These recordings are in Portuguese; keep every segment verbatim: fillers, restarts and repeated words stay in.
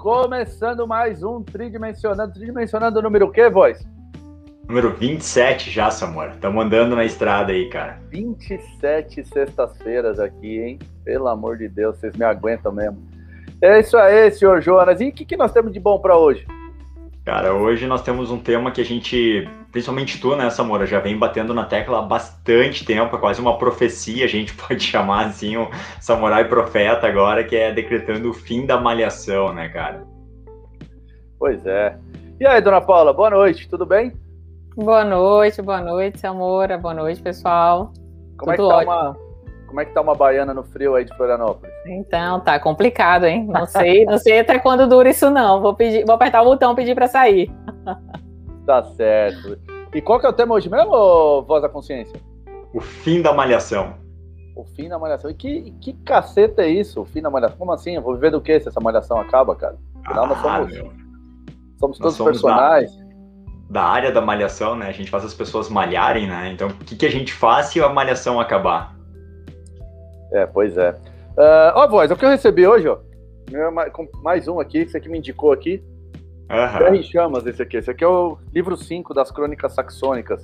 Começando mais um Tridimensionando. Tridimensionando o número o quê, voz? Número vinte e sete já, Samora. Estamos andando na estrada aí, cara. vinte e sete sextas-feiras aqui, hein? Pelo amor de Deus, vocês me aguentam mesmo. É isso aí, senhor Jonas. E o que, que nós temos de bom para hoje? Cara, hoje nós temos um tema que a gente, principalmente tu, né, Samora, já vem batendo na tecla há bastante tempo, é quase uma profecia, a gente pode chamar assim, o samurai profeta agora, que é decretando o fim da malhação, né, cara? Pois é. E aí, dona Paula, boa noite, tudo bem? Boa noite, boa noite, Samora, boa noite, pessoal. Como, é que Tudo tá ótimo. uma, como é que tá uma baiana no frio aí de Florianópolis? Então, tá complicado, hein? Não sei, não sei até quando dura isso, não. Vou pedir, vou apertar o botão e pedir pra sair. Tá certo. E qual que é o tema hoje mesmo, ô, voz da consciência? O fim da malhação. O fim da malhação. E que, que caceta é isso, o fim da malhação? Como assim? Eu vou viver do que se essa malhação acaba, cara? Afinal, nós somos, meu. somos Nós todos somos personagens. Da, da área da malhação, né? A gente faz as pessoas malharem, né? Então, o que, que a gente faz se a malhação acabar? É, pois é. Uh, ó, voz, o que eu recebi hoje, ó. Meu, mais, mais um aqui, que você que me indicou aqui. Uhum. Terra em Chamas, esse aqui. Esse aqui é o livro cinco das Crônicas Saxônicas.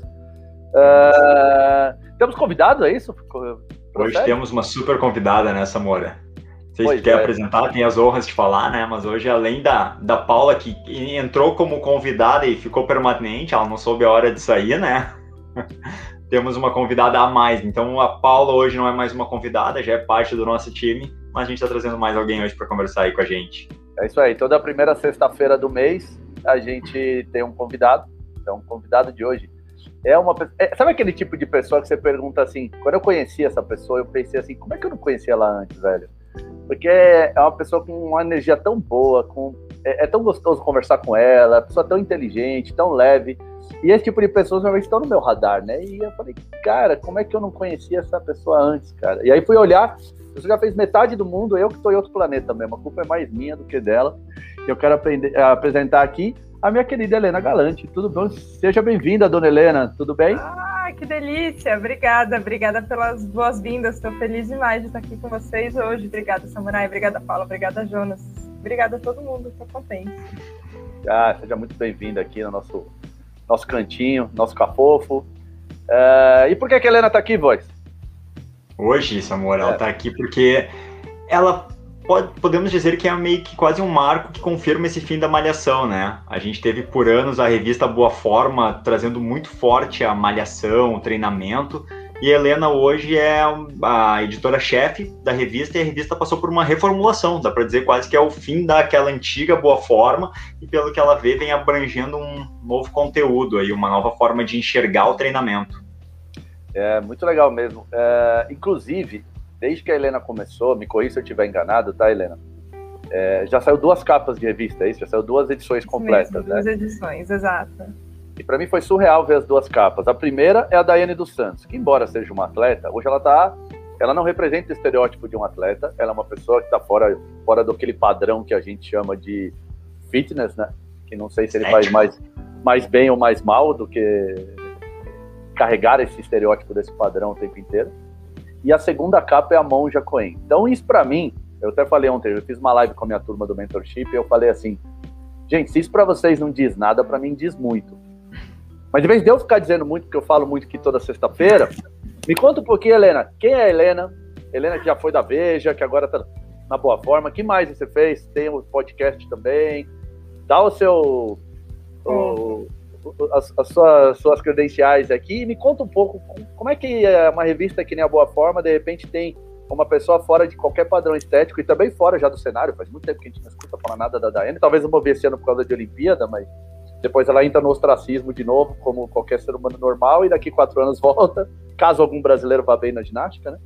Uh, temos convidado, é isso? Hoje Procede? temos uma super convidada, né, Samora? Não sei se Pois tu quer é. apresentar, tem as honras de falar, né? Mas hoje, além da, da Paula, que entrou como convidada e ficou permanente, ela não soube a hora de sair, né? Temos uma convidada a mais. Então, a Paula hoje não é mais uma convidada, já é parte do nosso time, mas a gente está trazendo mais alguém hoje para conversar aí com a gente. É isso aí. Toda primeira sexta-feira do mês, a gente tem um convidado. Então, o convidado de hoje é uma pessoa... É, sabe aquele tipo de pessoa que você pergunta assim, quando eu conheci essa pessoa, eu pensei assim, como é que eu não conhecia ela antes, velho? Porque é uma pessoa com uma energia tão boa, com... é, é tão gostoso conversar com ela, é uma pessoa tão inteligente, tão leve. E esse tipo de pessoas normalmente estão no meu radar, né? E eu falei, cara, como é que eu não conhecia essa pessoa antes, cara? E aí fui olhar, você já fez metade do mundo, eu que estou em outro planeta mesmo. A culpa é mais minha do que dela. Eu quero aprender, apresentar aqui a minha querida Helena Galante. Tudo bom? Seja bem-vinda, dona Helena. Tudo bem? Ah, que delícia! Obrigada, obrigada pelas boas-vindas. Estou feliz demais de estar aqui com vocês hoje. Obrigada, Samurai. Obrigada, Paula. Obrigada, Jonas. Obrigada a todo mundo. Estou contente. Ah, seja muito bem-vinda aqui no nosso, nosso cantinho, nosso cafofo. Uh, e por que, que a Helena está aqui, voz? Hoje, Samora, É. ela está aqui porque ela... Pode, podemos dizer que é meio que quase um marco que confirma esse fim da malhação, né? A gente teve por anos a revista Boa Forma trazendo muito forte a malhação, o treinamento, e a Helena hoje é a editora-chefe da revista, e a revista passou por uma reformulação, dá para dizer quase que é o fim daquela antiga Boa Forma, e pelo que ela vê, vem abrangendo um novo conteúdo, aí, uma nova forma de enxergar o treinamento. É muito legal mesmo. É, inclusive, desde que a Helena começou, me corrija se eu estiver enganado, tá, Helena? É, já saiu duas capas de revista, é isso? Já saiu duas edições completas, mesmo, né? Duas edições, exato. E para mim foi surreal ver as duas capas. A primeira é a Daiane dos Santos, que embora seja uma atleta, hoje ela tá, ela não representa o estereótipo de um atleta, ela é uma pessoa que está fora, fora daquele padrão que a gente chama de fitness, né? Que não sei se ele faz mais, mais bem ou mais mal do que carregar esse estereótipo desse padrão o tempo inteiro. E a segunda capa é a Monja Coen. Então isso pra mim, eu até falei ontem, eu fiz uma live com a minha turma do Mentorship e eu falei assim, gente, se isso pra vocês não diz nada, pra mim diz muito. Mas em vez de eu ficar dizendo muito, porque eu falo muito aqui toda sexta-feira, me conta um pouquinho, Helena, quem é a Helena? Helena que já foi da Veja, que agora tá na Boa Forma, o que mais você fez? Tem um podcast também, dá o seu... O, As, as suas, suas credenciais aqui e me conta um pouco como é que é uma revista que nem a Boa Forma, de repente tem uma pessoa fora de qualquer padrão estético e também fora já do cenário, faz muito tempo que a gente não escuta falar nada da Daiane, talvez eu vou ver esse ano por causa de Olimpíada, mas depois ela entra no ostracismo de novo, como qualquer ser humano normal, e daqui quatro anos volta, caso algum brasileiro vá bem na ginástica, né?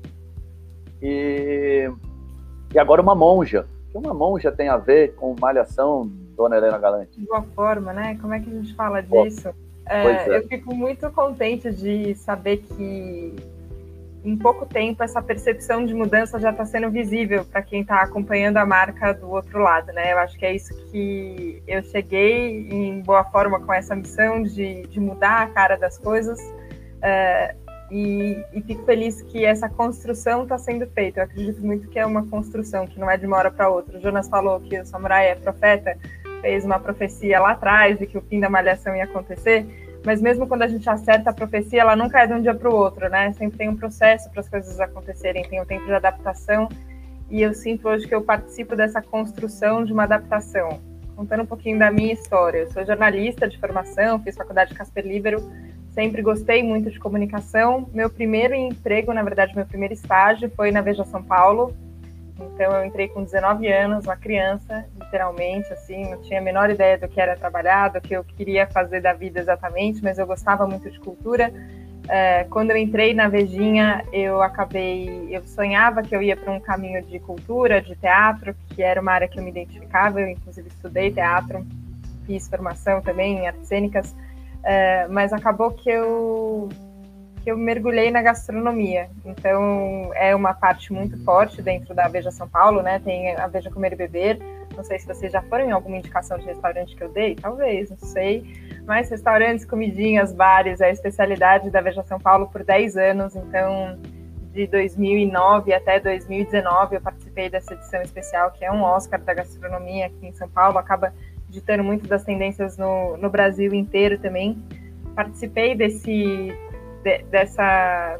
E, e agora uma monja, o que uma monja tem a ver com malhação, dona Helena Galante? De boa forma, né? Como é que a gente fala disso? É, é. Eu fico muito contente de saber que em pouco tempo essa percepção de mudança já está sendo visível para quem está acompanhando a marca do outro lado, né? Eu acho que é isso que eu cheguei em Boa Forma com essa missão de, de mudar a cara das coisas. É, E, e fico feliz que essa construção está sendo feita. Eu acredito muito que é uma construção, que não é de uma hora para outra. O Jonas falou que o Samurai é profeta, fez uma profecia lá atrás de que o fim da malhação ia acontecer, mas mesmo quando a gente acerta a profecia, ela nunca é de um dia para o outro, né? Sempre tem um processo para as coisas acontecerem, tem um tempo de adaptação, e eu sinto hoje que eu participo dessa construção de uma adaptação. Contando um pouquinho da minha história, eu sou jornalista de formação, fiz faculdade de Casper Libero, sempre gostei muito de comunicação. Meu primeiro emprego, na verdade, meu primeiro estágio foi na Veja São Paulo. Então, eu entrei com dezenove anos, uma criança, literalmente, assim, não tinha a menor ideia do que era trabalhar, do que eu queria fazer da vida exatamente, mas eu gostava muito de cultura. É, quando eu entrei na Vejinha, eu acabei, eu sonhava que eu ia para um caminho de cultura, de teatro, que era uma área que eu me identificava. Eu, inclusive, estudei teatro, fiz formação também em artes cênicas, é, mas acabou que eu... eu mergulhei na gastronomia, então é uma parte muito forte dentro da Veja São Paulo, né? Tem a Veja Comer e Beber, não sei se vocês já foram em alguma indicação de restaurante que eu dei, talvez, não sei, mas restaurantes, comidinhas, bares, é a especialidade da Veja São Paulo por dez anos, então de dois mil e nove até dois mil e dezenove eu participei dessa edição especial, que é um Oscar da gastronomia aqui em São Paulo, acaba ditando muito das tendências no, no Brasil inteiro também. Participei desse... De, dessa,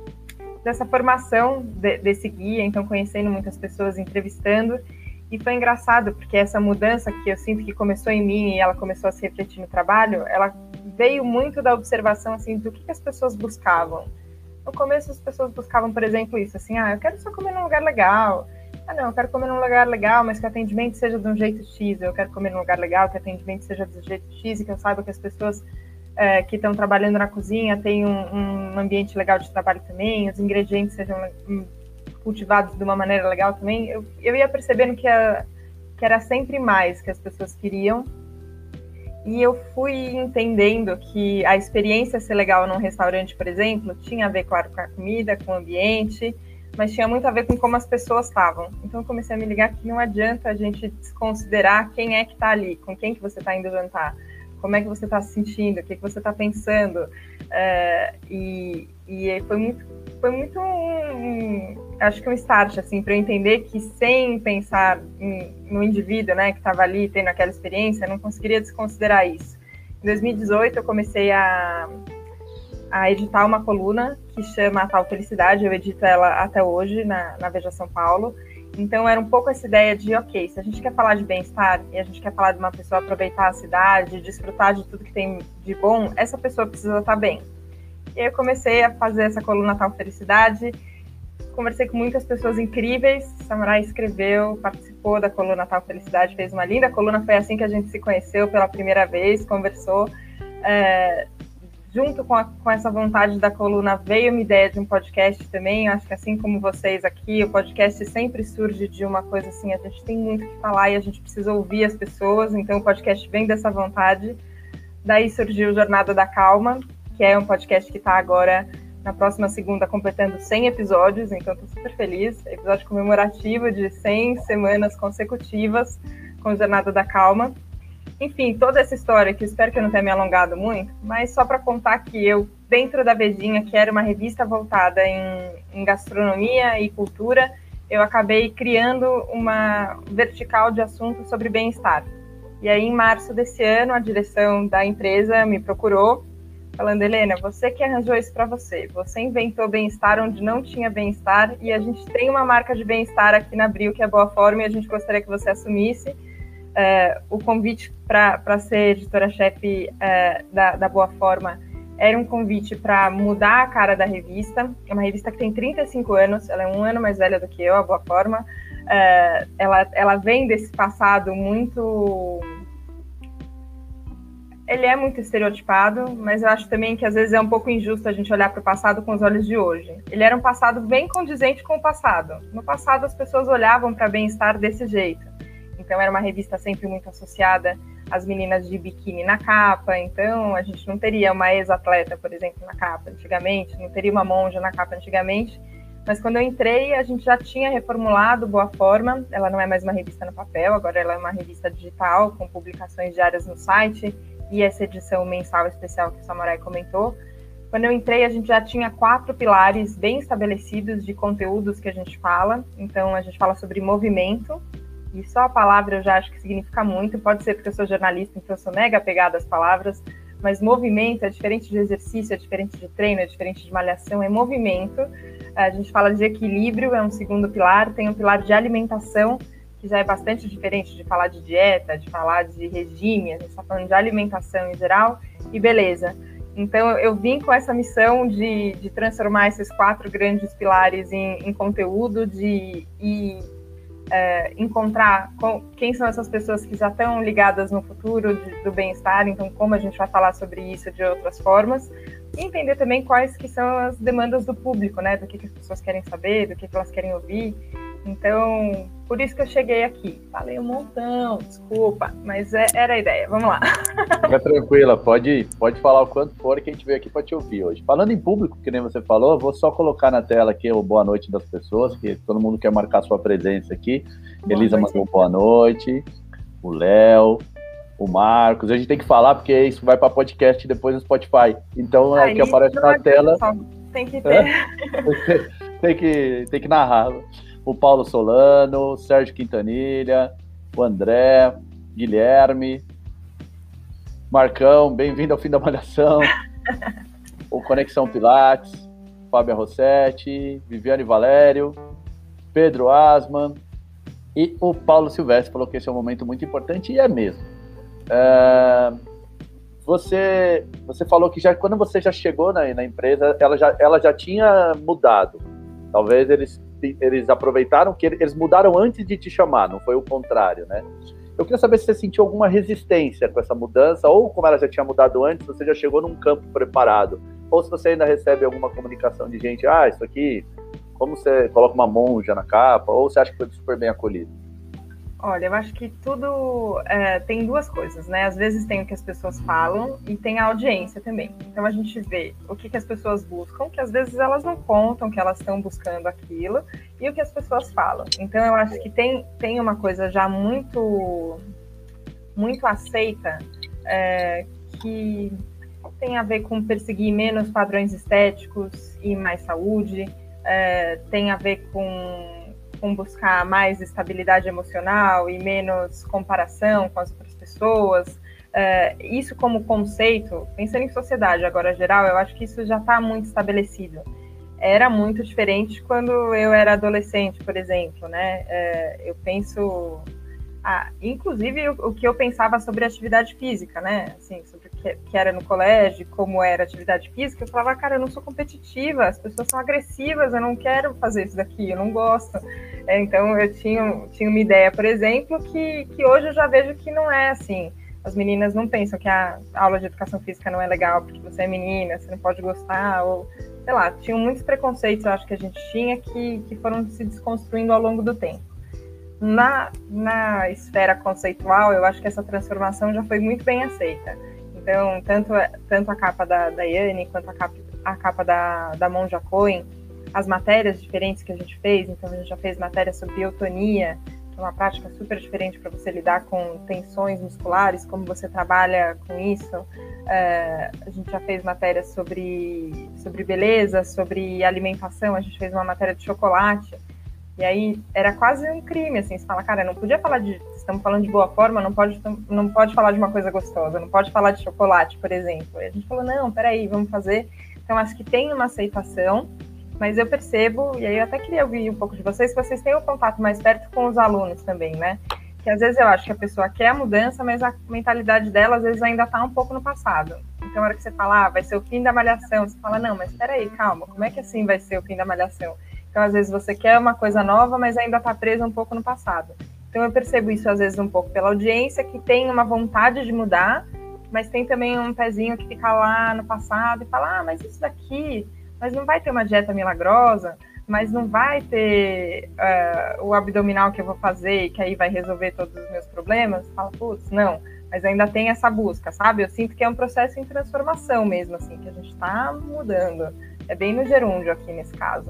dessa formação de, desse guia, então conhecendo muitas pessoas, entrevistando, e foi engraçado, porque essa mudança que eu sinto que começou em mim e ela começou a se refletir no trabalho, ela veio muito da observação, assim, do que, que as pessoas buscavam. No começo as pessoas buscavam, por exemplo, isso, assim, ah, eu quero só comer num lugar legal, ah não, eu quero comer num lugar legal, mas que o atendimento seja de um jeito X, eu quero comer num lugar legal, que o atendimento seja do jeito X, e que eu saiba que as pessoas É, que estão trabalhando na cozinha, tem um, um ambiente legal de trabalho também, os ingredientes sejam um, cultivados de uma maneira legal também. Eu, eu ia percebendo que, a, que era sempre mais que as pessoas queriam, e eu fui entendendo que a experiência ser legal num restaurante, por exemplo, tinha a ver, claro, com a comida, com o ambiente, mas tinha muito a ver com como as pessoas estavam. Então eu comecei a me ligar que não adianta a gente desconsiderar quem é que está ali, com quem que você está indo jantar, como é que você está se sentindo, o que, que você está pensando, é, e, e foi muito, foi muito um, acho que um start, assim, para eu entender que sem pensar em, no indivíduo, né, que estava ali tendo aquela experiência, eu não conseguiria desconsiderar isso. Em dois mil e dezoito eu comecei a, a editar uma coluna que chama A Tal Felicidade, eu edito ela até hoje na, na Veja São Paulo. Então, era um pouco essa ideia de, ok, se a gente quer falar de bem-estar e a gente quer falar de uma pessoa aproveitar a cidade, desfrutar de tudo que tem de bom, essa pessoa precisa estar bem. E aí eu comecei a fazer essa coluna Tal Felicidade, conversei com muitas pessoas incríveis, Samurai escreveu, participou da coluna Tal Felicidade, fez uma linda coluna, foi assim que a gente se conheceu pela primeira vez, conversou. É, junto com, a, com essa vontade da coluna, veio uma ideia de um podcast também. Acho que assim como vocês aqui, o podcast sempre surge de uma coisa assim, a gente tem muito o que falar e a gente precisa ouvir as pessoas, então o podcast vem dessa vontade. Daí surgiu Jornada da Calma, que é um podcast que está agora, na próxima segunda, completando cem episódios, então estou super feliz. Episódio comemorativo de cem semanas consecutivas com Jornada da Calma. Enfim, toda essa história, que eu espero que eu não tenha me alongado muito, mas só para contar que eu, dentro da Vejinha, que era uma revista voltada em, em gastronomia e cultura, eu acabei criando uma vertical de assuntos sobre bem-estar. E aí, em março desse ano, a direção da empresa me procurou, falando, Helena, você que arranjou isso para você, você inventou bem-estar onde não tinha bem-estar, e a gente tem uma marca de bem-estar aqui na Abril, que é Boa Forma, e a gente gostaria que você assumisse. Uh, o convite para ser editora-chefe uh, da, da Boa Forma era um convite para mudar a cara da revista. É uma revista que tem trinta e cinco anos, ela é um ano mais velha do que eu, a Boa Forma. Uh, ela, ela vem desse passado muito... Ele é muito estereotipado, mas eu acho também que às vezes é um pouco injusto a gente olhar para o passado com os olhos de hoje. Ele era um passado bem condizente com o passado. No passado as pessoas olhavam para bem-estar desse jeito. Então, era uma revista sempre muito associada às meninas de biquíni na capa. Então, a gente não teria uma ex-atleta, por exemplo, na capa antigamente, não teria uma monja na capa antigamente. Mas quando eu entrei, a gente já tinha reformulado Boa Forma. Ela não é mais uma revista no papel, agora ela é uma revista digital, com publicações diárias no site e essa edição mensal especial que o Samurai comentou. Quando eu entrei, a gente já tinha quatro pilares bem estabelecidos de conteúdos que a gente fala. Então, a gente fala sobre movimento, e só a palavra eu já acho que significa muito. Pode ser porque eu sou jornalista, então eu sou mega apegada às palavras, mas movimento é diferente de exercício, é diferente de treino, é diferente de malhação, é movimento. A gente fala de equilíbrio, é um segundo pilar. Tem um pilar de alimentação, que já é bastante diferente de falar de dieta, de falar de regime. A gente está falando de alimentação em geral e beleza. Então, eu vim com essa missão de, de transformar esses quatro grandes pilares em, em conteúdo, de ir é, encontrar com, quem são essas pessoas que já estão ligadas no futuro de, do bem-estar, então como a gente vai falar sobre isso de outras formas, e entender também quais que são as demandas do público, né, do que, que as pessoas querem saber, do que, que elas querem ouvir. Então, por isso que eu cheguei aqui. Falei um montão, desculpa, mas é, era a ideia. Vamos lá. Fica tranquila, pode, pode falar o quanto for que a gente veio aqui para te ouvir hoje. Falando em público, que nem você falou, eu vou só colocar na tela aqui o boa noite das pessoas, que todo mundo quer marcar sua presença aqui. Boa Elisa noite. Mandou boa noite, o Léo, o Marcos. A gente tem que falar porque isso vai para podcast depois no Spotify. Então, é o que aparece na tela. Tem que ter. tem, que, tem que narrar. O Paulo Solano, o Sérgio Quintanilha, o André, Guilherme, Marcão, bem-vindo ao Fim da Malhação, o Conexão Pilates, Fábio Rossetti, Viviane Valério, Pedro Asman e o Paulo Silvestre falou que esse é um momento muito importante e é mesmo. É, você, você falou que já, quando você já chegou na, na empresa, ela já, ela já tinha mudado. Talvez eles eles aproveitaram que eles mudaram antes de te chamar, não foi o contrário, né? Eu queria saber se você sentiu alguma resistência com essa mudança, ou como ela já tinha mudado antes, você já chegou num campo preparado, ou se você ainda recebe alguma comunicação de gente, ah, isso aqui, como você coloca uma monja na capa, ou você acha que foi super bem acolhido? Olha, eu acho que tudo é, tem duas coisas, né? Às vezes tem o que as pessoas falam e tem a audiência também. Então a gente vê o que, que as pessoas buscam, que às vezes elas não contam que elas estão buscando aquilo, e o que as pessoas falam. Então eu acho que tem, tem uma coisa já muito, muito aceita, é, que tem a ver com perseguir menos padrões estéticos e mais saúde, é, tem a ver com com buscar mais estabilidade emocional e menos comparação com as outras pessoas. É, isso como conceito, pensando em sociedade agora geral, eu acho que isso já está muito estabelecido. Era muito diferente quando eu era adolescente, por exemplo, né? É, eu penso... Ah, inclusive o, o que eu pensava sobre atividade física, né? Assim, sobre o que, que era no colégio, como era atividade física, eu falava, cara, eu não sou competitiva, as pessoas são agressivas, eu não quero fazer isso daqui, eu não gosto. É, então eu tinha, tinha uma ideia, por exemplo, que, que hoje eu já vejo que não é assim. As meninas não pensam que a aula de educação física não é legal porque você é menina, você não pode gostar, ou sei lá, tinham muitos preconceitos, eu acho que a gente tinha, que, que foram se desconstruindo ao longo do tempo. Na, na esfera conceitual, eu acho que essa transformação já foi muito bem aceita. Então, tanto, tanto a capa da Daiane quanto a capa, a capa da, da Monja Cohen, as matérias diferentes que a gente fez, então a gente já fez matéria sobre biotonia, que é uma prática super diferente para você lidar com tensões musculares, como você trabalha com isso. É, a gente já fez matéria sobre, sobre beleza, sobre alimentação, a gente fez uma matéria de chocolate. E aí era quase um crime, assim, você fala, cara, não podia falar de, estamos falando de boa forma, não pode, não pode falar de uma coisa gostosa, não pode falar de chocolate, por exemplo. E a gente falou, não, peraí, vamos fazer. Então, acho que tem uma aceitação, mas eu percebo, e aí eu até queria ouvir um pouco de vocês, que vocês têm um contato mais perto com os alunos também, né? Que às vezes eu acho que a pessoa quer a mudança, mas a mentalidade dela, às vezes, ainda está um pouco no passado. Então, a hora que você fala, ah, vai ser o fim da malhação, você fala, não, mas peraí, calma, como é que assim vai ser o fim da malhação? Então, às vezes, você quer uma coisa nova, mas ainda está presa um pouco no passado. Então, eu percebo isso, às vezes, um pouco pela audiência, que tem uma vontade de mudar, mas tem também um pezinho que fica lá no passado e fala, ah, mas isso daqui, mas não vai ter uma dieta milagrosa, mas não vai ter uh, o abdominal que eu vou fazer e que aí vai resolver todos os meus problemas. Fala, putz, não, mas ainda tem essa busca, sabe? Eu sinto que é um processo em transformação mesmo, assim, que a gente está mudando. É bem no gerúndio aqui nesse caso.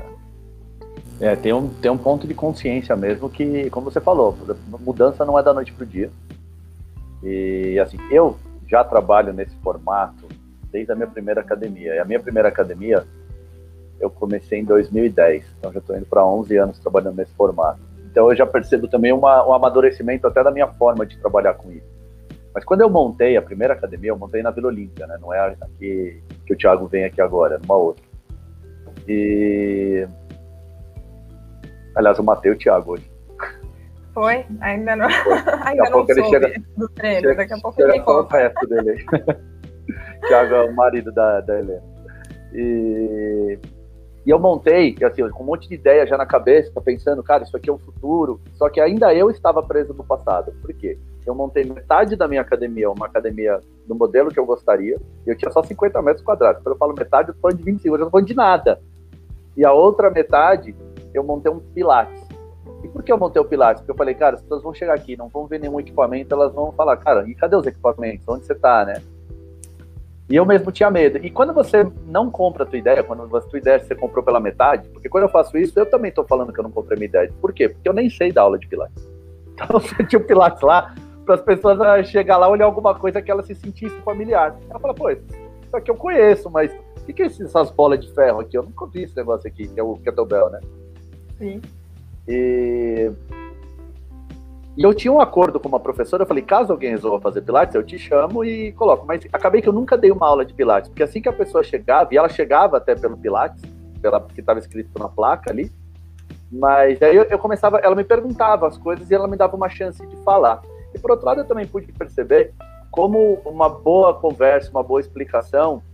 É, tem um, tem um ponto de consciência mesmo que, como você falou, mudança não é da noite para o dia. E, assim, eu já trabalho nesse formato desde a minha primeira academia. E a minha primeira academia, eu comecei em dois mil e dez, então já estou indo para onze anos trabalhando nesse formato. Então eu já percebo também uma, um amadurecimento até da minha forma de trabalhar com isso. Mas quando eu montei a primeira academia, eu montei na Vila Olímpia, né? Não é aqui que o Thiago vem aqui agora, é numa outra. E... Aliás, eu matei o Thiago hoje. Foi? Ainda não, Daqui ainda a não pouco ele soube chega, do treino, chega, daqui a pouco chega ele só o conta. resto dele. Thiago é o marido da, da Helena. E... E eu montei, assim, com um monte de ideia já na cabeça, pensando, cara, isso aqui é o futuro. Só que ainda eu estava preso no passado. Por quê? Eu montei metade da minha academia, uma academia do modelo que eu gostaria, e eu tinha só cinquenta metros quadrados. Quando eu falo metade, eu tô falando de vinte e cinco, eu não tô falando de nada. E a outra metade, eu montei um Pilates. E por que eu montei o Pilates? Porque eu falei, cara, as pessoas vão chegar aqui, não vão ver nenhum equipamento, elas vão falar, cara, e cadê os equipamentos? Onde você tá, né? E eu mesmo tinha medo. E quando você não compra a tua ideia, quando a tua ideia você comprou pela metade, porque quando eu faço isso, eu também tô falando que eu não comprei minha ideia. Por quê? Porque eu nem sei dar aula de Pilates. Então eu tinha o Pilates lá, para as pessoas chegar lá, olhar alguma coisa que ela se sentisse familiar. Ela fala, pô, isso aqui eu conheço, mas o que, que é essas bolas de ferro aqui? Eu nunca vi esse negócio aqui, que é o kettlebell, né? Sim. E... E eu tinha um acordo com uma professora, eu falei, caso alguém resolva fazer Pilates, eu te chamo e coloco. Mas acabei que eu nunca dei uma aula de Pilates, porque assim que a pessoa chegava, e ela chegava até pelo Pilates, pela, porque estava escrito na placa ali, mas aí eu, eu começava, ela me perguntava as coisas e ela me dava uma chance de falar. E por outro lado, eu também pude perceber como uma boa conversa, uma boa explicação,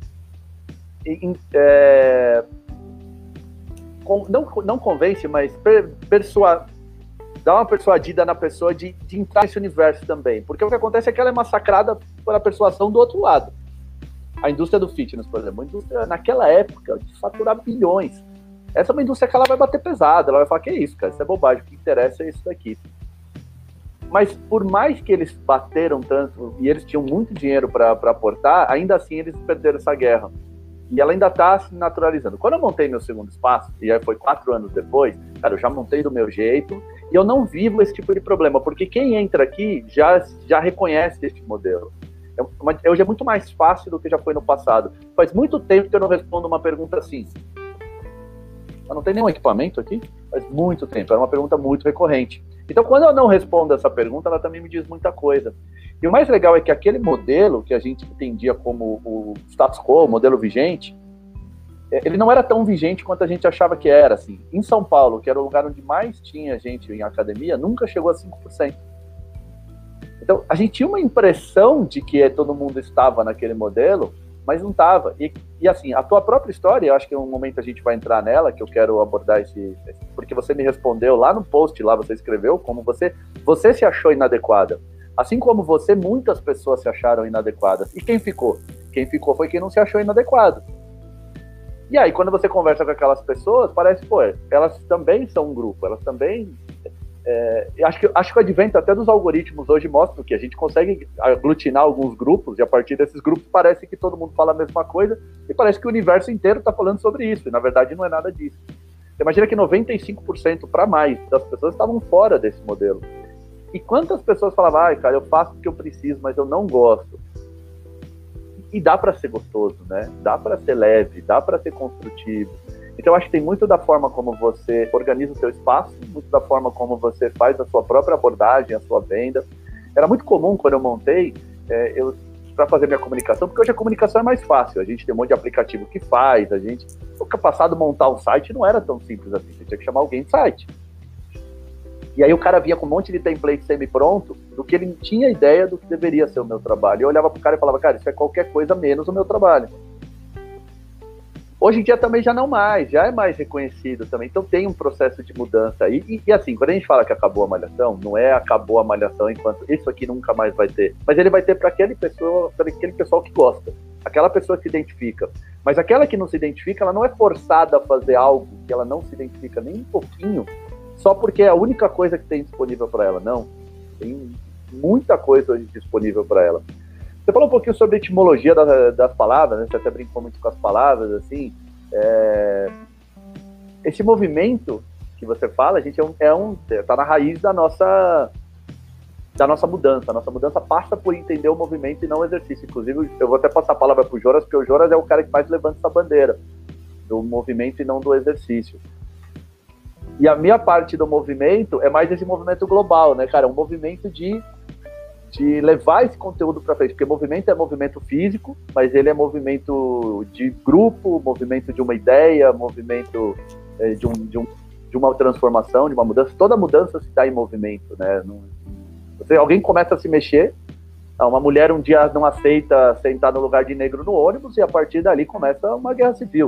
é, com, não, não convence, mas per, persuade, dá uma persuadida na pessoa de, de entrar nesse universo também. Porque o que acontece é que ela é massacrada pela persuasão do outro lado. A indústria do fitness, por exemplo, a indústria, naquela época, de faturar bilhões. Essa é uma indústria que ela vai bater pesado, ela vai falar, que é isso, cara, isso é bobagem, o que interessa é isso daqui. Mas por mais que eles bateram tanto, e eles tinham muito dinheiro para aportar, ainda assim eles perderam essa guerra. E ela ainda está se naturalizando. Quando eu montei meu segundo espaço, e aí foi quatro anos depois, cara, eu já montei do meu jeito, e eu não vivo esse tipo de problema, porque quem entra aqui já, já reconhece esse modelo. É, hoje é muito mais fácil do que já foi no passado. Faz muito tempo que eu não respondo uma pergunta assim. Mas não tem nenhum equipamento aqui? Faz muito tempo, é uma pergunta muito recorrente. Então, quando eu não respondo essa pergunta, ela também me diz muita coisa. E o mais legal é que aquele modelo que a gente entendia como o status quo, o modelo vigente, ele não era tão vigente quanto a gente achava que era. Assim. Em São Paulo, que era o lugar onde mais tinha gente em academia, nunca chegou a cinco por cento. Então, a gente tinha uma impressão de que todo mundo estava naquele modelo, mas não estava. E, e assim, a tua própria história, eu acho que em um momento a gente vai entrar nela, que eu quero abordar esse... Porque você me respondeu lá no post, lá você escreveu, como você, você se achou inadequada. Assim como você, muitas pessoas se acharam inadequadas. E quem ficou? Quem ficou foi quem não se achou inadequado. E aí, quando você conversa com aquelas pessoas, parece, pô, elas também são um grupo, elas também... É, acho, que, acho que o advento até dos algoritmos hoje mostra que a gente consegue aglutinar alguns grupos, e a partir desses grupos parece que todo mundo fala a mesma coisa, e parece que o universo inteiro está falando sobre isso, e na verdade não é nada disso. Você imagina que noventa e cinco por cento para mais das pessoas estavam fora desse modelo. E quantas pessoas falavam, ai, cara, eu faço o que eu preciso, mas eu não gosto. E dá para ser gostoso, né? Dá para ser leve, dá para ser construtivo. Então, eu acho que tem muito da forma como você organiza o seu espaço, muito da forma como você faz a sua própria abordagem, a sua venda. Era muito comum, quando eu montei, é, eu para fazer minha comunicação, porque hoje a comunicação é mais fácil, a gente tem um monte de aplicativo que faz, a gente... No passado, montar um site não era tão simples assim, você tinha que chamar alguém de site. E aí o cara via com um monte de template semi-pronto, do que ele tinha ideia do que deveria ser o meu trabalho. Eu olhava pro cara e falava, cara, isso é qualquer coisa menos o meu trabalho. Hoje em dia também já não mais, já é mais reconhecido também, então tem um processo de mudança aí, e, e assim, quando a gente fala que acabou a malhação, não é acabou a malhação enquanto isso aqui nunca mais vai ter, mas ele vai ter para aquele pessoa, para aquele pessoal que gosta, aquela pessoa que se identifica, mas aquela que não se identifica, ela não é forçada a fazer algo que ela não se identifica nem um pouquinho, só porque é a única coisa que tem disponível para ela, não, tem muita coisa hoje disponível para ela. Você falou um pouquinho sobre a etimologia das, das palavras, né? Você até brincou muito com as palavras, assim. É... Esse movimento que você fala, a gente é um, é um, tá na raiz da nossa, da nossa mudança. A nossa mudança passa por entender o movimento e não o exercício. Inclusive, eu vou até passar a palavra para o Jonas, porque o Jonas é o cara que mais levanta essa bandeira do movimento e não do exercício. E a minha parte do movimento é mais esse movimento global, né, cara? Um movimento de, de levar esse conteúdo para frente, porque movimento é movimento físico, mas ele é movimento de grupo, movimento de uma ideia, movimento é, de, um, de, um, de uma transformação, de uma mudança. Toda mudança se dá em movimento, né? Não, você, alguém começa a se mexer, uma mulher um dia não aceita sentar no lugar de negro no ônibus e a partir dali começa uma guerra civil.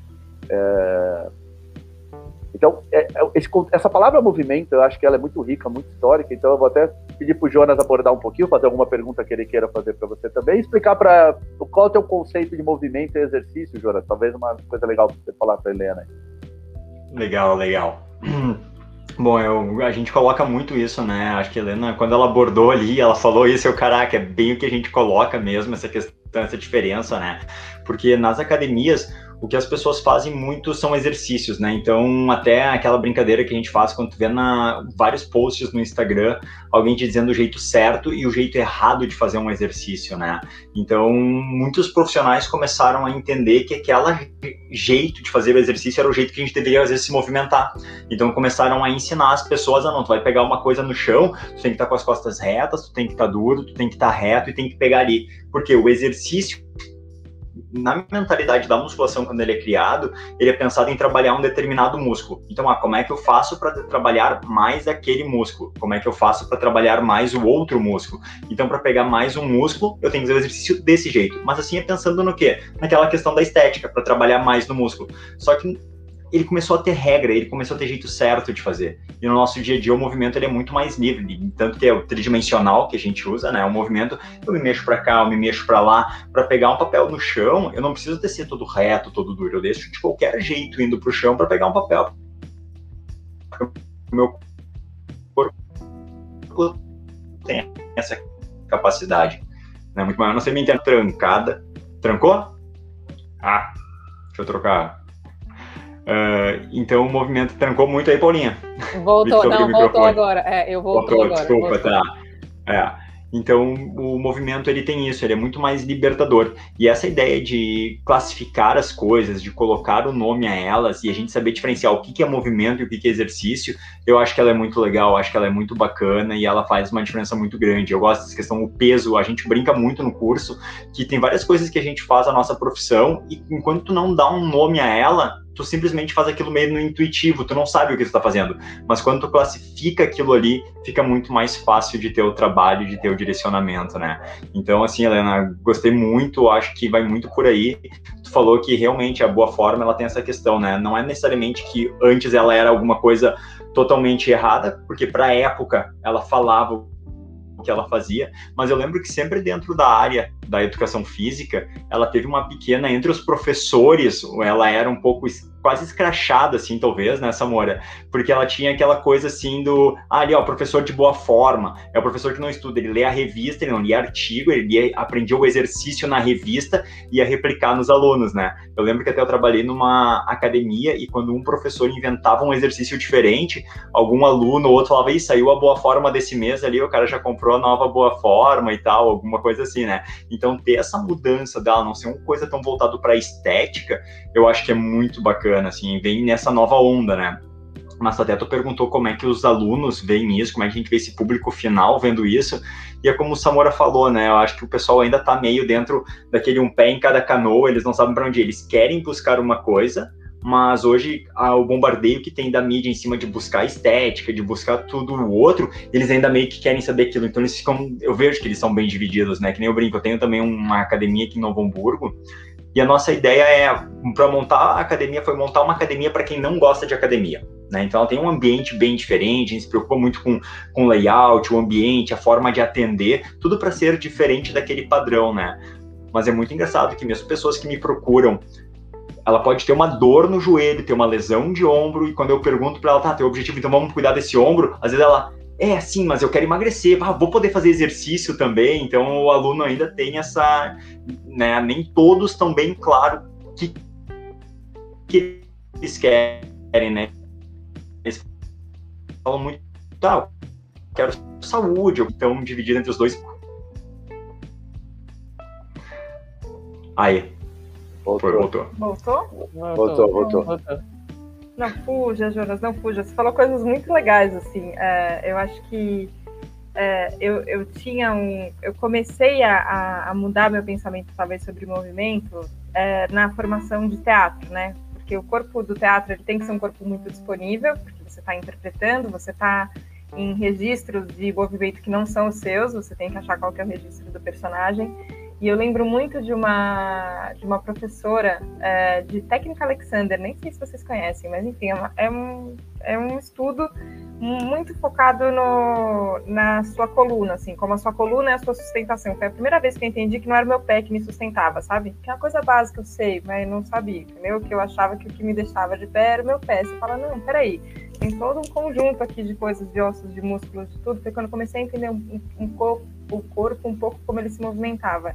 É... Então, é, esse, essa palavra movimento, eu acho que ela é muito rica, muito histórica, então eu vou até pedir para o Jonas abordar um pouquinho, fazer alguma pergunta que ele queira fazer para você também, e explicar para qual é o teu conceito de movimento e exercício, Jonas, talvez uma coisa legal para você falar para a Helena. Legal, legal. Bom, eu, a gente coloca muito isso, né? Acho que a Helena, quando ela abordou ali, ela falou isso, eu, caraca, é bem o que a gente coloca mesmo, essa questão, essa diferença, né? Porque nas academias, o que as pessoas fazem muito são exercícios, né? Então, até aquela brincadeira que a gente faz quando tu vê na, vários posts no Instagram, alguém te dizendo o jeito certo e o jeito errado de fazer um exercício, né? Então, muitos profissionais começaram a entender que aquele jeito de fazer o exercício era o jeito que a gente deveria, às vezes, se movimentar. Então, começaram a ensinar as pessoas, ah, não, tu vai pegar uma coisa no chão, tu tem que estar com as costas retas, tu tem que estar duro, tu tem que estar reto e tem que pegar ali. Porque o exercício, na mentalidade da musculação, quando ele é criado, ele é pensado em trabalhar um determinado músculo. Então, ah, como é que eu faço para trabalhar mais aquele músculo? Como é que eu faço para trabalhar mais o outro músculo? Então, para pegar mais um músculo, eu tenho que fazer o exercício desse jeito. Mas assim, é pensando no quê? Naquela questão da estética, para trabalhar mais no músculo. Só que ele começou a ter regra, ele começou a ter jeito certo de fazer. E no nosso dia a dia o movimento ele é muito mais livre, tanto que é o tridimensional que a gente usa, né? O movimento, eu me mexo para cá, eu me mexo para lá, para pegar um papel no chão, eu não preciso descer todo reto, todo duro, eu desço de qualquer jeito indo pro chão para pegar um papel. O meu corpo tem essa capacidade, né? Muito maior. Eu não sei me entender trancada. Trancou? Ah, deixa eu trocar. Uh, então o movimento trancou muito aí, Paulinha. Voltou, não, voltou agora. É, eu voltou voltou, agora. Desculpa, voltou. tá. É. Então o movimento ele tem isso, ele é muito mais libertador. E essa ideia de classificar as coisas, de colocar o nome a elas e a gente saber diferenciar o que, que é movimento e o que, que é exercício, eu acho que ela é muito legal, acho que ela é muito bacana e ela faz uma diferença muito grande. Eu gosto dessa questão, o peso, a gente brinca muito no curso, que tem várias coisas que a gente faz a nossa profissão e enquanto tu não dá um nome a ela, tu simplesmente faz aquilo meio no intuitivo, tu não sabe o que tu tá fazendo. Mas quando tu classifica aquilo ali, fica muito mais fácil de ter o trabalho, de ter o direcionamento, né? Então, assim, Helena, gostei muito, acho que vai muito por aí. Tu falou que realmente a boa forma, ela tem essa questão, né? Não é necessariamente que antes ela era alguma coisa totalmente errada, porque pra época ela falava que ela fazia, mas eu lembro que sempre dentro da área da educação física, ela teve uma pequena, entre os professores, ela era um pouco quase escrachada, assim, talvez, né, Samora? Porque ela tinha aquela coisa, assim, do, ah, ali, ó, professor de boa forma, é o professor que não estuda, ele lê a revista, ele não lia artigo, ele lia, aprendia o exercício na revista e ia replicar nos alunos, né? Eu lembro que até eu trabalhei numa academia e quando um professor inventava um exercício diferente, algum aluno ou outro falava, ih, saiu a boa forma desse mês ali, o cara já comprou a nova boa forma e tal, alguma coisa assim, né? Então, ter essa mudança dela não ser uma coisa tão voltada para a estética, eu acho que é muito bacana, assim, vem nessa nova onda, né? Mas até tu perguntou como é que os alunos veem isso, como é que a gente vê esse público final vendo isso, e é como o Samora falou, né? Eu acho que o pessoal ainda tá meio dentro daquele um pé em cada canoa, eles não sabem para onde ir, eles querem buscar uma coisa, mas hoje ah, o bombardeio que tem da mídia em cima de buscar estética, de buscar tudo o outro, eles ainda meio que querem saber aquilo, então eles ficam, eu vejo que eles são bem divididos, né, que nem eu brinco, eu tenho também uma academia aqui em Novo Hamburgo, e a nossa ideia é, para montar a academia, foi montar uma academia para quem não gosta de academia, né, então ela tem um ambiente bem diferente, a gente se preocupa muito com o layout, o ambiente, a forma de atender, tudo para ser diferente daquele padrão, né, mas é muito engraçado que mesmo pessoas que me procuram, ela pode ter uma dor no joelho, ter uma lesão de ombro, e quando eu pergunto para ela, tá, teu objetivo, então vamos cuidar desse ombro, às vezes ela, é, sim, mas eu quero emagrecer, ah, vou poder fazer exercício também, então o aluno ainda tem essa, né, nem todos estão bem claro o que, que eles querem, né, eles falam muito, tá, quero saúde, ou então dividir entre os dois. Aí. Voltou. Foi, voltou. Voltou? Voltou, voltou. voltou. Não fuja, Jonas, não fuja. Você falou coisas muito legais, assim. É, eu acho que é, eu, eu tinha um... Eu comecei a, a mudar meu pensamento, talvez, sobre movimento é, na formação de teatro, né? Porque o corpo do teatro ele tem que ser um corpo muito disponível, porque você está interpretando, você está em registros de movimento que não são os seus, você tem que achar qual que é o registro do personagem. E eu lembro muito de uma, de uma professora é, de técnica Alexander, nem sei se vocês conhecem, mas enfim, é, uma, é, um, é um estudo muito focado no, na sua coluna, assim, como a sua coluna é a sua sustentação. Foi a primeira vez que eu entendi que não era o meu pé que me sustentava, sabe? Que é uma coisa básica, eu sei, mas não sabia, entendeu? Que eu achava que o que me deixava de pé era o meu pé. Você fala, não, peraí, tem todo um conjunto aqui de coisas, de ossos, de músculos, de tudo. Foi quando eu comecei a entender um, um corpo, o corpo um pouco como ele se movimentava.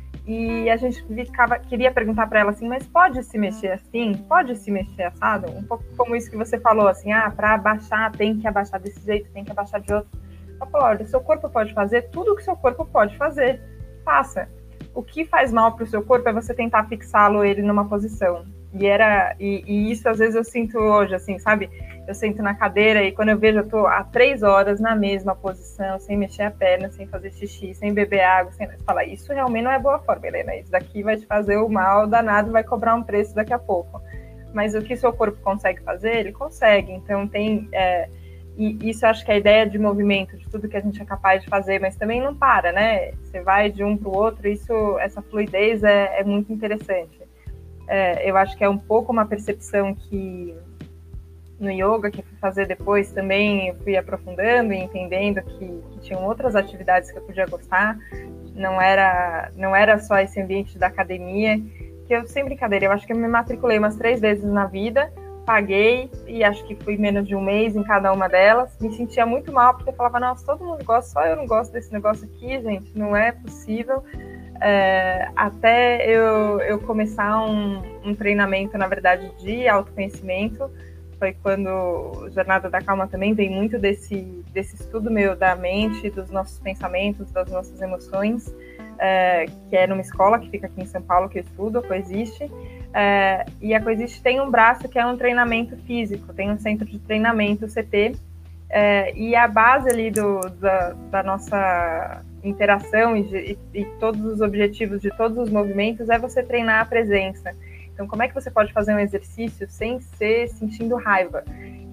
E a gente ficava, queria perguntar para ela assim, mas pode se mexer assim? Pode se mexer assado? Um pouco como isso que você falou, assim, ah, para abaixar tem que abaixar desse jeito, tem que abaixar de outro. Ela falou, olha, seu corpo pode fazer tudo o que seu corpo pode fazer, faça. O que faz mal para o seu corpo é você tentar fixá-lo ele numa posição. E, era, e, e isso às vezes eu sinto hoje, assim, sabe? Eu sento na cadeira e quando eu vejo, eu tô há três horas na mesma posição, sem mexer a perna, sem fazer xixi, sem beber água, sem falar, isso realmente não é boa forma, Helena, isso daqui vai te fazer o mal danado, vai cobrar um preço daqui a pouco. Mas o que seu corpo consegue fazer, ele consegue, então tem, é, e isso eu acho que é a ideia de movimento, de tudo que a gente é capaz de fazer, mas também não para, né? Você vai de um para o outro, isso, essa fluidez é, é muito interessante. É, eu acho que é um pouco uma percepção que no yoga, que eu fui fazer depois também, eu fui aprofundando e entendendo que, que tinham outras atividades que eu podia gostar, não era, não era só esse ambiente da academia, que eu, sem brincadeira, eu acho que eu me matriculei umas três vezes na vida, paguei, e acho que fui menos de um mês em cada uma delas, me sentia muito mal, porque eu falava, nossa, todo mundo gosta, só eu não gosto desse negócio aqui, gente, não é possível. É, até eu, eu começar um, um treinamento, na verdade, de autoconhecimento, foi quando Jornada da Calma também vem muito desse, desse estudo meu da mente, dos nossos pensamentos, das nossas emoções, é, que é numa escola que fica aqui em São Paulo, que eu estudo, a Coexiste, é, e a Coexiste tem um braço que é um treinamento físico, tem um centro de treinamento, o C T, é, e a base ali do, da, da nossa interação e, e, e todos os objetivos de todos os movimentos é você treinar a presença. Então, como é que você pode fazer um exercício sem ser sentindo raiva?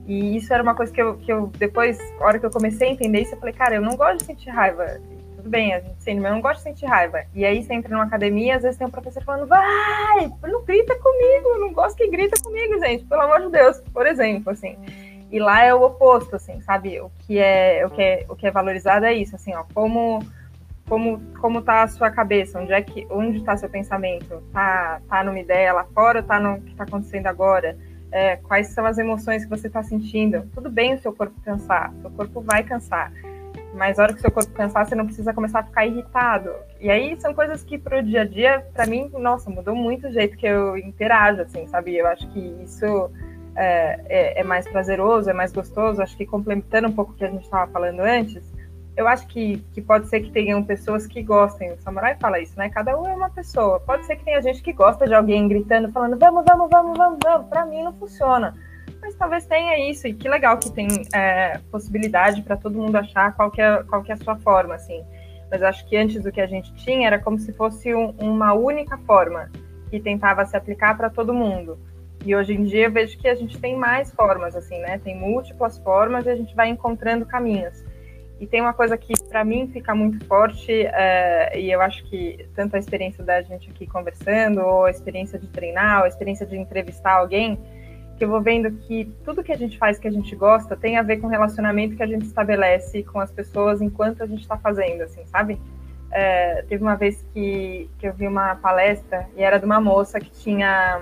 E isso era uma coisa que eu, que eu depois, na hora que eu comecei a entender isso, eu falei, cara, eu não gosto de sentir raiva. Tudo bem, a gente sente, mas eu não gosto de sentir raiva. E aí você entra numa academia, às vezes tem um professor falando, vai, não grita comigo, eu não gosto que grita comigo, gente, pelo amor de Deus, por exemplo, assim. E lá é o oposto, assim, sabe? O que é, o que é, o que é valorizado é isso, assim, ó, como... Como, como tá a sua cabeça, onde é que, onde está seu pensamento? Tá, tá numa ideia lá fora ou tá no que está acontecendo agora? É, quais são as emoções que você está sentindo? Tudo bem o seu corpo cansar, seu corpo vai cansar, mas na hora que o seu corpo cansar, você não precisa começar a ficar irritado. E aí são coisas que pro dia a dia, para mim, nossa, mudou muito o jeito que eu interajo, assim, sabe? Eu acho que isso é, é, é mais prazeroso, é mais gostoso, acho que complementando um pouco o que a gente estava falando antes, eu acho que, que pode ser que tenham pessoas que gostem, o Samurai fala isso, né? Cada um é uma pessoa. Pode ser que tenha gente que gosta de alguém gritando, falando vamos, vamos, vamos, vamos, vamos. Para mim não funciona. Mas talvez tenha isso, e que legal que tem é, possibilidade para todo mundo achar qual que, é, qual que é a sua forma, assim. Mas acho que antes o que a gente tinha era como se fosse um, uma única forma que tentava se aplicar para todo mundo. E hoje em dia eu vejo que a gente tem mais formas, assim, né? Tem múltiplas formas e a gente vai encontrando caminhos. E tem uma coisa que, para mim, fica muito forte, é, e eu acho que tanto a experiência da gente aqui conversando, ou a experiência de treinar, ou a experiência de entrevistar alguém, que eu vou vendo que tudo que a gente faz que a gente gosta tem a ver com o relacionamento que a gente estabelece com as pessoas enquanto a gente está fazendo, assim, sabe? É, teve uma vez que, que eu vi uma palestra, e era de uma moça que tinha...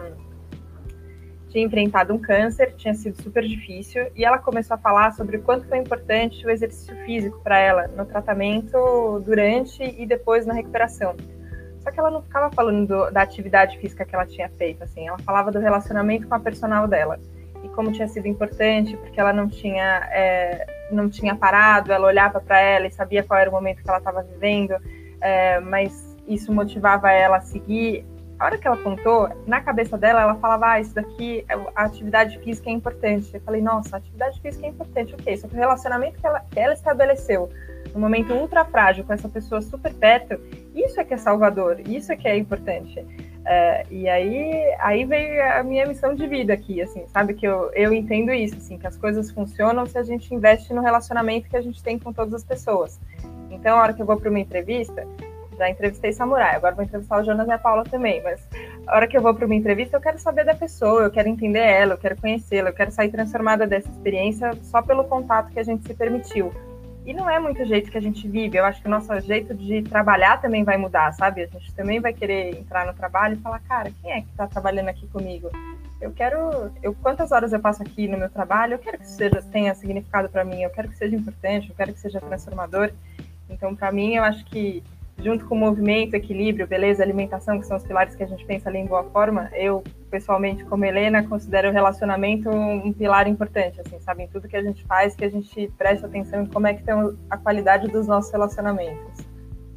tinha enfrentado um câncer, tinha sido super difícil, e ela começou a falar sobre o quanto foi importante o exercício físico para ela, no tratamento, durante e depois na recuperação. Só que ela não ficava falando do, da atividade física que ela tinha feito, assim, ela falava do relacionamento com a personal dela, e como tinha sido importante, porque ela não tinha, é, não tinha parado, ela olhava para ela e sabia qual era o momento que ela estava vivendo, é, mas isso motivava ela a seguir. A hora que ela contou, na cabeça dela, ela falava, ah, isso daqui, a atividade física é importante. Eu falei, nossa, a atividade física é importante, ok, só que o relacionamento que ela, que ela estabeleceu num momento ultra frágil com essa pessoa super perto, isso é que é salvador, isso é que é importante. É, e aí, aí veio a minha missão de vida aqui, assim, sabe, que eu, eu entendo isso, assim, que as coisas funcionam se a gente investe no relacionamento que a gente tem com todas as pessoas. Então, a hora que eu vou para uma entrevista, já entrevistei Samurai, agora vou entrevistar o Jonas e a Paula também, mas a hora que eu vou para uma entrevista, eu quero saber da pessoa, eu quero entender ela, eu quero conhecê-la, eu quero sair transformada dessa experiência só pelo contato que a gente se permitiu. E não é muito o jeito que a gente vive, eu acho que o nosso jeito de trabalhar também vai mudar, sabe? A gente também vai querer entrar no trabalho e falar, cara, quem é que está trabalhando aqui comigo? Eu quero, eu, quantas horas eu passo aqui no meu trabalho, eu quero que isso seja, tenha significado para mim, eu quero que seja importante, eu quero que seja transformador. Então, para mim, eu acho que junto com o movimento, equilíbrio, beleza, alimentação, que são os pilares que a gente pensa ali em boa forma, eu, pessoalmente, como Helena, considero o relacionamento um pilar importante, assim, sabe? Em tudo que a gente faz, que a gente preste atenção em como é que tem a qualidade dos nossos relacionamentos.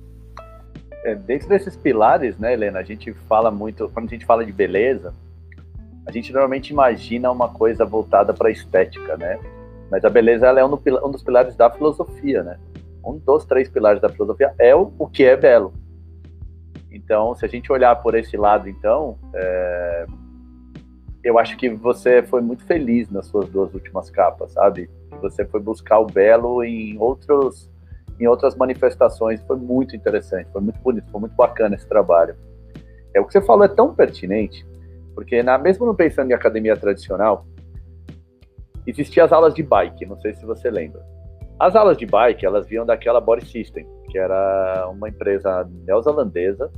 É, dentro desses pilares, né, Helena, a gente fala muito, quando a gente fala de beleza, a gente normalmente imagina uma coisa voltada para a estética, né? Mas a beleza, ela é um dos pilares da filosofia, né? Um dos três pilares da filosofia é o, o que é belo. Então, se a gente olhar por esse lado, então, é... eu acho que você foi muito feliz nas suas duas últimas capas, sabe? Você foi buscar o belo em, outros, em outras manifestações, foi muito interessante, foi muito bonito, foi muito bacana esse trabalho. É, o que você falou é tão pertinente, porque na, mesmo não pensando em academia tradicional, existiam as aulas de bike, não sei se você lembra. As aulas de bike, elas vinham daquela Body System, que era uma empresa neozelandesa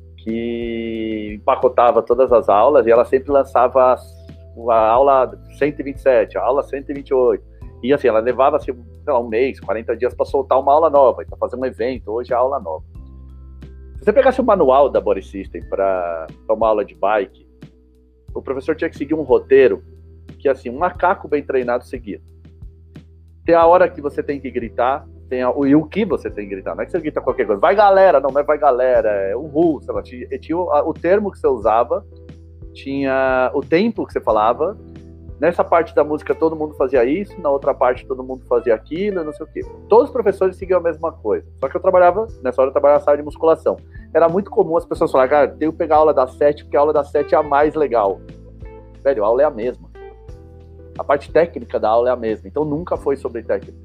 que empacotava todas as aulas e ela sempre lançava a aula cento e vinte e sete, a aula cento e vinte e oito. E assim, ela levava assim, sei lá, um mês, quarenta dias para soltar uma aula nova, para fazer um evento, hoje é a aula nova. Se você pegasse o manual da Body System para uma aula de bike, o professor tinha que seguir um roteiro que assim, um macaco bem treinado seguia. Tem a hora que você tem que gritar, tem a, o, e o que você tem que gritar. Não é que você grita qualquer coisa. Vai, galera! Não, não é vai, galera. É o ru, sei lá. Tinha, tinha o, o termo que você usava, tinha o tempo que você falava. Nessa parte da música, todo mundo fazia isso. Na outra parte, todo mundo fazia aquilo, não sei o quê. Todos os professores seguiam a mesma coisa. Só que eu trabalhava, nessa hora eu trabalhava na sala de musculação. Era muito comum as pessoas falarem, cara, tenho que pegar a aula das sete, porque a aula das sete é a mais legal. Velho, a aula é a mesma. A parte técnica da aula é a mesma, então nunca foi sobre técnica.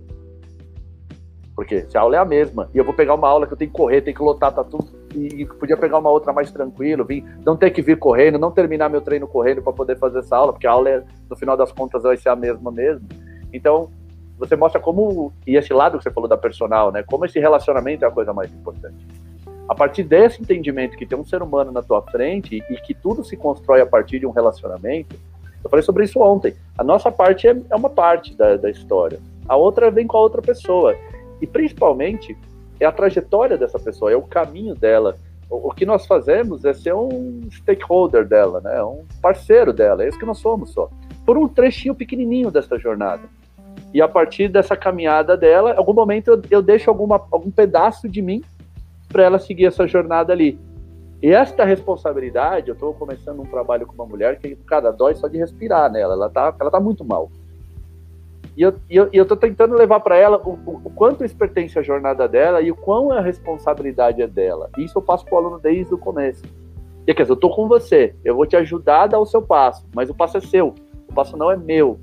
Porque se a aula é a mesma, e eu vou pegar uma aula que eu tenho que correr, tenho que lotar, tá tudo, e podia pegar uma outra mais tranquilo, vir, não ter que vir correndo, não terminar meu treino correndo para poder fazer essa aula, porque a aula, é, no final das contas, vai ser a mesma mesmo. Então, você mostra como, e esse lado que você falou da personal, né, como esse relacionamento é a coisa mais importante. A partir desse entendimento que tem um ser humano na tua frente e que tudo se constrói a partir de um relacionamento. Eu falei sobre isso ontem. A nossa parte é, é uma parte da, da história. A outra vem com a outra pessoa. E, principalmente, é a trajetória dessa pessoa, é o caminho dela. O, o que nós fazemos é ser um stakeholder dela, né? Um parceiro dela. É isso que nós somos só. Por um trechinho pequenininho dessa jornada. E, a partir dessa caminhada dela, em algum momento eu, eu deixo alguma, algum pedaço de mim para ela seguir essa jornada ali. E esta responsabilidade, eu estou começando um trabalho com uma mulher que, cara, dói só de respirar nela, ela está ela tá muito mal. E eu estou eu, eu tentando levar para ela o, o, o quanto isso pertence à jornada dela e o quão a responsabilidade é dela. Isso eu passo para o aluno desde o começo. E, quer dizer, eu estou com você, eu vou te ajudar a dar o seu passo, mas o passo é seu, o passo não é meu.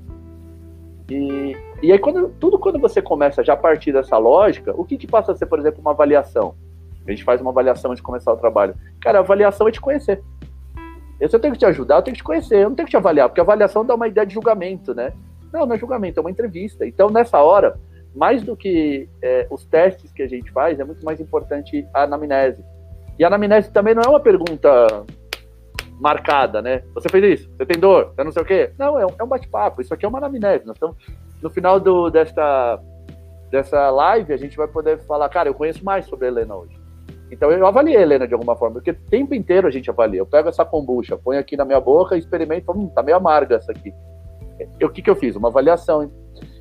E, e aí, quando, tudo quando você começa já a partir dessa lógica, o que, que passa a ser, por exemplo, uma avaliação? A gente faz uma avaliação antes de começar o trabalho. Cara, a avaliação é te conhecer. Eu, se eu tenho que te ajudar, eu tenho que te conhecer. Eu não tenho que te avaliar, porque a avaliação dá uma ideia de julgamento, né? Não, não é julgamento, é uma entrevista. Então, nessa hora, mais do que é, os testes que a gente faz, é muito mais importante a anamnese. E a anamnese também não é uma pergunta marcada, né? Você fez isso? Você tem dor? Você não sei o quê? Não, é um, é um bate-papo. Isso aqui é uma anamnese. Nós estamos, no final do, desta, dessa live, a gente vai poder falar, cara, eu conheço mais sobre a Helena hoje. Então eu avaliei a Helena de alguma forma, porque o tempo inteiro a gente avalia. Eu pego essa kombucha, ponho aqui na minha boca, experimento, hum, tá meio amarga essa aqui. O que que eu fiz? Uma avaliação.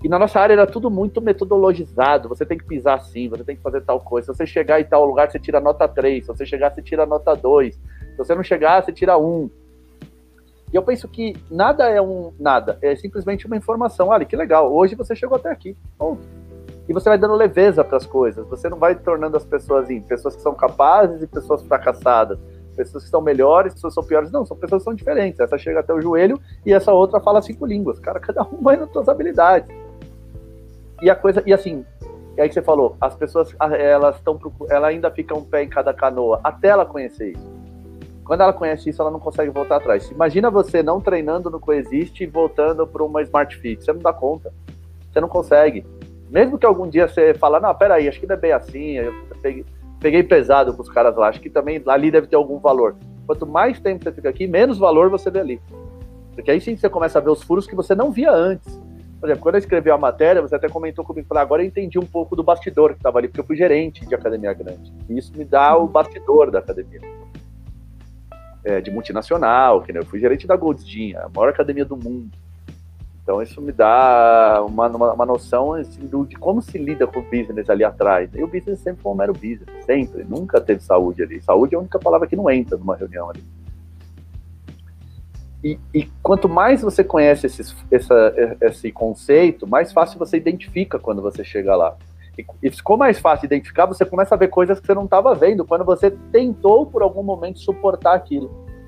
E na nossa área era tudo muito metodologizado, você tem que pisar assim, você tem que fazer tal coisa, se você chegar em tal lugar, você tira nota três, se você chegar, você tira nota dois, se você não chegar, você tira um. E eu penso que nada é um nada, é simplesmente uma informação. Olha, que legal, hoje você chegou até aqui. Bom, e você vai dando leveza para as coisas, você não vai tornando as pessoas em pessoas que são capazes e pessoas fracassadas, pessoas que são melhores, pessoas que são piores. Não, são pessoas que são diferentes. Essa chega até o joelho e essa outra fala cinco línguas. Cara, cada um vai nas suas habilidades. E a coisa, e assim, e aí que você falou, as pessoas, elas estão, ela ainda fica um pé em cada canoa, até ela conhecer isso. Quando ela conhece isso, ela não consegue voltar atrás. Imagina você não treinando no Coexiste e voltando para uma Smart Fit. Você não dá conta. Você não consegue. Mesmo que algum dia você fala, não, peraí, acho que não é bem assim, eu peguei, peguei pesado com os caras lá, acho que também ali deve ter algum valor. Quanto mais tempo você fica aqui, menos valor você vê ali. Porque aí sim você começa a ver os furos que você não via antes. Por exemplo, quando eu escrevi a matéria, você até comentou comigo, falou, agora eu entendi um pouco do bastidor que estava ali, porque eu fui gerente de academia grande. E isso me dá o bastidor da academia. É, de multinacional, que, né, eu fui gerente da Gold's Gym, a maior academia do mundo. Então isso me dá uma, uma, uma noção assim, do, de como se lida com o business ali atrás. E o business sempre foi um mero business, sempre. Nunca teve saúde ali. Saúde é a única palavra que não entra numa reunião ali. E, e quanto mais você conhece esses, essa, esse conceito, mais fácil você identifica quando você chega lá. E, e ficou mais fácil identificar, você começa a ver coisas que você não estava vendo, quando você tentou, por algum momento, suportar aquilo.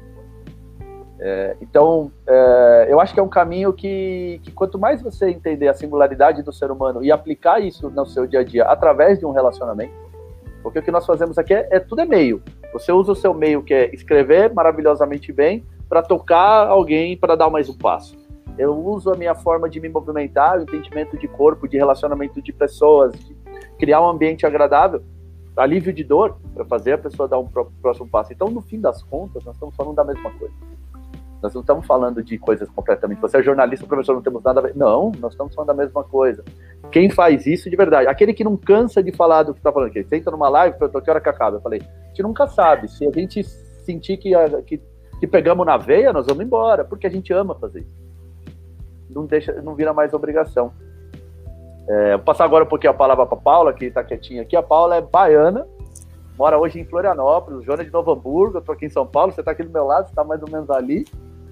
É, então, é, eu acho que é um caminho que, que quanto mais você entender a singularidade do ser humano e aplicar isso no seu dia a dia através de um relacionamento, porque o que nós fazemos aqui é, é tudo é meio. Você usa o seu meio, que é escrever maravilhosamente bem, para tocar alguém, para dar mais um passo. Eu uso a minha forma de me movimentar, o entendimento de corpo, de relacionamento de pessoas, de criar um ambiente agradável, alívio de dor, para fazer a pessoa dar um próximo passo. Então, no fim das contas, nós estamos falando da mesma coisa. Nós não estamos falando de coisas completamente... Você é jornalista, professor, não temos nada a ver. Não, nós estamos falando da mesma coisa. Quem faz isso de verdade? Aquele que não cansa de falar do que está falando aqui. Você entra numa live, eu tô, que hora que acaba? Eu falei, a gente nunca sabe. Se a gente sentir que, que, que pegamos na veia, nós vamos embora, porque a gente ama fazer isso. Não, deixa, não vira mais obrigação. É, vou passar agora um pouquinho a palavra para a Paula, que está quietinha aqui. A Paula é baiana, mora hoje em Florianópolis, o João é de Novo Hamburgo, eu estou aqui em São Paulo, você está aqui do meu lado, você está mais ou menos ali.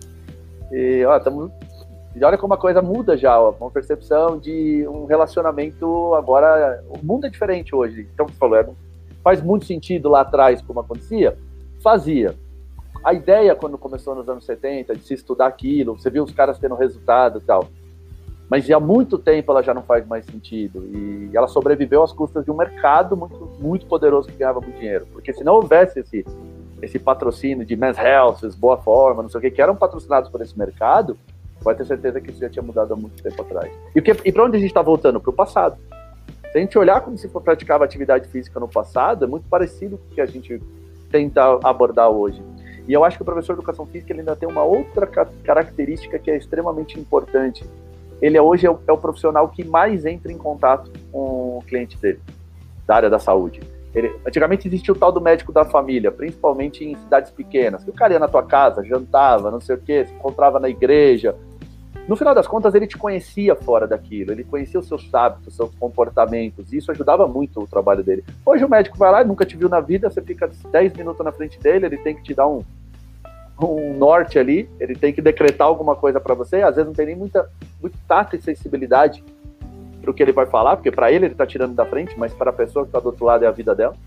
E, ó, tamo, e olha como a coisa muda já, ó, uma percepção de um relacionamento agora... O mundo é diferente hoje, então você falou, é, faz muito sentido lá atrás como acontecia? Fazia. A ideia, quando começou nos anos setenta, de se estudar aquilo, você viu os caras tendo resultado e tal, mas há muito tempo ela já não faz mais sentido, e ela sobreviveu às custas de um mercado muito, muito poderoso que ganhava muito dinheiro, porque se não houvesse esse... esse patrocínio de Men's Health, Boa Forma, não sei o que, que eram patrocinados por esse mercado, pode ter certeza que isso já tinha mudado há muito tempo atrás. E, o que, e para onde a gente está voltando? Para o passado. Se a gente olhar como se praticava atividade física no passado, é muito parecido com o que a gente tenta abordar hoje. E eu acho que o professor de Educação Física ele ainda tem uma outra característica que é extremamente importante. Ele é, hoje é o, é o profissional que mais entra em contato com o cliente dele, da área da saúde. Ele, antigamente existia o tal do médico da família, principalmente em cidades pequenas, que o cara ia na tua casa, jantava, não sei o quê, se encontrava na igreja. No final das contas, ele te conhecia fora daquilo, ele conhecia os seus hábitos, os seus comportamentos, e isso ajudava muito o trabalho dele. Hoje o médico vai lá, nunca te viu na vida, você fica dez minutos na frente dele, ele tem que te dar um, um norte ali, ele tem que decretar alguma coisa para você, às vezes não tem nem muita, muito tato e sensibilidade para o que ele vai falar, porque para ele ele está tirando da frente, mas para a pessoa que está do outro lado é a vida dela.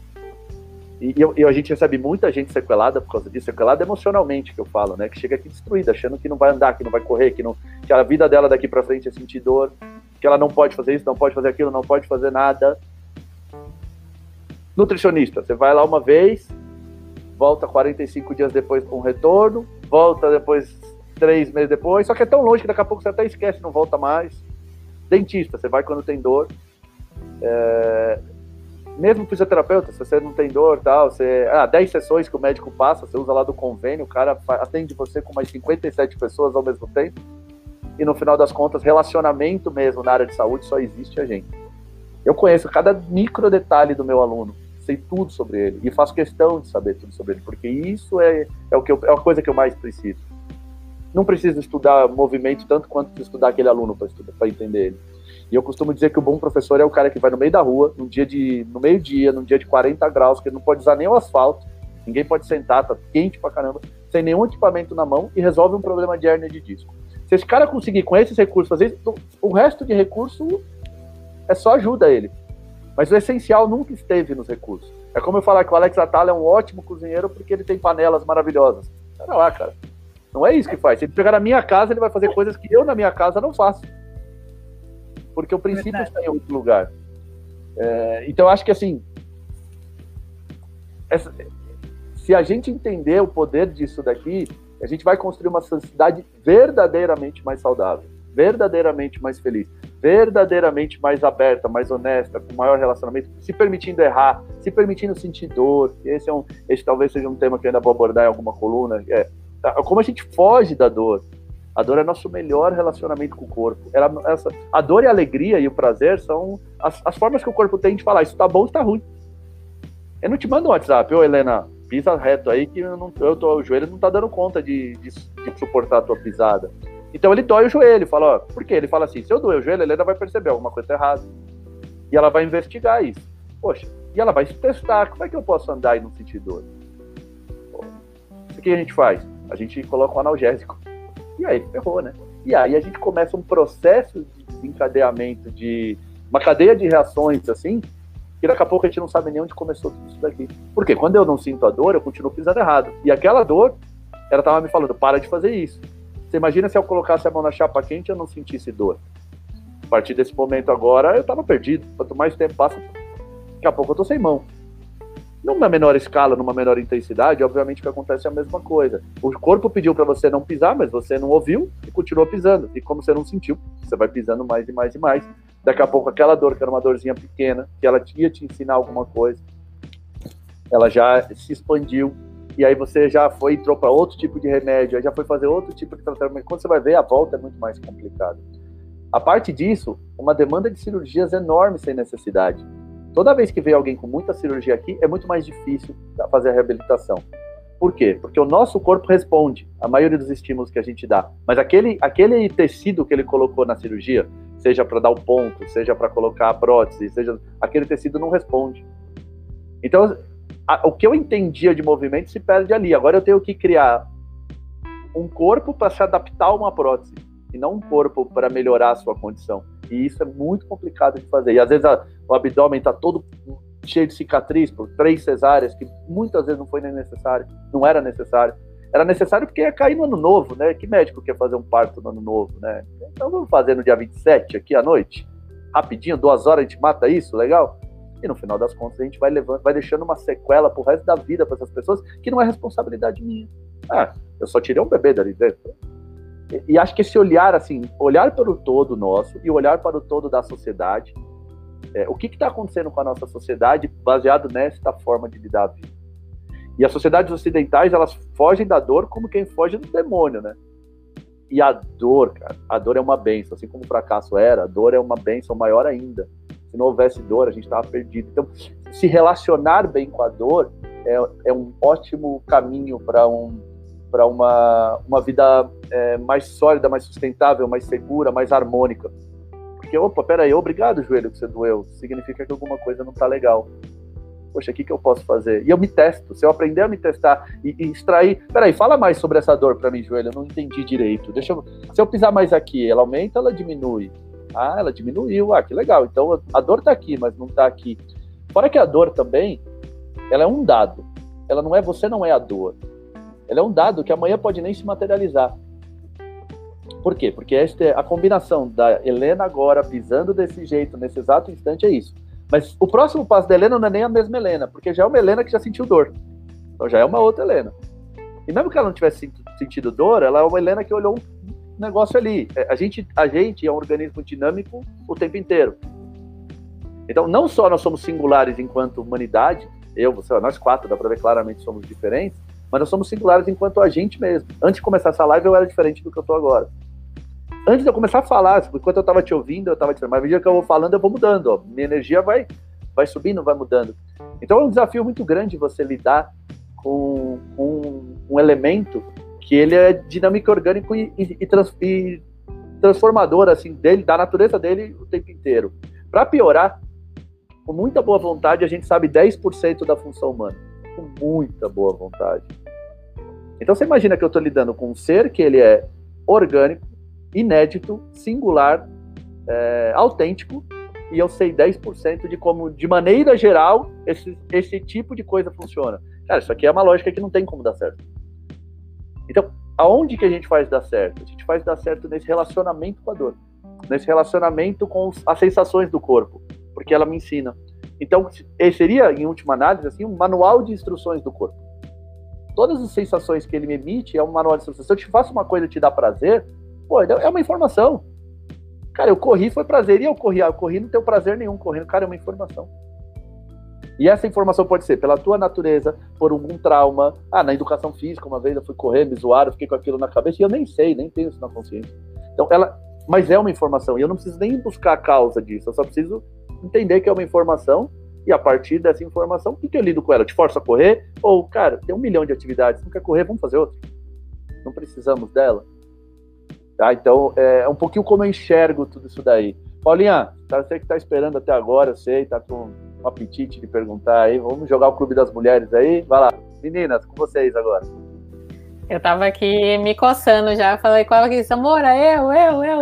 E, e, e a gente recebe muita gente sequelada por causa disso, sequelada emocionalmente, que eu falo, né? Que chega aqui destruída, achando que não vai andar, que não vai correr, que, não, que a vida dela daqui para frente é sentir dor, que ela não pode fazer isso, não pode fazer aquilo, não pode fazer nada. Nutricionista, você vai lá uma vez, volta quarenta e cinco dias depois com um retorno, volta depois três meses depois, só que é tão longe que daqui a pouco você até esquece, não volta mais. Dentista, você vai quando tem dor. É... Mesmo fisioterapeuta, se você não tem dor, tal, você... ah, dez sessões que o médico passa, você usa lá do convênio, o cara atende você com mais cinquenta e sete pessoas ao mesmo tempo, e no final das contas, relacionamento mesmo na área de saúde só existe a gente. Eu conheço cada micro detalhe do meu aluno, sei tudo sobre ele, e faço questão de saber tudo sobre ele, porque isso é, é, o que eu, é a coisa que eu mais preciso. não precisa estudar movimento tanto quanto estudar aquele aluno para entender ele. E eu costumo dizer que o bom professor é o cara que vai no meio da rua, num dia de, no meio-dia, num dia de quarenta graus, que ele não pode usar nem o asfalto, ninguém pode sentar, tá quente pra caramba, sem nenhum equipamento na mão, e resolve um problema de hérnia de disco. Se esse cara conseguir com esses recursos fazer isso, o resto de recurso é só ajuda ele. Mas o essencial nunca esteve nos recursos. É como eu falar que o Alex Atala é um ótimo cozinheiro porque ele tem panelas maravilhosas. Pera lá, cara. Não é isso que faz. Se ele pegar na minha casa, ele vai fazer coisas que eu na minha casa não faço. Porque o princípio Verdade. Está em outro lugar. É, então, eu acho que, assim, essa, se a gente entender o poder disso daqui, a gente vai construir uma sociedade verdadeiramente mais saudável, verdadeiramente mais feliz, verdadeiramente mais aberta, mais honesta, com maior relacionamento, se permitindo errar, se permitindo sentir dor. Esse, é um, esse talvez seja um tema que eu ainda vou abordar em alguma coluna. É, como a gente foge da dor. A dor é nosso melhor relacionamento com o corpo. Ela, essa, a dor e a alegria e o prazer são as, as formas que o corpo tem de falar, isso tá bom, isso tá ruim. Eu não te mando um WhatsApp, ô Helena, pisa reto aí que eu não, eu tô, o joelho não tá dando conta de, de, de suportar a tua pisada. Então ele dói o joelho, fala, ó, por quê? Ele fala assim, se eu doer o joelho, a Helena vai perceber alguma coisa errada. E ela vai investigar isso. Poxa, e ela vai se testar, como é que eu posso andar e não sentir dor? Pô, o que a gente faz? A gente coloca um analgésico. E aí ferrou, né? E aí a gente começa um processo de desencadeamento, de uma cadeia de reações, assim, que daqui a pouco a gente não sabe nem onde começou tudo isso daqui. Porque quando eu não sinto a dor, eu continuo pisando errado. E aquela dor, ela tava me falando, para de fazer isso. Você imagina se eu colocasse a mão na chapa quente e eu não sentisse dor. A partir desse momento agora, eu tava perdido. Quanto mais tempo passa, daqui a pouco eu tô sem mão. Numa menor escala, numa menor intensidade, obviamente que acontece a mesma coisa. O corpo pediu para você não pisar, mas você não ouviu e continuou pisando. E como você não sentiu, você vai pisando mais e mais e mais. Daqui a pouco aquela dor, que era uma dorzinha pequena, que ela ia te ensinar alguma coisa, ela já se expandiu. E aí você já foi, entrou para outro tipo de remédio, aí já foi fazer outro tipo de tratamento. Quando você vai ver, a volta é muito mais complicada. A parte disso, uma demanda de cirurgias enorme sem necessidade. Toda vez que vem alguém com muita cirurgia aqui, é muito mais difícil fazer a reabilitação. Por quê? Porque o nosso corpo responde a maioria dos estímulos que a gente dá. Mas aquele, aquele tecido que ele colocou na cirurgia, seja para dar o ponto, seja para colocar a prótese, seja aquele tecido não responde. Então, a, o que eu entendia de movimento se perde ali. Agora eu tenho que criar um corpo para se adaptar a uma prótese, e não um corpo para melhorar a sua condição. E isso é muito complicado de fazer. E às vezes a, o abdômen está todo cheio de cicatriz por três cesáreas, que muitas vezes não foi nem necessário, não era necessário. Era necessário porque ia cair no ano novo, né? Que médico quer fazer um parto no ano novo, né? Então vamos fazer no dia vinte e sete, aqui à noite, rapidinho, duas horas a gente mata isso, legal? E no final das contas a gente vai levando, vai deixando uma sequela pro resto da vida para essas pessoas que não é responsabilidade minha. Ah, eu só tirei um bebê dali dentro. E, e acho que esse olhar, assim, olhar para o todo nosso e olhar para o todo da sociedade, é, o que está acontecendo com a nossa sociedade baseado nesta forma de lidar a vida. E as sociedades ocidentais, elas fogem da dor como quem foge do demônio, né? E a dor, cara, a dor é uma bênção, assim como o fracasso era, a dor é uma bênção maior ainda. Se não houvesse dor, a gente estava perdido. Então, se relacionar bem com a dor é, é um ótimo caminho para um, para uma, uma vida é, mais sólida, mais sustentável, mais segura, mais harmônica. Porque, opa, peraí, obrigado, joelho, que você doeu. Significa que alguma coisa não tá legal. Poxa, o que, que eu posso fazer? E eu me testo. Se eu aprender a me testar e, e extrair... Peraí, fala mais sobre essa dor para mim, joelho. Eu não entendi direito. Deixa eu... Se eu pisar mais aqui, ela aumenta ou ela diminui? Ah, ela diminuiu. Ah, que legal. Então, a dor tá aqui, mas não tá aqui. Fora que a dor também, ela é um dado. Ela não é... Você não é a dor. Ela é um dado que amanhã pode nem se materializar. Por quê? Porque esta é a combinação da Helena agora pisando desse jeito, nesse exato instante, é isso. Mas o próximo passo da Helena não é nem a mesma Helena, porque já é uma Helena que já sentiu dor. Então já é uma outra Helena. E mesmo que ela não tivesse sentido dor, ela é uma Helena que olhou um negócio ali. A gente, a gente é um organismo dinâmico o tempo inteiro. Então não só nós somos singulares enquanto humanidade, eu, você, nós quatro, dá pra ver claramente somos diferentes, mas nós somos singulares enquanto a gente mesmo. Antes de começar essa live eu era diferente do que eu tô agora. Antes de eu começar a falar, enquanto eu estava te ouvindo, eu estava te falando, mas à medida que eu vou falando, eu vou mudando, ó. Minha energia vai, vai subindo, vai mudando. Então é um desafio muito grande você lidar com um, um elemento que ele é dinâmico, orgânico e, e, e, trans, e transformador, assim, dele, da natureza dele o tempo inteiro. Para piorar, com muita boa vontade, a gente sabe dez por cento da função humana. Com muita boa vontade. Então você imagina que eu estou lidando com um ser que ele é orgânico, inédito, singular, é, autêntico, e eu sei dez por cento de como, de maneira geral, esse, esse tipo de coisa funciona. Cara, isso aqui é uma lógica que não tem como dar certo. Então, aonde que a gente faz dar certo? A gente faz dar certo nesse relacionamento com a dor, nesse relacionamento com as sensações do corpo, porque ela me ensina. Então, seria, em última análise, assim, um manual de instruções do corpo. Todas as sensações que ele me emite é um manual de instruções. Se eu te faço uma coisa e te dá prazer, pô, é uma informação. Cara, eu corri, foi prazer. E eu corri? Ah, eu corri, não tenho prazer nenhum correndo. Cara, é uma informação. E essa informação pode ser pela tua natureza, por algum trauma. Ah, na educação física, uma vez eu fui correr, me zoaram, fiquei com aquilo na cabeça, e eu nem sei, nem tenho isso na consciência. Então, ela... Mas é uma informação, e eu não preciso nem buscar a causa disso, eu só preciso entender que é uma informação, e a partir dessa informação, o que, que eu lido com ela? Eu te forço a correr? Ou, cara, tem um milhão de atividades, não quer correr, vamos fazer outra. Não precisamos dela. Tá? Então, é um pouquinho como eu enxergo tudo isso daí. Paulinha, tá, você que está esperando até agora, eu sei, tá com um apetite de perguntar aí, vamos jogar o Clube das Mulheres aí? Vai lá. Meninas, com vocês agora. Eu tava aqui me coçando já, falei com ela aqui, Samora, eu, eu, eu.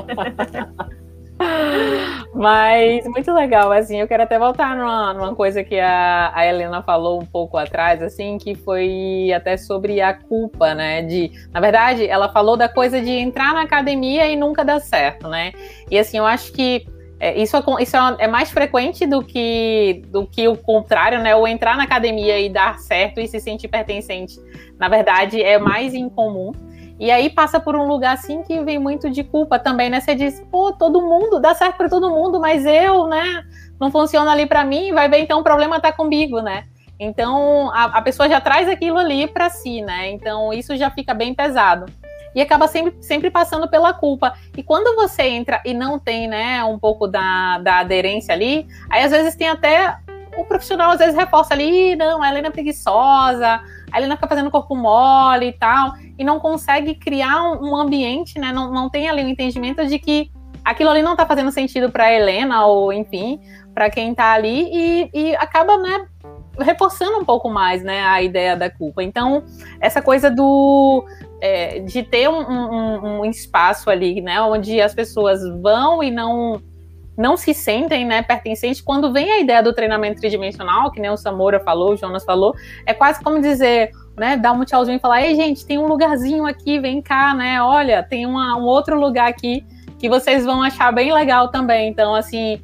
Mas muito legal, assim, eu quero até voltar numa, numa coisa que a, a Helena falou um pouco atrás, assim, que foi até sobre a culpa, né, de, na verdade, ela falou da coisa de entrar na academia e nunca dar certo, né, e assim, eu acho que é, isso, é, isso é, é mais frequente do que, do que o contrário, né, ou entrar na academia e dar certo e se sentir pertencente, na verdade, é mais incomum. E aí passa por um lugar assim que vem muito de culpa também, né? Você diz, pô, todo mundo, dá certo para todo mundo, mas eu, né, não funciona ali para mim, vai ver, então o problema tá comigo, né? Então a, a pessoa já traz aquilo ali para si, né? Então isso já fica bem pesado. E acaba sempre, sempre passando pela culpa. E quando você entra e não tem, né, um pouco da, da aderência ali, aí às vezes tem até... O profissional às vezes reforça ali, não, a Helena é preguiçosa, a Helena fica fazendo corpo mole e tal, e não consegue criar um, um ambiente, né? Não, não tem ali um entendimento de que aquilo ali não tá fazendo sentido para a Helena, ou enfim, para quem tá ali, e, e acaba, né, reforçando um pouco mais, né, a ideia da culpa. Então, essa coisa do é, de ter um, um, um espaço ali, né, onde as pessoas vão e não não se sentem, né, pertencentes, quando vem a ideia do treinamento tridimensional, que nem o Samora falou, o Jonas falou, é quase como dizer, né, dar um tchauzinho e falar, ei, gente, tem um lugarzinho aqui, vem cá, né, olha, tem uma, um outro lugar aqui que vocês vão achar bem legal também. Então, assim,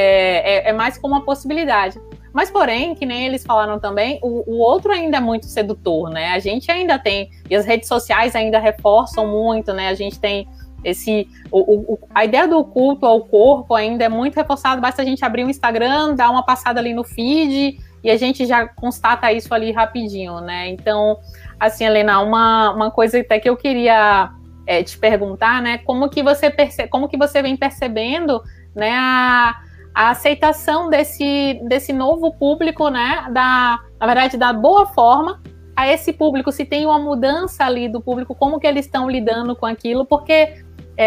é, é, é mais como uma possibilidade. Mas, porém, que nem eles falaram também, o, o outro ainda é muito sedutor, né, a gente ainda tem, e as redes sociais ainda reforçam muito, né, a gente tem esse, o, o, a ideia do culto ao corpo ainda é muito reforçada, basta a gente abrir o Instagram, dar uma passada ali no feed e a gente já constata isso ali rapidinho, né? Então, assim, Helena, uma, uma coisa até que eu queria é, te perguntar, né? Como que você perce, como que você vem percebendo, né, a, a aceitação desse, desse novo público, né? Da, na verdade, da boa forma a esse público, se tem uma mudança ali do público, como que eles estão lidando com aquilo, porque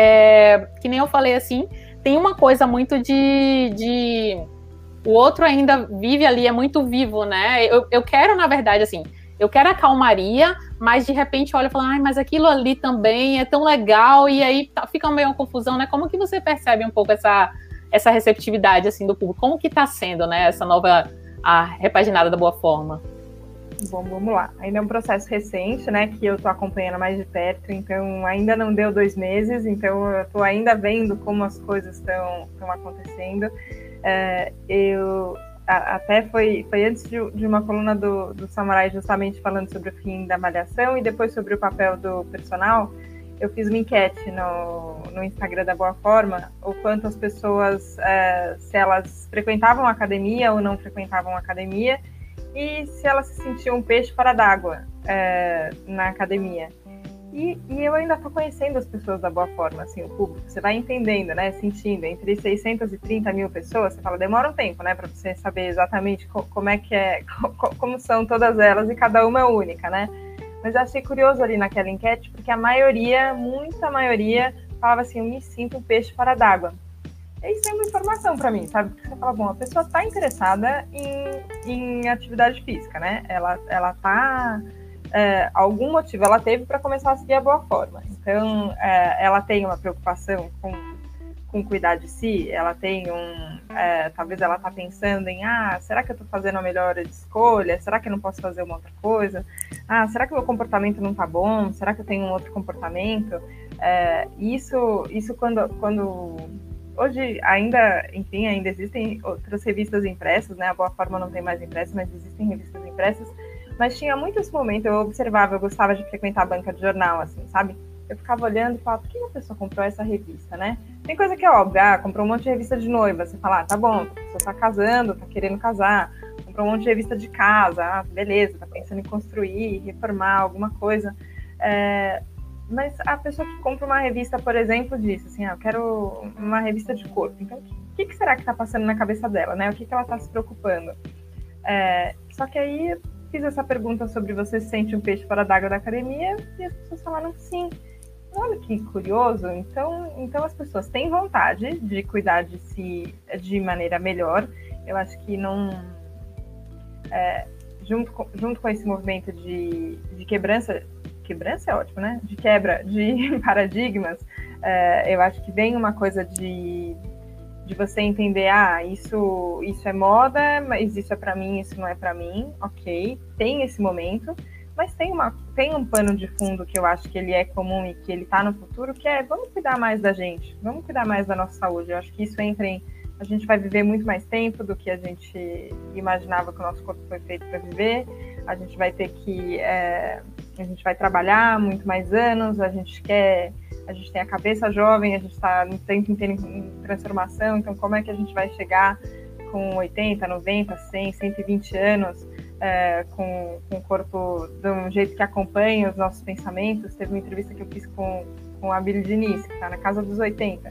É, que nem eu falei assim, tem uma coisa muito de, de o outro ainda vive ali, é muito vivo, né? Eu, eu quero, na verdade, assim, eu quero a calmaria, mas de repente olha e fala, ai, mas aquilo ali também é tão legal, e aí tá, fica meio uma confusão, né? Como que você percebe um pouco essa, essa receptividade, assim, do público? Como que tá sendo, né, essa nova, a repaginada da boa forma? Bom, vamos lá. Ainda é um processo recente, né, que eu tô acompanhando mais de perto, então ainda não deu dois meses, então eu tô ainda vendo como as coisas estão acontecendo. É, eu a, até foi, foi antes de, de uma coluna do, do Samurai justamente falando sobre o fim da malhação e depois sobre o papel do personal, eu fiz uma enquete no, no Instagram da Boa Forma, o quanto as pessoas, é, se elas frequentavam a academia ou não frequentavam a academia, e se ela se sentia um peixe fora d'água é, na academia. E, e eu ainda estou conhecendo as pessoas da Boa Forma, assim, o público. Você vai entendendo, né, sentindo. Entre seiscentas e trinta mil pessoas, você fala, demora um tempo, né, para você saber exatamente co- como é que é, co- como são todas elas, e cada uma é única, né? Mas eu achei curioso ali naquela enquete, porque a maioria, muita maioria, falava assim, eu me sinto um peixe fora d'água. Isso é uma informação para mim, sabe? Porque você fala, bom, a pessoa está interessada em, em atividade física, né? Ela, ela tá... É, algum motivo ela teve para começar a seguir a boa forma. Então, é, ela tem uma preocupação com, com cuidar de si, ela tem um... É, talvez ela tá pensando em, ah, será que eu tô fazendo a melhor escolha? Será que eu não posso fazer uma outra coisa? Ah, será que o meu comportamento não tá bom? Será que eu tenho um outro comportamento? É, isso, isso quando... quando hoje ainda, enfim, ainda existem outras revistas impressas, né? A Boa Forma não tem mais impressa, mas existem revistas impressas. Mas tinha muitos momentos, eu observava, eu gostava de frequentar a banca de jornal, assim, sabe? Eu ficava olhando e falava, por que a pessoa comprou essa revista, né? Tem coisa que é óbvia, ah, comprou um monte de revista de noiva. Você fala, ah, tá bom, a pessoa tá casando, tá querendo casar. Comprou um monte de revista de casa, ah, beleza, tá pensando em construir, reformar alguma coisa. É... Mas a pessoa que compra uma revista, por exemplo, diz assim, ah, eu quero uma revista de corpo. Então, o que, que será que está passando na cabeça dela, né? O que, que ela está se preocupando? É, só que aí fiz essa pergunta sobre você se sente um peixe fora d'água da academia e as pessoas falaram sim. Olha que curioso. Então, então as pessoas têm vontade de cuidar de si de maneira melhor. Eu acho que não... É, junto, com, junto com esse movimento de, de quebrança... Quebrança é ótimo, né? De quebra de paradigmas, é, eu acho que vem uma coisa de, de você entender, ah, isso, isso é moda, mas isso é para mim, isso não é para mim, ok, tem esse momento, mas tem, uma, tem um pano de fundo que eu acho que ele é comum e que ele está no futuro, que é, vamos cuidar mais da gente, vamos cuidar mais da nossa saúde. Eu acho que isso entra em, a gente vai viver muito mais tempo do que a gente imaginava que o nosso corpo foi feito para viver, a gente vai ter que... É, a gente vai trabalhar muito mais anos, a gente quer, a gente tem a cabeça jovem, a gente está no tempo inteiro em transformação, então como é que a gente vai chegar com oitenta, noventa, cem, cento e vinte anos, é, com, com o corpo de um jeito que acompanha os nossos pensamentos? Teve uma entrevista que eu fiz com, com a Abílio Diniz, que está na casa dos oitenta,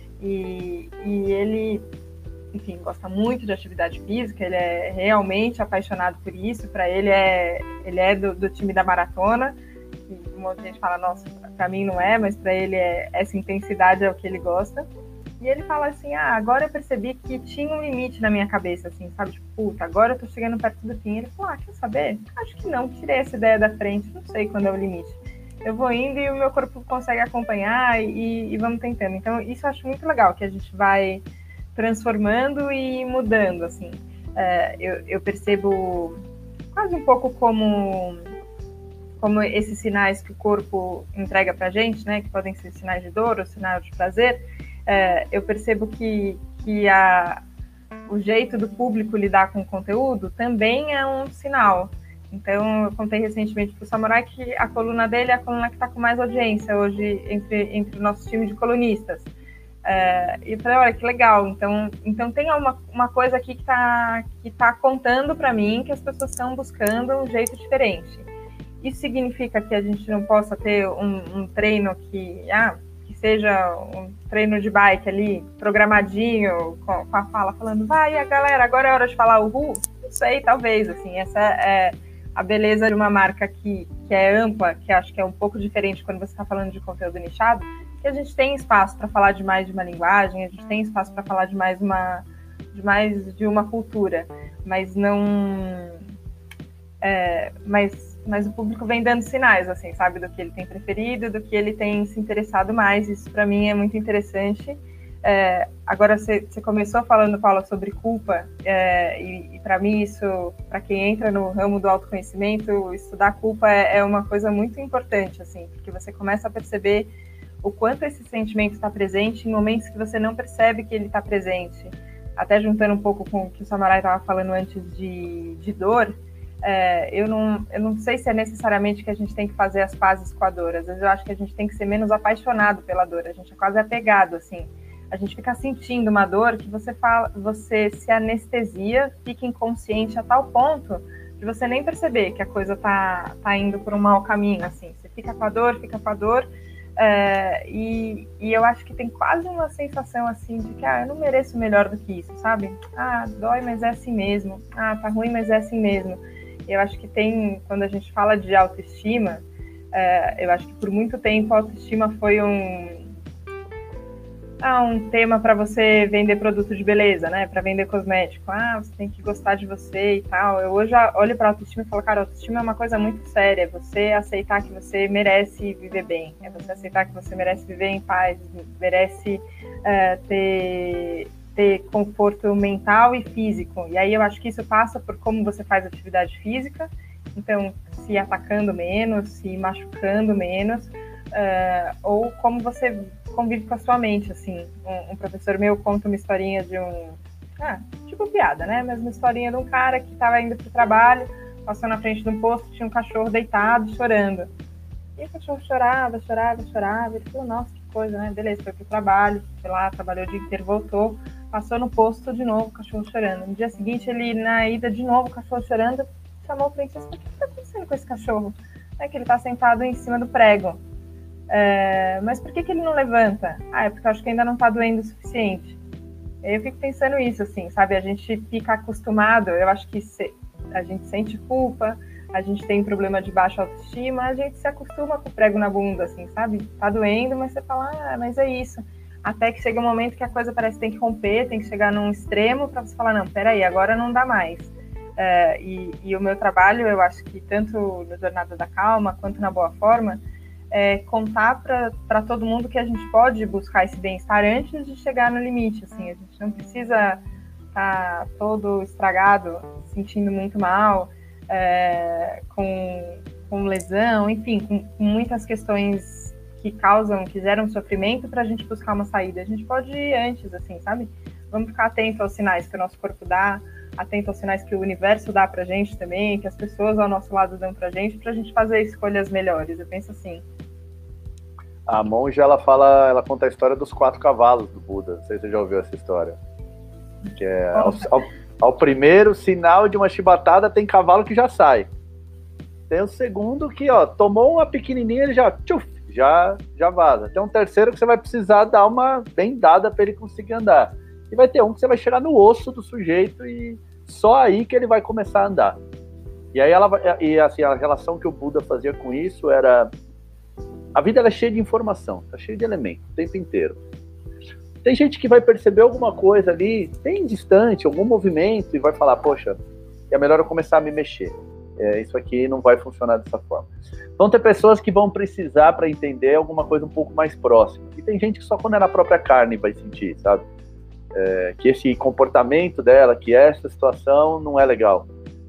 e, e ele... enfim, gosta muito de atividade física, ele é realmente apaixonado por isso, para ele é, ele é do, do time da maratona, que um monte de gente fala, nossa, para mim não é, mas para ele é, essa intensidade é o que ele gosta, e ele fala assim, ah, agora eu percebi que tinha um limite na minha cabeça, assim, sabe, tipo, puta, agora eu tô chegando perto do fim. Ele falou, ah, quer saber? Acho que não, tirei essa ideia da frente, não sei quando é o limite. Eu vou indo e o meu corpo consegue acompanhar e, e vamos tentando. Então, isso eu acho muito legal, que a gente vai transformando e mudando, assim. É, eu, eu percebo quase um pouco como, como esses sinais que o corpo entrega pra gente, né, que podem ser sinais de dor ou sinais de prazer, é, eu percebo que, que a, o jeito do público lidar com o conteúdo também é um sinal. Então, eu contei recentemente pro Samurai que a coluna dele é a coluna que está com mais audiência hoje entre, entre o nosso time de colunistas. É, e eu falei, olha, que legal, então, então tem uma, uma coisa aqui que está que tá contando para mim que as pessoas estão buscando um jeito diferente. Isso significa que a gente não possa ter um, um treino que, ah, que seja um treino de bike ali, programadinho, com, com a fala falando, vai, a galera, agora é hora de falar uhul? Não sei, talvez, assim, essa é a beleza de uma marca que, que é ampla, que acho que é um pouco diferente quando você está falando de conteúdo nichado, que a gente tem espaço para falar de mais de uma linguagem, a gente tem espaço para falar de mais uma de mais de uma cultura, mas não é, mas, mas o público vem dando sinais, assim, sabe, do que ele tem preferido, do que ele tem se interessado mais. Isso para mim é muito interessante. É, agora você começou falando, Paula, sobre culpa, é, e, e para mim isso, para quem entra no ramo do autoconhecimento, estudar culpa é, é uma coisa muito importante, assim, porque você começa a perceber o quanto esse sentimento está presente em momentos que você não percebe que ele está presente. Até juntando um pouco com o que o Samurai estava falando antes de, de dor, é, eu, não, eu não sei se é necessariamente que a gente tem que fazer as pazes com a dor. Às vezes eu acho que a gente tem que ser menos apaixonado pela dor, a gente é quase apegado, assim. A gente fica sentindo uma dor que você, fala, você se anestesia, fica inconsciente a tal ponto de você nem perceber que a coisa está tá indo por um mau caminho, assim. Você fica com a dor, fica com a dor, É, e, e eu acho que tem quase uma sensação assim de que ah, eu não mereço melhor do que isso, sabe? Ah, dói, mas é assim mesmo. Ah, tá ruim, mas é assim mesmo. Eu acho que tem, quando a gente fala de autoestima, é, eu acho que por muito tempo a autoestima foi um, ah, um tema para você vender produto de beleza, né? Para vender cosmético. Ah, você tem que gostar de você e tal. Eu hoje olho para a autoestima e falo, cara, a autoestima é uma coisa muito séria. É você aceitar que você merece viver bem. É você aceitar que você merece viver em paz, merece é, ter... ter conforto mental e físico. E aí eu acho que isso passa por como você faz atividade física, então se atacando menos, se machucando menos, uh, ou como você convive com a sua mente, assim. Um, um professor meu conta uma historinha de um... Ah, tipo piada, né? Mas uma historinha de um cara que estava indo para o trabalho, passou na frente de um posto, tinha um cachorro deitado, chorando. E o cachorro chorava, chorava, chorava. Ele falou, nossa, que coisa, né? Beleza, foi para o trabalho, foi lá, trabalhou o dia inteiro, voltou, passou no posto de novo, o cachorro chorando. No dia seguinte, ele, na ida de novo, o cachorro chorando, chamou o frentista, o que está acontecendo com esse cachorro? É que ele está sentado em cima do prego. É, mas por que, que ele não levanta? Ah, é porque eu acho que ainda não está doendo o suficiente. Eu fico pensando isso, assim, sabe? A gente fica acostumado, eu acho que se, a gente sente culpa, a gente tem problema de baixa autoestima, a gente se acostuma com o prego na bunda, assim, sabe? Tá doendo, mas você fala, ah, mas é isso. Até que chega um momento que a coisa parece que tem que romper, tem que chegar num extremo para você falar, não, peraí, agora não dá mais. É, e, e o meu trabalho, eu acho que tanto no Jornada da Calma, quanto na Boa Forma, é contar para todo mundo que a gente pode buscar esse bem-estar antes de chegar no limite, assim, a gente não precisa estar todo estragado, sentindo muito mal, é, com, com lesão, enfim, com, com muitas questões que causam, que geram sofrimento para a gente buscar uma saída. A gente pode ir antes, assim, sabe? Vamos ficar atento aos sinais que o nosso corpo dá, atento aos sinais que o universo dá pra gente também, que as pessoas ao nosso lado dão pra gente, pra gente fazer escolhas melhores. Eu penso assim. A monja, ela fala, ela conta a história dos quatro cavalos do Buda. Não sei se você já ouviu essa história. Que é, ao, ao, ao primeiro sinal de uma chibatada, tem cavalo que já sai. Tem o segundo que, ó, tomou uma pequenininha, ele já, tchuf, já, já vaza. Tem um terceiro que você vai precisar dar uma bem dada para ele conseguir andar. E vai ter um que você vai chegar no osso do sujeito e só aí que ele vai começar a andar. E aí ela, e assim, a relação que o Buda fazia com isso era... A vida ela é cheia de informação, tá cheia de elementos o tempo inteiro. Tem gente que vai perceber alguma coisa ali, bem distante, algum movimento, e vai falar, poxa, é melhor eu começar a me mexer. É, isso aqui não vai funcionar dessa forma. Vão ter pessoas que vão precisar para entender alguma coisa um pouco mais próxima. E tem gente que só quando é na própria carne vai sentir, sabe? É, que esse comportamento dela, que essa situação não é legal.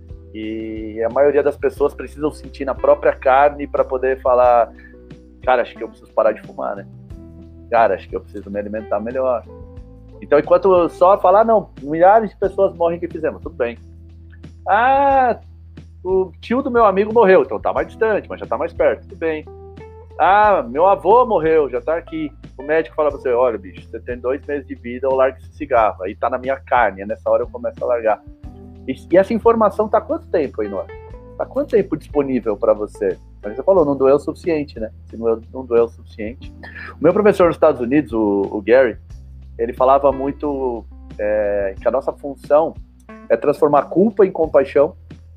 E a maioria das pessoas precisam sentir na própria carne para poder falar, cara, acho que eu preciso parar de fumar, né? Cara, acho que eu preciso me alimentar melhor. Então, enquanto só falar, não, milhares de pessoas morrem que fizemos, tudo bem. Ah, o tio do meu amigo morreu, então tá mais distante, mas já tá mais perto, tudo bem. Ah, meu avô morreu, já tá aqui. O médico fala pra você, olha, bicho, você tem dois meses de vida, eu largo esse cigarro. Aí tá na minha carne, nessa hora eu começo a largar. E, e essa informação tá há quanto tempo aí, Nora? Tá quanto tempo disponível para você? Mas você falou, não doeu o suficiente, né? Se não, não doeu o suficiente. O meu professor nos Estados Unidos, o, o Gary, ele falava muito é, que a nossa função é transformar culpa em compaixão,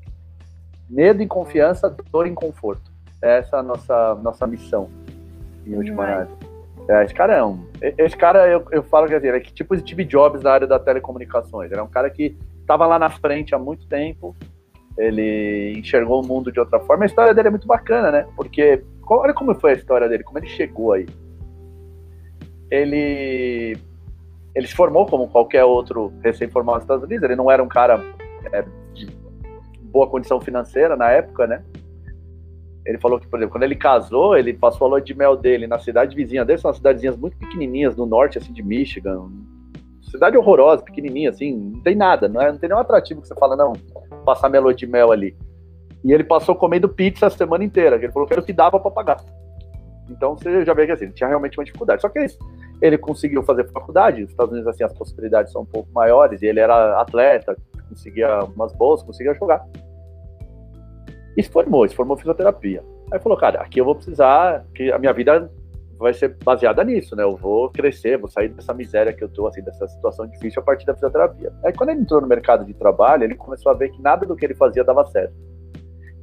medo em confiança, dor em conforto. Essa é a nossa, nossa missão, em última análise. É, esse cara é um... Esse cara, eu, eu falo que assim, ele é tipo Steve Jobs na área da telecomunicações. Ele é um cara que estava lá na frente há muito tempo, ele enxergou o mundo de outra forma. A história dele é muito bacana, né? Porque, olha como foi a história dele, como ele chegou aí. Ele, ele se formou como qualquer outro recém-formado nos Estados Unidos. Ele não era um cara é, de boa condição financeira na época, né? Ele falou que, por exemplo, quando ele casou, ele passou a lua de mel dele na cidade vizinha dele, são umas cidadezinhas muito pequenininhas no norte, assim, de Michigan. Cidade horrorosa, pequenininha, assim, não tem nada, não, é, não tem nenhum atrativo que você fala, não, passar minha lua de mel ali. E ele passou comendo pizza a semana inteira, que ele falou que era o que dava para pagar. Então você já vê que assim, ele tinha realmente uma dificuldade. Só que ele conseguiu fazer faculdade, nos Estados Unidos assim, as possibilidades são um pouco maiores, e ele era atleta, conseguia umas bolsas, conseguia jogar. E se formou, se formou fisioterapia. Aí falou, cara, aqui eu vou precisar, que a minha vida vai ser baseada nisso, né? Eu vou crescer, vou sair dessa miséria que eu tô, assim, dessa situação difícil a partir da fisioterapia. Aí quando ele entrou no mercado de trabalho, ele começou a ver que nada do que ele fazia dava certo.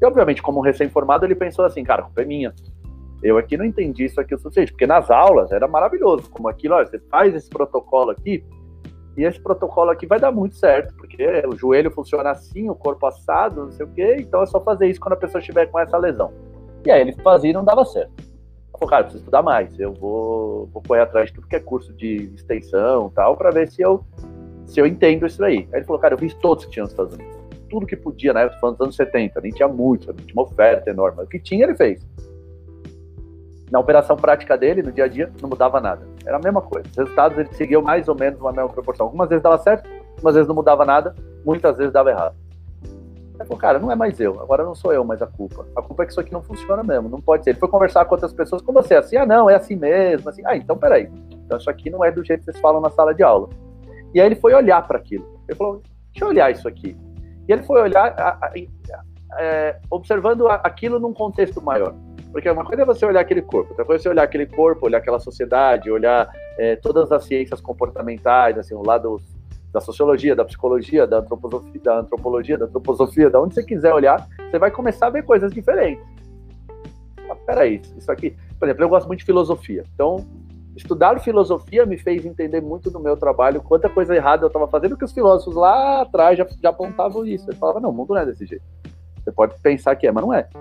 E, obviamente, como um recém-formado, ele pensou assim, cara, a culpa é minha. Eu aqui não entendi isso aqui o suficiente, porque nas aulas era maravilhoso, como aquilo, olha, você faz esse protocolo aqui, e esse protocolo aqui vai dar muito certo, porque o joelho funciona assim, o corpo assado, não sei o quê, então é só fazer isso quando a pessoa estiver com essa lesão. E aí ele fazia e não dava certo. Eu falei, cara, eu preciso estudar mais, eu vou, vou correr atrás de tudo que é curso de extensão e tal, para ver se eu, se eu entendo isso aí. Aí ele falou, cara, eu vi todos que tinham nos Estados Unidos, tudo que podia, né, falando dos anos setenta, nem tinha muito, não tinha uma oferta enorme, o que tinha ele fez. Na operação prática dele, no dia a dia, não mudava nada. Era a mesma coisa. Os resultados ele seguiam mais ou menos uma mesma proporção. Algumas vezes dava certo, algumas vezes não mudava nada, muitas vezes dava errado. Ele falou, cara, não é mais eu, agora não sou eu mais a culpa. A culpa é que isso aqui não funciona mesmo, não pode ser. Ele foi conversar com outras pessoas, com você, assim, ah, não, é assim mesmo, assim, ah, então peraí. Então isso aqui não é do jeito que vocês falam na sala de aula. E aí ele foi olhar para aquilo. Ele falou, deixa eu olhar isso aqui. E ele foi olhar, a, a, a, é, observando aquilo num contexto maior. Porque uma coisa é você olhar aquele corpo, outra coisa é você olhar aquele corpo, olhar aquela sociedade, olhar é, todas as ciências comportamentais, assim, o lado da sociologia, da psicologia, da antroposofia, da antropologia, da antroposofia, da onde você quiser olhar, você vai começar a ver coisas diferentes. Ah, peraí, isso aqui... Por exemplo, eu gosto muito de filosofia. Então, estudar filosofia me fez entender muito do meu trabalho, quanta coisa errada eu estava fazendo, que os filósofos lá atrás já, já apontavam isso. Eles falavam, não, o mundo não é desse jeito. Você pode pensar que é, mas não é.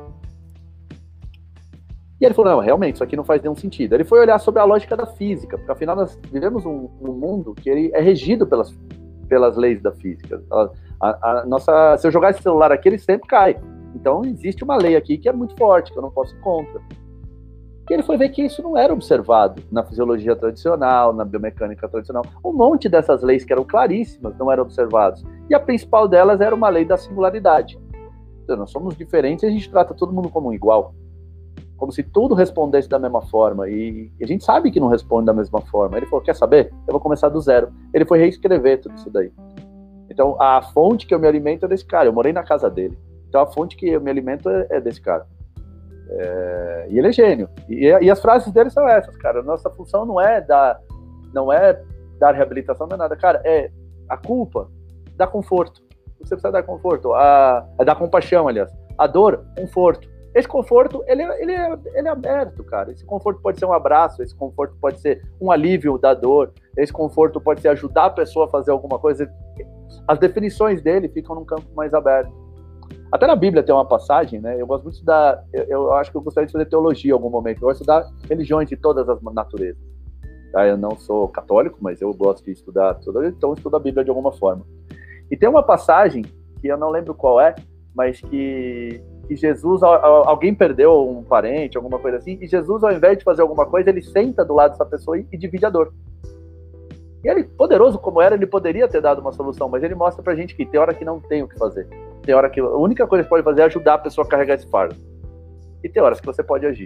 E ele falou, não, realmente, isso aqui não faz nenhum sentido. Ele foi olhar sobre a lógica da física, porque afinal nós vivemos um, um mundo que ele é regido pelas, pelas leis da física. A, a, a nossa, se eu jogar esse celular aqui, ele sempre cai. Então existe uma lei aqui que é muito forte, que eu não posso ir contra. E ele foi ver que isso não era observado na fisiologia tradicional, na biomecânica tradicional. Um monte dessas leis que eram claríssimas não eram observadas. E a principal delas era uma lei da singularidade. Então, nós somos diferentes e a gente trata todo mundo como um igual. Como se tudo respondesse da mesma forma, e a gente sabe que não responde da mesma forma. Ele falou, quer saber? Eu vou começar do zero. Ele foi reescrever tudo isso daí. Então, a fonte que eu me alimento é desse cara, eu morei na casa dele. Então, a fonte que eu me alimento é, é desse cara. É... E ele é gênio. E, e as frases dele são essas, cara. Nossa função não é dar, não é dar reabilitação, não é nada. Cara, é a culpa, dá conforto. Você precisa dar conforto. A, é dar compaixão, aliás. A dor, conforto. Esse conforto, ele, ele, é, ele é aberto, cara. Esse conforto pode ser um abraço, esse conforto pode ser um alívio da dor, esse conforto pode ser ajudar a pessoa a fazer alguma coisa. As definições dele ficam num campo mais aberto. Até na Bíblia tem uma passagem, né? Eu gosto muito de estudar, eu, eu acho que eu gostaria de fazer teologia em algum momento. Eu gosto de estudar religiões de todas as naturezas. Tá? Eu não sou católico, mas eu gosto de estudar tudo, então eu estudo a Bíblia de alguma forma. E tem uma passagem, que eu não lembro qual é, mas que... que Jesus, alguém perdeu um parente, alguma coisa assim, e Jesus, ao invés de fazer alguma coisa, ele senta do lado dessa pessoa e, e divide a dor. E ele, poderoso como era, ele poderia ter dado uma solução, mas ele mostra pra gente que tem hora que não tem o que fazer. Tem hora que a única coisa que você pode fazer é ajudar a pessoa a carregar esse fardo. E tem horas que você pode agir.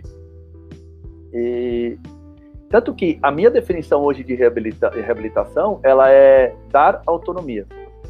E... Tanto que a minha definição hoje de reabilita... reabilitação, ela é dar autonomia.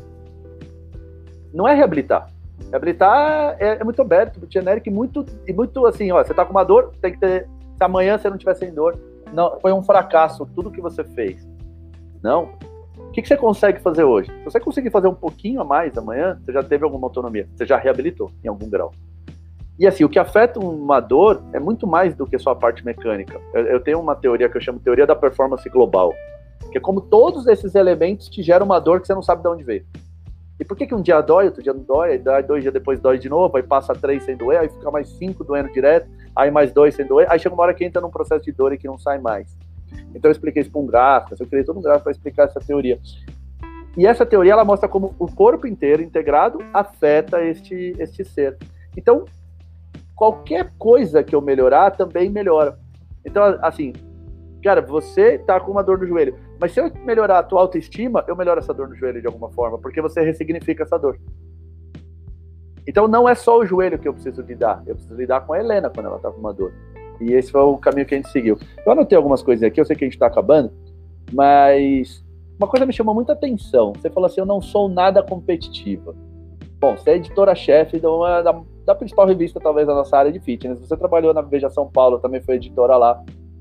Não é reabilitar. Reabilitar é, é muito aberto, muito genérico e muito, e muito assim, ó, você tá com uma dor, tem que ter, se amanhã você não tiver sem dor, não, foi um fracasso tudo que você fez. Não. O que, que você consegue fazer hoje? Se você conseguir fazer um pouquinho a mais amanhã, você já teve alguma autonomia, você já reabilitou em algum grau. E assim, o que afeta uma dor é muito mais do que só a parte mecânica. Eu, eu tenho uma teoria que eu chamo de teoria da performance global, que é como todos esses elementos te geram uma dor que você não sabe de onde veio. E por que que um dia dói, outro dia não dói, aí dois dias depois dói de novo, aí passa três sem doer, aí fica mais cinco doendo direto, aí mais dois sem doer, aí chega uma hora que entra num processo de dor e que não sai mais. Então eu expliquei isso para um gráfico, eu criei todo um gráfico para explicar essa teoria. E essa teoria, ela mostra como o corpo inteiro, integrado, afeta este, este ser. Então, qualquer coisa que eu melhorar, também melhora. Então, assim, cara, você tá com uma dor no joelho, mas se eu melhorar a tua autoestima, eu melhoro essa dor no joelho de alguma forma, porque você ressignifica essa dor. Então não é só o joelho que eu preciso lidar, eu preciso lidar com a Helena quando ela tá com uma dor. E esse foi o caminho que a gente seguiu. Eu anotei algumas coisas aqui, eu sei que a gente tá acabando, mas uma coisa me chamou muita atenção. Você falou assim, eu não sou nada competitiva. Bom, você é editora-chefe de uma, da, da principal revista, talvez, da nossa área de fitness. Você trabalhou na Veja São Paulo, também foi editora lá.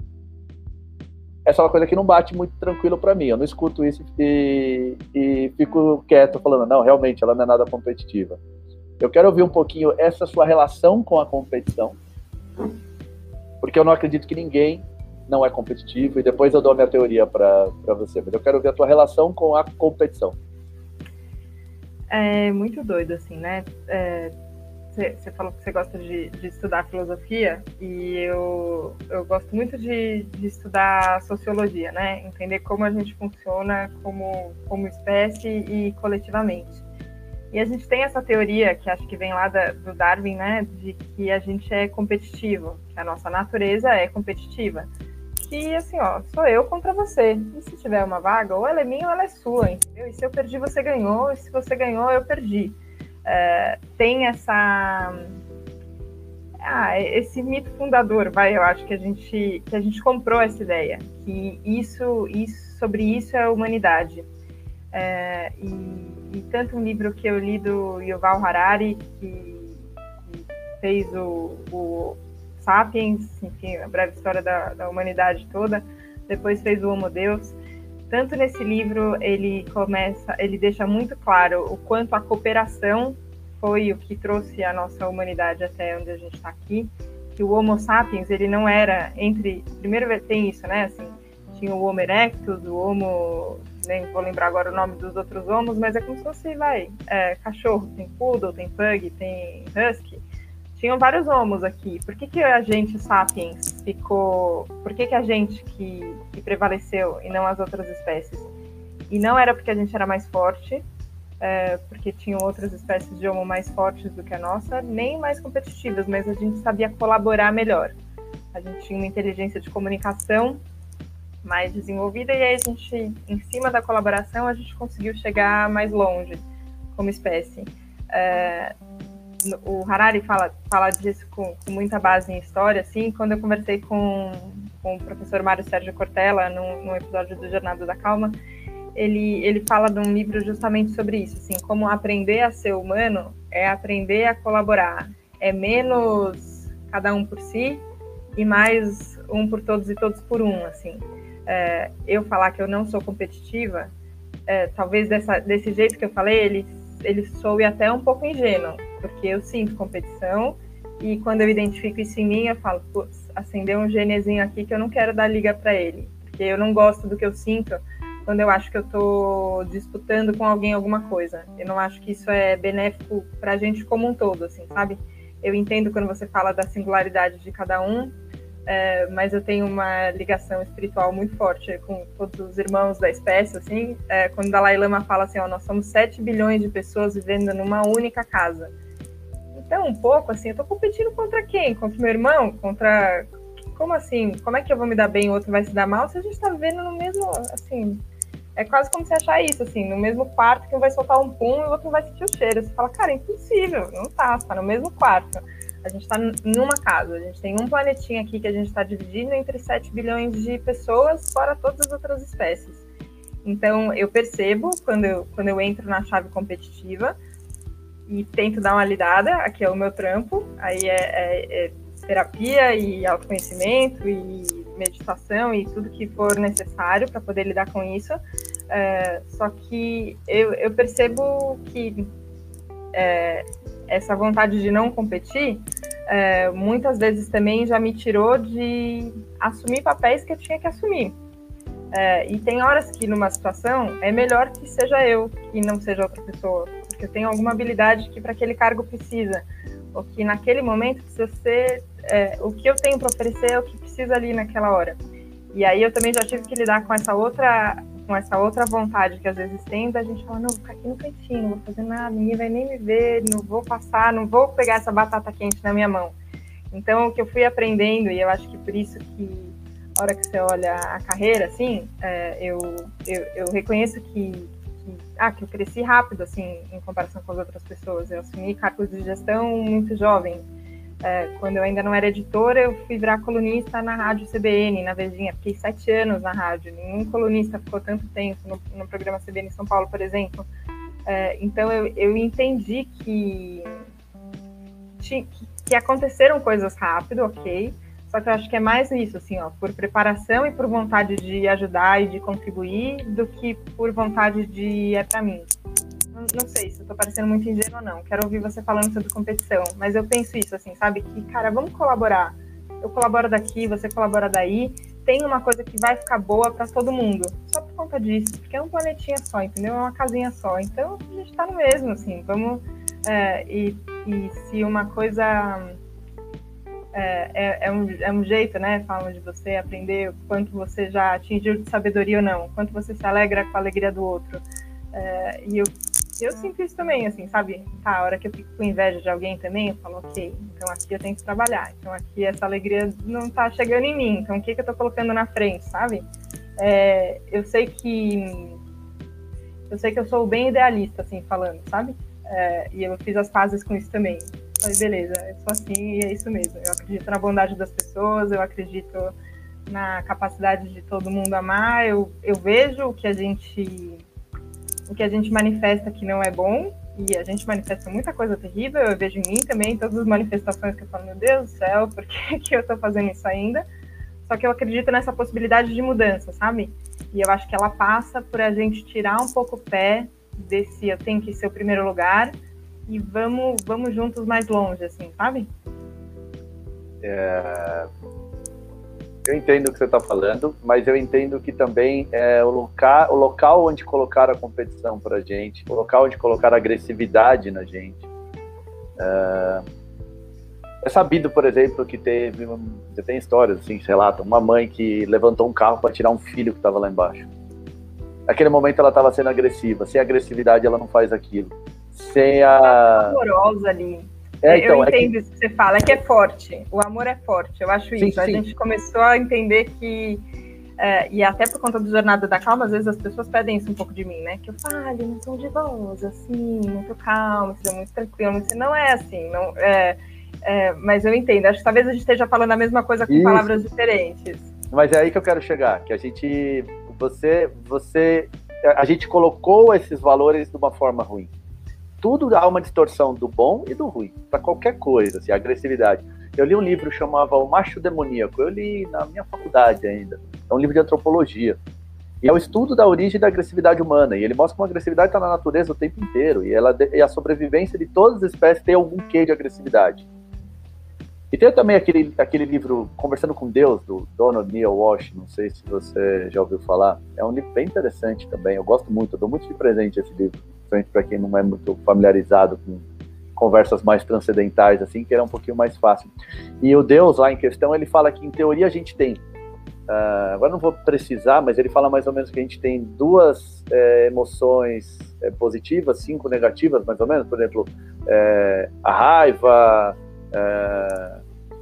Essa é uma coisa que não bate muito tranquilo para mim. Eu não escuto isso e, e fico quieto falando, não, realmente, ela não é nada competitiva. Eu quero ouvir um pouquinho essa sua relação com a competição, porque eu não acredito que ninguém não é competitivo, e depois eu dou a minha teoria para você, mas eu quero ver a tua relação com a competição. É muito doido, assim, né? Você é, falou que você gosta de, de estudar filosofia, e eu, eu gosto muito de, de estudar sociologia, né? Entender como a gente funciona como, como espécie e coletivamente. E a gente tem essa teoria, que acho que vem lá da, do Darwin, né? De que a gente é competitivo, que a nossa natureza é competitiva. Que, assim, ó, sou eu contra você. E se tiver uma vaga, ou ela é minha ou ela é sua, entendeu? E se eu perdi, você ganhou. E se você ganhou, eu perdi. É, tem essa... Ah, esse mito fundador, vai, eu acho que a gente, que a gente comprou essa ideia. Que isso, isso, sobre isso é a humanidade. É, e, e tanto um livro que eu li do Yuval Harari, que, que fez o... o Sapiens, enfim, a breve história da, da humanidade toda, depois fez o Homo Deus. Tanto nesse livro ele começa, ele deixa muito claro o quanto a cooperação foi o que trouxe a nossa humanidade até onde a gente está aqui, que o Homo Sapiens, ele não era entre, primeiro tem isso, né, assim, tinha o Homo erectus, o Homo, nem vou lembrar agora o nome dos outros homos, mas é como se fosse, vai, é, cachorro, tem poodle, tem pug, tem husky, tinham vários homos aqui. Por que que a gente, sapiens, ficou... Por que que a gente que, que prevaleceu e não as outras espécies? E não era porque a gente era mais forte, é, porque tinham outras espécies de homo mais fortes do que a nossa, nem mais competitivas, mas a gente sabia colaborar melhor. A gente tinha uma inteligência de comunicação mais desenvolvida, e aí a gente, em cima da colaboração, a gente conseguiu chegar mais longe como espécie. É, o Harari fala, fala disso com, com muita base em história, assim, quando eu conversei com, com o professor Mário Sérgio Cortella, num, num episódio do Jornada da Calma, ele, ele fala de um livro justamente sobre isso, assim, como aprender a ser humano é aprender a colaborar, é menos cada um por si e mais um por todos e todos por um, assim. É, eu falar que eu não sou competitiva, é, talvez dessa, desse jeito que eu falei, ele, ele soe até um pouco ingênuo, porque eu sinto competição, e quando eu identifico isso em mim, eu falo, putz, acendeu um genezinho aqui que eu não quero dar liga para ele, porque eu não gosto do que eu sinto quando eu acho que eu estou disputando com alguém alguma coisa. Eu não acho que isso é benéfico para a gente como um todo, assim, sabe? Eu entendo quando você fala da singularidade de cada um, é, mas eu tenho uma ligação espiritual muito forte com todos os irmãos da espécie, assim, é, quando Dalai Lama fala assim, ó, nós somos sete bilhões de pessoas vivendo numa única casa. Então, um pouco, assim, eu tô competindo contra quem? Contra meu irmão? Contra... Como assim? Como é que eu vou me dar bem e o outro vai se dar mal se a gente tá vivendo no mesmo, assim... É quase como você achar isso, assim, no mesmo quarto que um vai soltar um pum e o outro não vai sentir o cheiro. Você fala, cara, é impossível, não tá, você tá no mesmo quarto. A gente tá numa casa, a gente tem um planetinha aqui que a gente tá dividindo entre sete bilhões de pessoas, fora todas as outras espécies. Então, eu percebo, quando eu, quando eu entro na chave competitiva, e tento dar uma lidada, aqui é o meu trampo, aí é, é, é terapia e autoconhecimento e meditação e tudo que for necessário para poder lidar com isso, é, só que eu, eu percebo que é, essa vontade de não competir, é, muitas vezes também já me tirou de assumir papéis que eu tinha que assumir. É, e tem horas que numa situação é melhor que seja eu, que não seja outra pessoa, porque eu tenho alguma habilidade que para aquele cargo precisa, ou que naquele momento precisa ser, é, o que eu tenho para oferecer é o que precisa ali naquela hora. E aí eu também já tive que lidar com essa outra, com essa outra vontade que às vezes tem, da gente falar, não, vou ficar aqui no cantinho, não vou fazer nada, ninguém vai nem me ver, não vou passar, não vou pegar essa batata quente na minha mão. Então, o que eu fui aprendendo, e eu acho que por isso que a hora que você olha a carreira, assim, é, eu, eu, eu reconheço que, que, ah, que eu cresci rápido, assim, em comparação com as outras pessoas. Eu assumi cargos de gestão muito jovem. É, quando eu ainda não era editora, eu fui virar colunista na rádio C B N, na Vejinha. Fiquei sete anos na rádio. Nenhum colunista ficou tanto tempo no, no programa C B N em São Paulo, por exemplo. É, então, eu, eu entendi que, que, que aconteceram coisas rápido, ok? Só que eu acho que é mais isso, assim, ó, por preparação e por vontade de ajudar e de contribuir, do que por vontade de é para mim. Não, não sei se eu tô parecendo muito ingênua ou não, quero ouvir você falando sobre competição, mas eu penso isso, assim, sabe? Que, cara, vamos colaborar. Eu colaboro daqui, você colabora daí, tem uma coisa que vai ficar boa para todo mundo, só por conta disso, porque é um planetinha só, entendeu? É uma casinha só, então a gente tá no mesmo, assim, vamos... É, e, e se uma coisa... É, é, é, um, é um jeito, né, falam de você aprender o quanto você já atingiu de sabedoria ou não, quanto você se alegra com a alegria do outro. É, e eu, eu sinto isso também, assim, sabe? Tá, a hora que eu fico com inveja de alguém também, eu falo, ok, então aqui eu tenho que trabalhar, então aqui essa alegria não tá chegando em mim, então o que que eu tô colocando na frente, sabe? É, eu sei que eu sei que eu sou bem idealista, assim, falando, sabe? É, e eu fiz as pazes com isso também. Falei, beleza, eu sou assim e é isso mesmo. Eu acredito na bondade das pessoas, eu acredito na capacidade de todo mundo amar, eu, eu vejo o que a gente o que a gente manifesta que não é bom, e a gente manifesta muita coisa terrível, eu vejo em mim também todas as manifestações que eu falo, meu Deus do céu, por que, que eu tô fazendo isso ainda? Só que eu acredito nessa possibilidade de mudança, sabe? E eu acho que ela passa por a gente tirar um pouco o pé desse eu tenho que ser o primeiro lugar e vamos, vamos juntos mais longe, assim, sabe? É... Eu entendo o que você está falando, mas eu entendo que também é o, loca... o local onde colocaram a competição para a gente, o local onde colocaram a agressividade na gente. É, é sabido, por exemplo, que teve, você tem histórias assim que relatam, uma mãe que levantou um carro para tirar um filho que estava lá embaixo. Naquele momento ela estava sendo agressiva, sem agressividade ela não faz aquilo. Sem a... amorosa ali. É, então, eu entendo é que... isso que você fala, é que é forte, o amor é forte, eu acho sim, isso. A sim. gente começou a entender que, é, e até por conta do Jornada da Calma, às vezes as pessoas pedem isso um pouco de mim, né? Que eu fale num tom de voz, assim, muito calmo, seja muito tranquilo, mas não é assim, não, é, é, mas eu entendo, acho que talvez a gente esteja falando a mesma coisa com isso. palavras diferentes. Mas é aí que eu quero chegar, que a gente, você, você, a gente colocou esses valores de uma forma ruim. Tudo há uma distorção do bom e do ruim, para qualquer coisa, assim, a agressividade. Eu li um livro que chamava O Macho Demoníaco, eu li na minha faculdade ainda, é um livro de antropologia, e é o estudo da origem da agressividade humana, e ele mostra como a agressividade está na natureza o tempo inteiro, e, ela, e a sobrevivência de todas as espécies tem algum quê de agressividade. E tem também aquele, aquele livro Conversando com Deus, do Donald Neil Walsh, não sei se você já ouviu falar, é um livro bem interessante também, eu gosto muito, eu dou muito de presente esse livro, para quem não é muito familiarizado com conversas mais transcendentais, assim, que era um pouquinho mais fácil. E o Deus lá em questão, ele fala que em teoria a gente tem, uh, agora não vou precisar, mas ele fala mais ou menos que a gente tem duas é, emoções é, positivas, cinco negativas, mais ou menos, por exemplo, é, a raiva, é,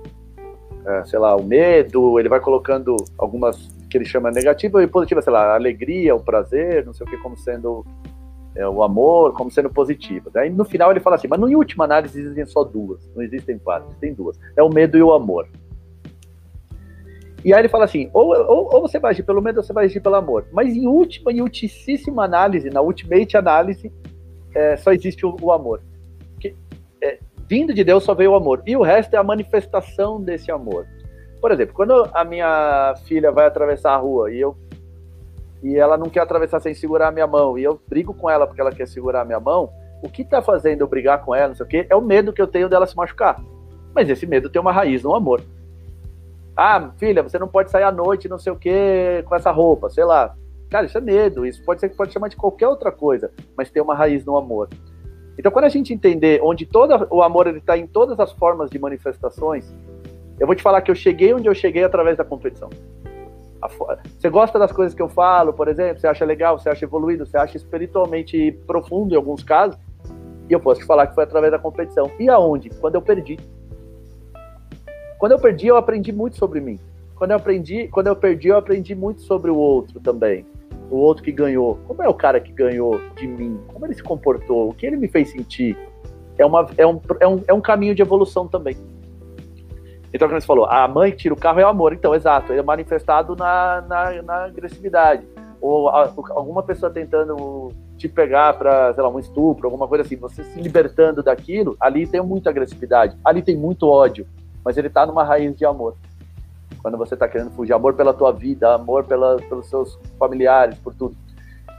é, sei lá, o medo, ele vai colocando algumas que ele chama negativa e positiva, sei lá, a alegria, o prazer, não sei o que, como sendo... É, o amor como sendo positivo. Aí no final ele fala assim, mas em última análise existem só duas, não existem quatro, existem duas. É o medo e o amor. E aí ele fala assim, ou, ou, ou você vai agir pelo medo ou você vai agir pelo amor. Mas em última e ultíssima análise, na ultimate análise, é, só existe o, o amor. Que, é, vindo de Deus só veio o amor. E o resto é a manifestação desse amor. Por exemplo, quando a minha filha vai atravessar a rua e eu e ela não quer atravessar sem segurar a minha mão, e eu brigo com ela porque ela quer segurar a minha mão, o que tá fazendo eu brigar com ela, não sei o quê, é o medo que eu tenho dela se machucar. Mas esse medo tem uma raiz no amor. Ah, filha, você não pode sair à noite, não sei o quê, com essa roupa, sei lá. Cara, isso é medo, isso pode ser que pode chamar de qualquer outra coisa, mas tem uma raiz no amor. Então, quando a gente entender onde todo o amor está em todas as formas de manifestações, eu vou te falar que eu cheguei onde eu cheguei através da competição. Você gosta das coisas que eu falo, por exemplo, você acha legal, você acha evoluído, você acha espiritualmente profundo em alguns casos, e eu posso te falar que foi através da competição. E aonde? Quando eu perdi. Quando eu perdi, eu aprendi muito sobre mim. Quando eu aprendi, quando eu perdi, eu aprendi muito sobre o outro também. O outro que ganhou. Como é o cara que ganhou de mim? Como ele se comportou? O que ele me fez sentir? É, uma, é, um, é, um, é um caminho de evolução também. Então, como você falou, a mãe que tira o carro é o amor. Então, exato, ele é manifestado na, na, na agressividade. Ou a, alguma pessoa tentando te pegar para, sei lá, um estupro, alguma coisa assim, você se libertando daquilo, ali tem muita agressividade, ali tem muito ódio, mas ele tá numa raiz de amor. Quando você tá querendo fugir, amor pela tua vida, amor pela, pelos seus familiares, por tudo.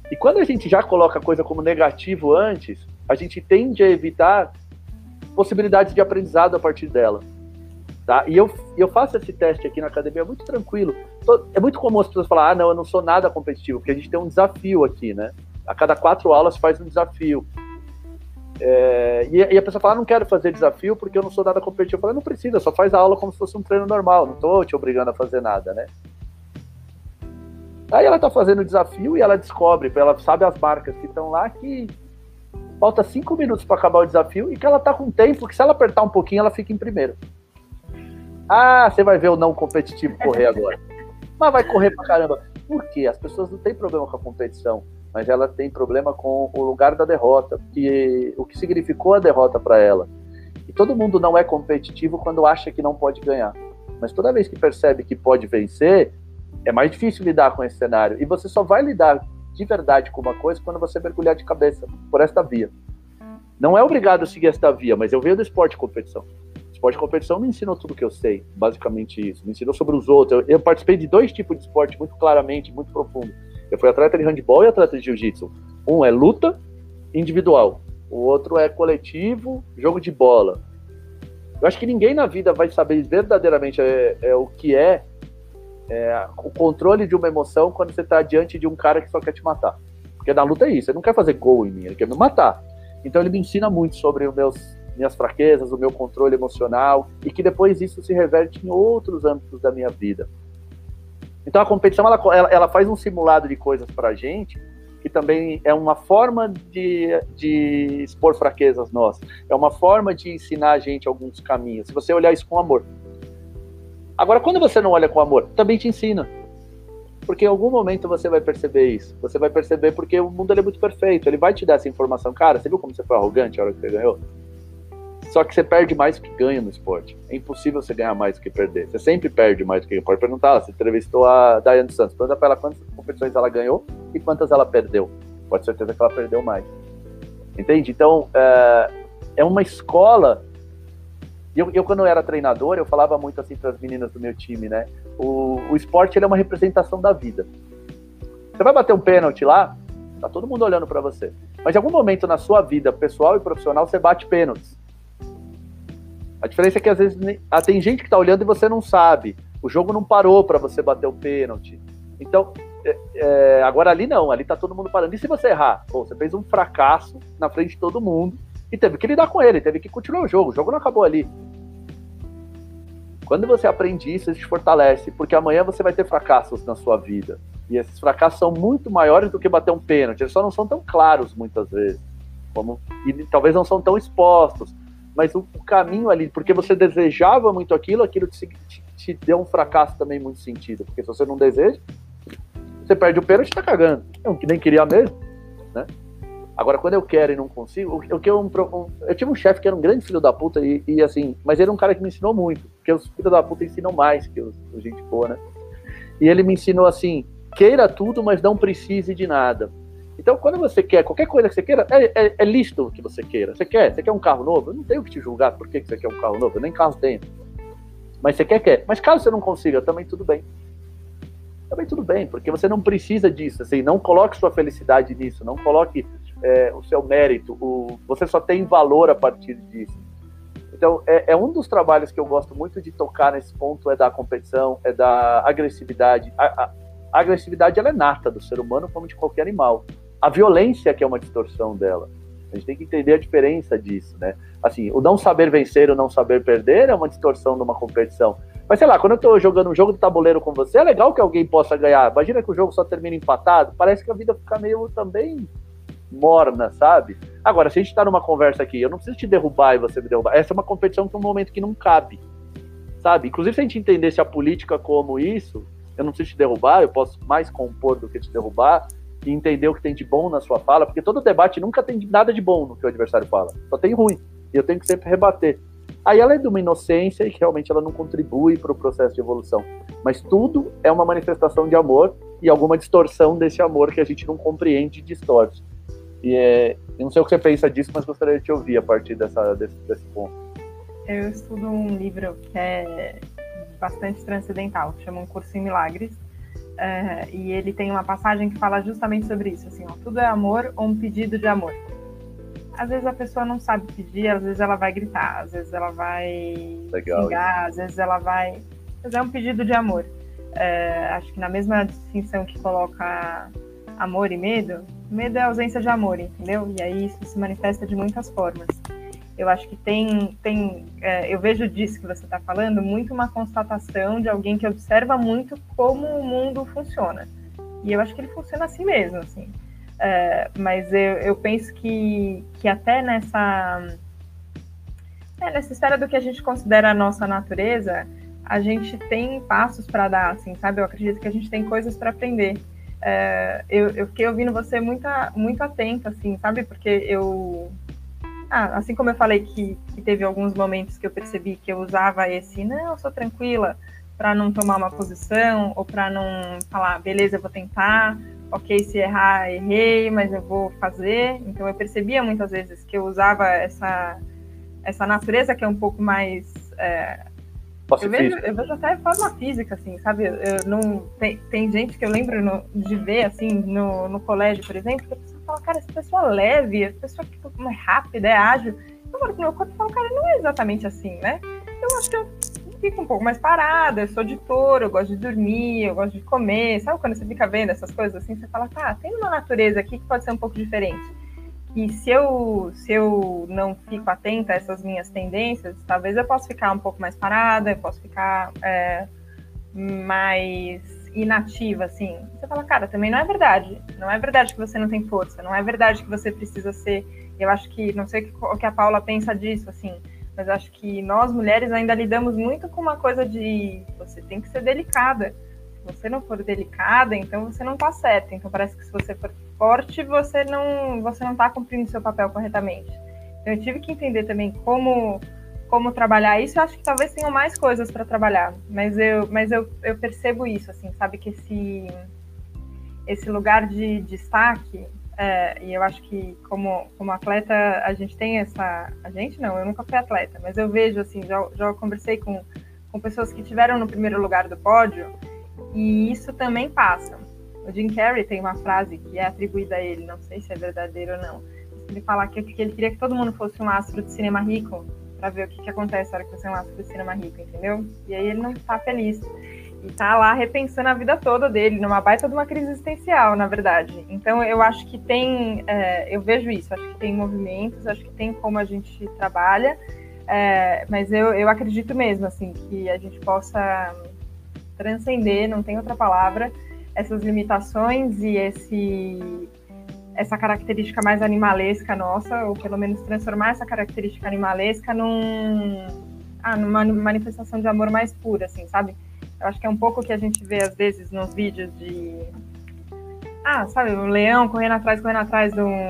E quando a gente já coloca a coisa como negativo antes, a gente tende a evitar possibilidades de aprendizado a partir dela. Tá? E eu, eu faço esse teste aqui na academia muito tranquilo. É muito comum as pessoas falarem, ah, não, eu não sou nada competitivo, porque a gente tem um desafio aqui, né? A cada quatro aulas faz um desafio. É, e, e a pessoa fala, ah, não quero fazer desafio porque eu não sou nada competitivo. Eu falo, não precisa, só faz a aula como se fosse um treino normal, não estou te obrigando a fazer nada, né? Aí ela tá fazendo o desafio e ela descobre, ela sabe as marcas que estão lá, que falta cinco minutos para acabar o desafio e que ela tá com tempo, que se ela apertar um pouquinho, ela fica em primeiro. Ah, você vai ver o não competitivo correr agora. Mas vai correr pra caramba. Por quê? As pessoas não têm problema com a competição, mas elas têm problema com o lugar da derrota, que, o que significou a derrota para ela. E todo mundo não é competitivo quando acha que não pode ganhar. Mas toda vez que percebe que pode vencer, é mais difícil lidar com esse cenário. E você só vai lidar de verdade com uma coisa quando você mergulhar de cabeça por esta via. Não é obrigado a seguir esta via, mas eu venho do esporte de competição. Esporte de competição me ensinou tudo que eu sei, basicamente isso. Me ensinou sobre os outros. Eu, eu participei de dois tipos de esporte muito claramente, muito profundo. Eu fui atleta de handebol e atleta de jiu-jitsu. Um é luta individual, o outro é coletivo, jogo de bola. Eu acho que ninguém na vida vai saber verdadeiramente é, é, o que é, é o controle de uma emoção quando você está diante de um cara que só quer te matar. Porque na luta é isso, ele não quer fazer gol em mim, ele quer me matar. Então ele me ensina muito sobre os meus minhas fraquezas, o meu controle emocional, e que depois isso se reverte em outros âmbitos da minha vida. Então a competição, ela, ela, ela faz um simulado de coisas pra gente, que também é uma forma de, de expor fraquezas nossas, é uma forma de ensinar a gente alguns caminhos, se você olhar isso com amor. Agora, quando você não olha com amor, também te ensina. Porque em algum momento você vai perceber isso. Você vai perceber porque o mundo ele é muito perfeito, ele vai te dar essa informação. Cara, você viu como você foi arrogante a hora que você ganhou? Só que você perde mais do que ganha no esporte. É impossível você ganhar mais do que perder. Você sempre perde mais do que ganha. Pode perguntar, você entrevistou a Daiane Santos. Pergunta pra ela quantas competições ela ganhou e quantas ela perdeu. Pode ter certeza que ela perdeu mais. Entende? Então, é, é uma escola. Eu, eu, quando eu era treinador, eu falava muito assim para as meninas do meu time, né? O, o esporte ele é uma representação da vida. Você vai bater um pênalti lá, tá todo mundo olhando para você. Mas em algum momento na sua vida pessoal e profissional, você bate pênaltis. A diferença é que às vezes ah, tem gente que tá olhando e você não sabe. O jogo não parou para você bater o pênalti. Então, é, é, agora ali não, ali tá todo mundo parando. E se você errar? Pô, você fez um fracasso na frente de todo mundo e teve que lidar com ele, teve que continuar o jogo. O jogo não acabou ali. Quando você aprende isso, isso te fortalece, porque amanhã você vai ter fracassos na sua vida. E esses fracassos são muito maiores do que bater um pênalti. Eles só não são tão claros muitas vezes. Como, e talvez não são tão expostos. Mas o, o caminho ali, porque você desejava muito aquilo, aquilo te, te, te deu um fracasso também muito sentido. Porque se você não deseja, você perde o pênalti e tá cagando. Eu nem queria mesmo, né? Agora, quando eu quero e não consigo, eu, eu, um, eu tive um chefe que era um grande filho da puta, e, e assim, mas ele é um cara que me ensinou muito, porque os filhos da puta ensinam mais que os, os gente boa, né? E ele me ensinou assim, queira tudo, mas não precise de nada. Então, quando você quer qualquer coisa que você queira, é, é, é lícito o que você queira. Você quer? Você quer um carro novo? Eu não tenho que te julgar por que você quer um carro novo, eu nem carro tenho. Mas você quer, quer. Mas caso você não consiga, também tudo bem. Também tudo bem, porque você não precisa disso, assim, não coloque sua felicidade nisso, não coloque é, o seu mérito, o, você só tem valor a partir disso. Então, é, é um dos trabalhos que eu gosto muito de tocar nesse ponto, é da competição, é da agressividade. A, a, a agressividade, ela é nata do ser humano, como de qualquer animal. A violência que é uma distorção dela. A gente tem que entender a diferença disso, né? Assim, o não saber vencer, o não saber perder é uma distorção de uma competição. Mas sei lá, quando eu tô jogando um jogo de tabuleiro com você, é legal que alguém possa ganhar. Imagina que o jogo só termina empatado, parece que a vida fica meio também morna, sabe? Agora, se a gente tá numa conversa aqui, eu não preciso te derrubar e você me derrubar. Essa é uma competição que é um momento que não cabe, sabe? Inclusive, se a gente entendesse a política como isso, eu não preciso te derrubar, eu posso mais compor do que te derrubar, e entender o que tem de bom na sua fala, porque todo debate nunca tem nada de bom no que o adversário fala, só tem ruim, e eu tenho que sempre rebater. Aí ela é de uma inocência e que realmente ela não contribui para o processo de evolução, mas tudo é uma manifestação de amor e alguma distorção desse amor que a gente não compreende e distorce. E é, eu não sei o que você pensa disso, mas gostaria de te ouvir a partir dessa, desse, desse ponto. Eu estudo um livro que é bastante transcendental, chama Um Curso em Milagres, é, e ele tem uma passagem que fala justamente sobre isso, assim, ó, tudo é amor ou um pedido de amor. Às vezes a pessoa não sabe pedir, às vezes ela vai gritar, às vezes ela vai Legal, xingar, isso. às vezes ela vai... Mas é um pedido de amor. É, acho que na mesma distinção que coloca amor e medo, medo é ausência de amor, entendeu? E aí isso se manifesta de muitas formas. Eu acho que tem... tem é, eu vejo disso que você está falando muito uma constatação de alguém que observa muito como o mundo funciona. E eu acho que ele funciona assim mesmo, assim. É, mas eu, eu penso que, que até nessa, é, nessa esfera do que a gente considera a nossa natureza, a gente tem passos para dar, assim, sabe? Eu acredito que a gente tem coisas para aprender. É, eu, eu fiquei ouvindo você muito, muito atenta, assim, sabe? Porque eu... Ah, assim como eu falei que, que teve alguns momentos que eu percebi que eu usava esse, não, eu sou tranquila, para não tomar uma posição, ou para não falar, beleza, eu vou tentar... ok, se errar, errei, mas eu vou fazer. Então eu percebia muitas vezes que eu usava essa, essa natureza que é um pouco mais... É, eu, vejo, eu vejo até de forma física, assim, sabe? Eu não, tem, tem gente que eu lembro no, de ver, assim, no, no colégio, por exemplo, que a pessoa fala, cara, essa pessoa é leve, essa pessoa que é rápida, é ágil. Eu falo pro meu corpo e falo, cara, não é exatamente assim, né? Eu acho que eu fico um pouco mais parada, eu sou de touro, eu gosto de dormir, eu gosto de comer, sabe quando você fica vendo essas coisas assim, você fala, tá, tem uma natureza aqui que pode ser um pouco diferente. E se eu, se eu não fico atenta a essas minhas tendências, talvez eu possa ficar um pouco mais parada, eu posso ficar é, mais inativa, assim. Você fala, cara, também não é verdade. Não é verdade que você não tem força, não é verdade que você precisa ser... Eu acho que, não sei o que a Paula pensa disso, assim, mas acho que nós, mulheres, ainda lidamos muito com uma coisa de você tem que ser delicada. Se você não for delicada, então você não tá certa. Então parece que se você for forte, você não você não tá cumprindo seu papel corretamente. Então eu tive que entender também como, como trabalhar isso. Eu acho que talvez tenham mais coisas para trabalhar, mas, eu, mas eu, eu percebo isso, assim, sabe? Que esse, esse lugar de destaque... É, e eu acho que como, como atleta a gente tem essa... A gente não, eu nunca fui atleta, mas eu vejo, assim, já, já conversei com, com pessoas que estiveram no primeiro lugar do pódio e isso também passa. O Jim Carrey tem uma frase que é atribuída a ele, não sei se é verdadeiro ou não, ele fala que, que ele queria que todo mundo fosse um astro de cinema rico para ver o que, que acontece na hora que você é um astro de cinema rico, entendeu? E aí ele não tá feliz. E tá lá repensando a vida toda dele, numa baita de uma crise existencial, na verdade. Então, eu acho que tem... É, eu vejo isso, acho que tem movimentos, acho que tem como a gente trabalha, é, mas eu, eu acredito mesmo, assim, que a gente possa transcender, não tem outra palavra, essas limitações e esse, essa característica mais animalesca nossa, ou pelo menos transformar essa característica animalesca num, ah, numa manifestação de amor mais pura, assim, sabe? Eu acho que é um pouco o que a gente vê, às vezes, nos vídeos de... Ah, sabe, um leão correndo atrás, correndo atrás de um...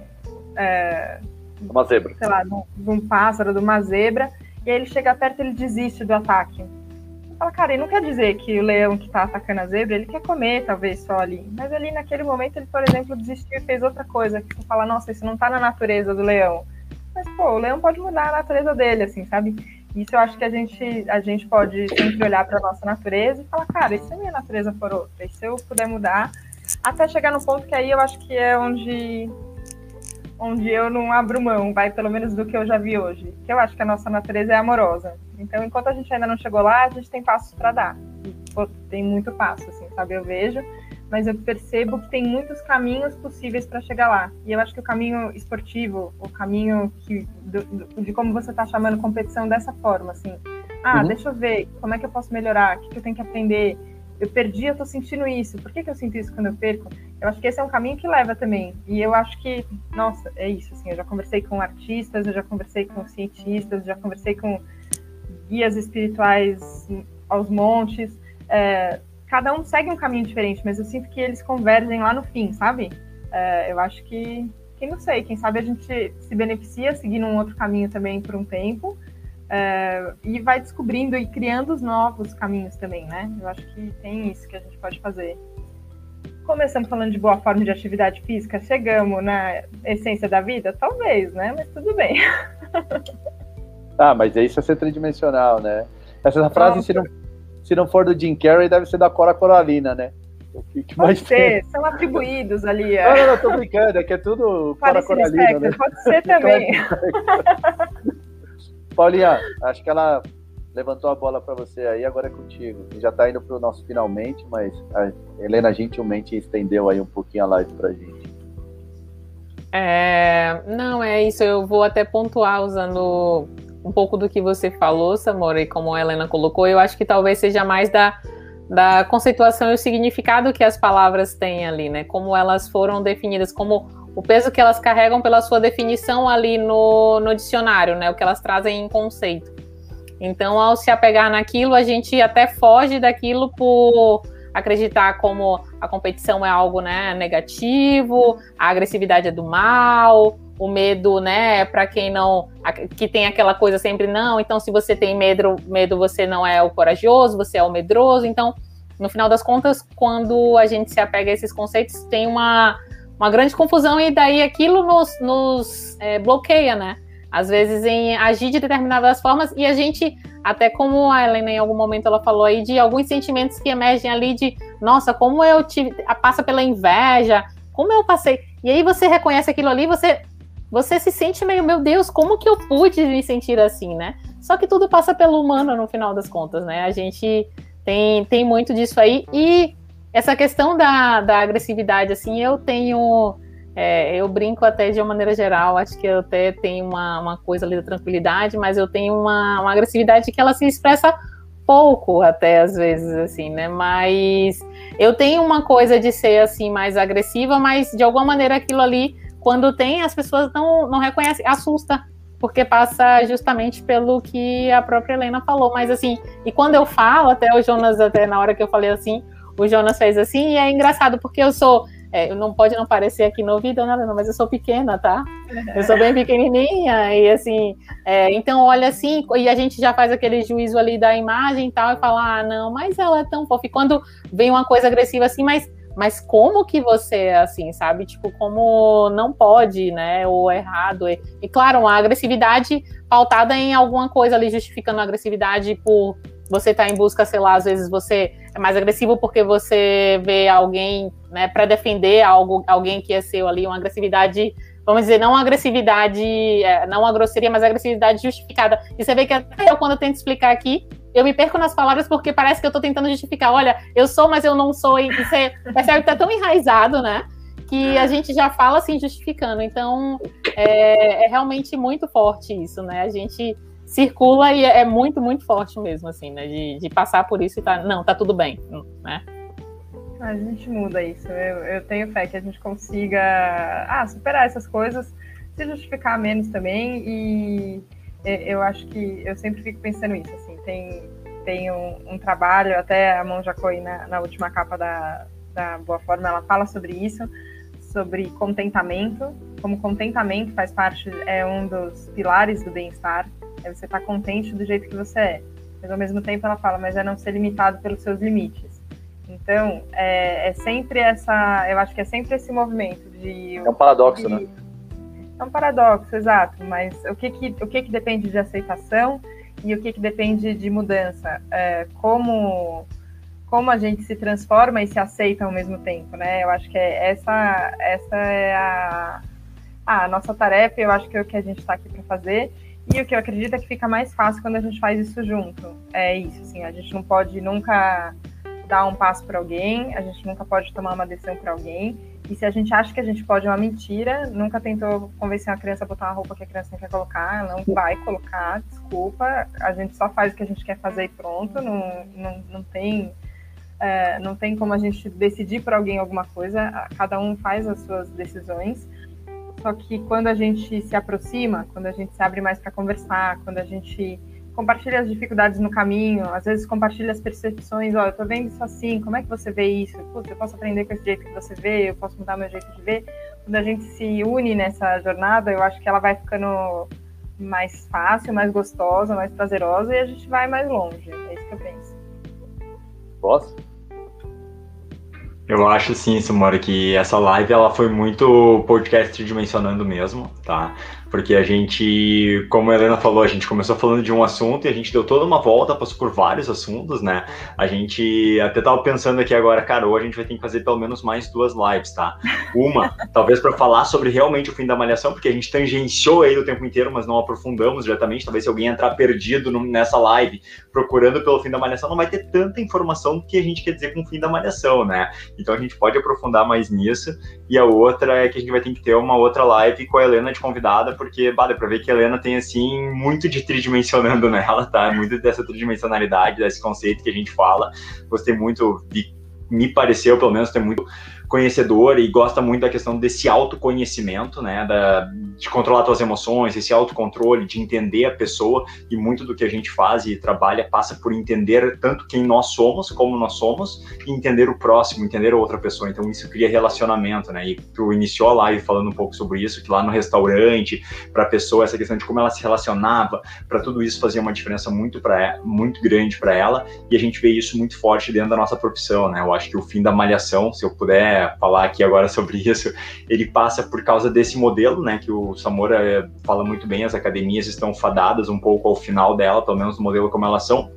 É, uma zebra. Sei lá, de um, de um pássaro, de uma zebra, e aí ele chega perto e ele desiste do ataque. Você fala, cara, ele não quer dizer que o leão que tá atacando a zebra, ele quer comer, talvez, só ali. Mas ali, naquele momento, ele, por exemplo, desistiu e fez outra coisa, que você fala, nossa, isso não tá na natureza do leão. Mas, pô, o leão pode mudar a natureza dele, assim, sabe? Isso eu acho que a gente, a gente pode sempre olhar para a nossa natureza e falar, cara, e se a minha natureza for outra? E se eu puder mudar? Até chegar no ponto que aí eu acho que é onde, onde eu não abro mão, vai pelo menos do que eu já vi hoje. Que eu acho que a nossa natureza é amorosa. Então, enquanto a gente ainda não chegou lá, a gente tem passos para dar. E, pô, tem muito passo, assim, sabe? Eu vejo, mas eu percebo que tem muitos caminhos possíveis para chegar lá. E eu acho que o caminho esportivo, o caminho que, do, do, de como você está chamando competição dessa forma, assim, ah, uhum. deixa eu ver, como é que eu posso melhorar, o que, que eu tenho que aprender, eu perdi, eu tô sentindo isso, por que, que eu sinto isso quando eu perco? Eu acho que esse é um caminho que leva também, e eu acho que, nossa, é isso, assim, eu já conversei com artistas, eu já conversei com cientistas, já conversei com guias espirituais aos montes, é, cada um segue um caminho diferente, mas eu sinto que eles convergem lá no fim, sabe? É, eu acho que, que, não sei, quem sabe a gente se beneficia seguindo um outro caminho também por um tempo, é, e vai descobrindo e criando os novos caminhos também, né? Eu acho que tem isso que a gente pode fazer. Começamos falando de boa forma de atividade física, chegamos na essência da vida? Talvez, né? Mas tudo bem. Ah, mas isso é ser tridimensional, né? Essa frase, se não... Se não for do Jim Carrey, deve ser da Cora Coralina, né? O que, que Pode mais ser, tem? são atribuídos ali. Não, não, não, tô brincando, é que é tudo para Coralina, né? Pode ser também. Paulinha, acho que ela levantou a bola para você aí, agora é contigo. Já está indo para o nosso finalmente, mas a Helena gentilmente estendeu aí um pouquinho a live para a gente. É, não, é isso, eu vou até pontuar usando um pouco do que você falou, Samora, e como a Helena colocou, eu acho que talvez seja mais da, da conceituação e o significado que as palavras têm ali, né? Como elas foram definidas, como o peso que elas carregam pela sua definição ali no, no dicionário, né? O que elas trazem em conceito. Então, ao se apegar naquilo, a gente até foge daquilo por acreditar como a competição é algo, né, negativo, a agressividade é do mal, o medo, né, para quem não, que tem aquela coisa sempre, não, então se você tem medo, medo você não é o corajoso, você é o medroso. Então, no final das contas, quando a gente se apega a esses conceitos, tem uma, uma grande confusão e daí aquilo nos, nos é, bloqueia, né? Às vezes em agir de determinadas formas, e a gente, até como a Helena em algum momento ela falou aí, de alguns sentimentos que emergem ali de, nossa, como eu tive, passa pela inveja, como eu passei, e aí você reconhece aquilo ali, você, você se sente meio, meu Deus, como que eu pude me sentir assim, né? Só que tudo passa pelo humano no final das contas, né? A gente tem, tem muito disso aí, e essa questão da, da agressividade, assim, eu tenho... É, eu brinco até de uma maneira geral, acho que eu até tenho uma, uma coisa ali da tranquilidade, mas eu tenho uma, uma agressividade que ela se expressa pouco até às vezes, assim, né, mas eu tenho uma coisa de ser, assim, mais agressiva, mas de alguma maneira aquilo ali, quando tem, as pessoas não, não reconhecem, assusta, porque passa justamente pelo que a própria Helena falou, mas assim, e quando eu falo, até o Jonas, até na hora que eu falei assim, o Jonas fez assim, e é engraçado, porque eu sou... É, não pode não parecer aqui no ouvido, né, mas eu sou pequena, tá? Eu sou bem pequenininha, e assim, é, então olha assim, e a gente já faz aquele juízo ali da imagem e tal, e fala, ah, não, mas ela é tão fofa, e quando vem uma coisa agressiva assim, mas, mas como que você é assim, sabe? Tipo, como não pode, né, ou errado, e, e claro, uma agressividade pautada em alguma coisa ali, justificando a agressividade por você estar em busca, sei lá, às vezes você é mais agressivo porque você vê alguém, né, para defender algo, alguém que é seu ali, uma agressividade, vamos dizer, não uma agressividade, não uma grosseria, mas agressividade justificada. E você vê que até eu, quando eu tento explicar aqui, eu me perco nas palavras porque parece que eu estou tentando justificar, olha, eu sou, mas eu não sou, e você percebe que tá tão enraizado, né, que a gente já fala assim, justificando. Então, é, é realmente muito forte isso, né, a gente... circula e é muito, muito forte mesmo, assim, né, de, de passar por isso e tá, não, tá tudo bem, né. A gente muda isso, eu, eu tenho fé que a gente consiga ah, superar essas coisas, se justificar menos também, e eu acho que eu sempre fico pensando isso, assim, tem, tem um, um trabalho, até a Monja Coen na, na última capa da, da Boa Forma, ela fala sobre isso, sobre contentamento, como contentamento faz parte, é um dos pilares do bem-estar, é você estar contente do jeito que você é. Mas ao mesmo tempo ela fala, mas é não ser limitado pelos seus limites. Então, é, é sempre essa, eu acho que é sempre esse movimento de... É um paradoxo, de, né? É um paradoxo, exato, mas o que que, o que que depende de aceitação e o que que depende de mudança? É, como, como a gente se transforma e se aceita ao mesmo tempo, né? Eu acho que é, essa, essa é a, a nossa tarefa, eu acho que é o que a gente está aqui para fazer. E o que eu acredito é que fica mais fácil quando a gente faz isso junto. É isso, assim, a gente não pode nunca dar um passo para alguém, a gente nunca pode tomar uma decisão para alguém. E se a gente acha que a gente pode uma mentira, nunca tentou convencer uma criança a botar uma roupa que a criança não quer colocar, ela não vai colocar, desculpa, a gente só faz o que a gente quer fazer e pronto, não, não, não tem... É, não tem como a gente decidir para alguém alguma coisa, cada um faz as suas decisões. Só que quando a gente se aproxima, quando a gente se abre mais para conversar, quando a gente compartilha as dificuldades no caminho, às vezes compartilha as percepções, ó, eu tô vendo isso assim, como é que você vê isso? Putz, eu posso aprender com esse jeito que você vê, eu posso mudar meu jeito de ver. Quando a gente se une nessa jornada, eu acho que ela vai ficando mais fácil, mais gostosa, mais prazerosa, e a gente vai mais longe. É isso que eu penso. Posso? Eu acho sim, Samora, que essa live ela foi muito podcast dimensionando mesmo, tá? porque a gente, como a Helena falou, a gente começou falando de um assunto e a gente deu toda uma volta, passou por vários assuntos, né? A gente até tava pensando aqui agora, cara, hoje a gente vai ter que fazer pelo menos mais duas lives, tá? Uma, talvez para falar sobre realmente o fim da Malhação, porque a gente tangenciou aí o tempo inteiro, mas não aprofundamos diretamente. Talvez se alguém entrar perdido no, nessa live, procurando pelo fim da Malhação, não vai ter tanta informação do que a gente quer dizer com o fim da Malhação, né? Então a gente pode aprofundar mais nisso. E a outra é que a gente vai ter que ter uma outra live com a Helena de convidada, porque, bah, dá pra ver que a Helena tem, assim, muito de tridimensionando nela, tá? Muito dessa tridimensionalidade, desse conceito que a gente fala. Gostei muito, de, me pareceu, pelo menos, ter muito conhecedor e gosta muito da questão desse autoconhecimento, né, da, de controlar suas emoções, esse autocontrole, de entender a pessoa, e muito do que a gente faz e trabalha passa por entender tanto quem nós somos, como nós somos, e entender o próximo, entender a outra pessoa. Então isso cria relacionamento, né, e tu iniciou a live falando um pouco sobre isso, que lá no restaurante, para a pessoa, essa questão de como ela se relacionava, para tudo isso fazia uma diferença muito, pra, muito grande para ela, e a gente vê isso muito forte dentro da nossa profissão, né. Eu acho que o fim da Malhação, se eu puder falar aqui agora sobre isso, ele passa por causa desse modelo, né, que o Samora é, fala muito bem, as academias estão fadadas um pouco ao final dela, pelo menos no modelo como elas são,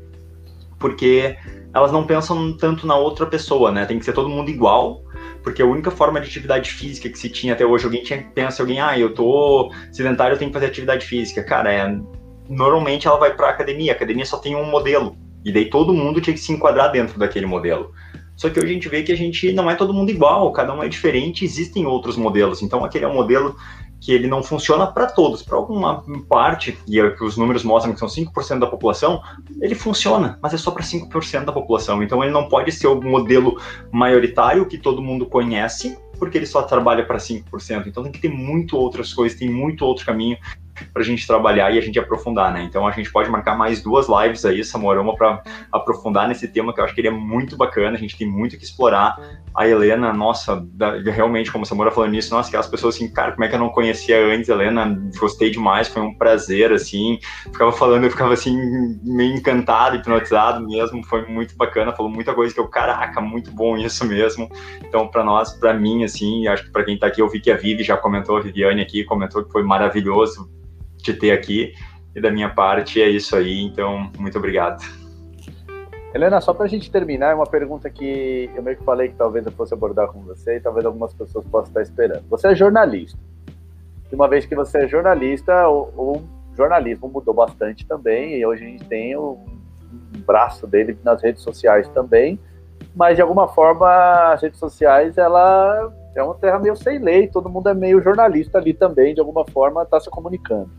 porque elas não pensam tanto na outra pessoa, né, tem que ser todo mundo igual, porque a única forma de atividade física que se tinha até hoje, alguém tinha, pensa, alguém, ah, eu tô sedentário, eu tenho que fazer atividade física, cara, é, normalmente ela vai pra academia, a academia só tem um modelo, e daí todo mundo tinha que se enquadrar dentro daquele modelo. Só que hoje a gente vê que a gente não é todo mundo igual, cada um é diferente, existem outros modelos. Então aquele é um modelo que ele não funciona para todos, para alguma parte, e é que os números mostram que são cinco por cento da população, ele funciona, mas é só para cinco por cento da população. Então ele não pode ser o modelo maioritário que todo mundo conhece, porque ele só trabalha para cinco por cento. Então tem que ter muito outras coisas, tem muito outro caminho para a gente trabalhar e a gente aprofundar, né? Então a gente pode marcar mais duas lives aí, Samora, uma para aprofundar nesse tema, que eu acho que ele é muito bacana, a gente tem muito que explorar. A Helena, nossa, realmente, como a Samora falou nisso, nossa, aquelas pessoas assim, cara, como é que eu não conhecia antes, Helena, gostei demais, foi um prazer, assim, ficava falando, eu ficava assim, meio encantado, hipnotizado mesmo, foi muito bacana, falou muita coisa que eu, caraca, muito bom isso mesmo. Então, para nós, para mim, assim, acho que para quem tá aqui, eu vi que a Vivi já comentou, a Viviane aqui comentou que foi maravilhoso de ter aqui, e da minha parte é isso aí, então muito obrigado. Helena, só para a gente terminar, é uma pergunta que eu meio que falei que talvez eu fosse abordar com você e talvez algumas pessoas possam estar esperando. Você é jornalista, e uma vez que você é jornalista, o, o jornalismo mudou bastante também, e hoje a gente tem o um braço dele nas redes sociais também, mas de alguma forma as redes sociais, ela é uma terra meio sem lei, todo mundo é meio jornalista ali também, de alguma forma está se comunicando.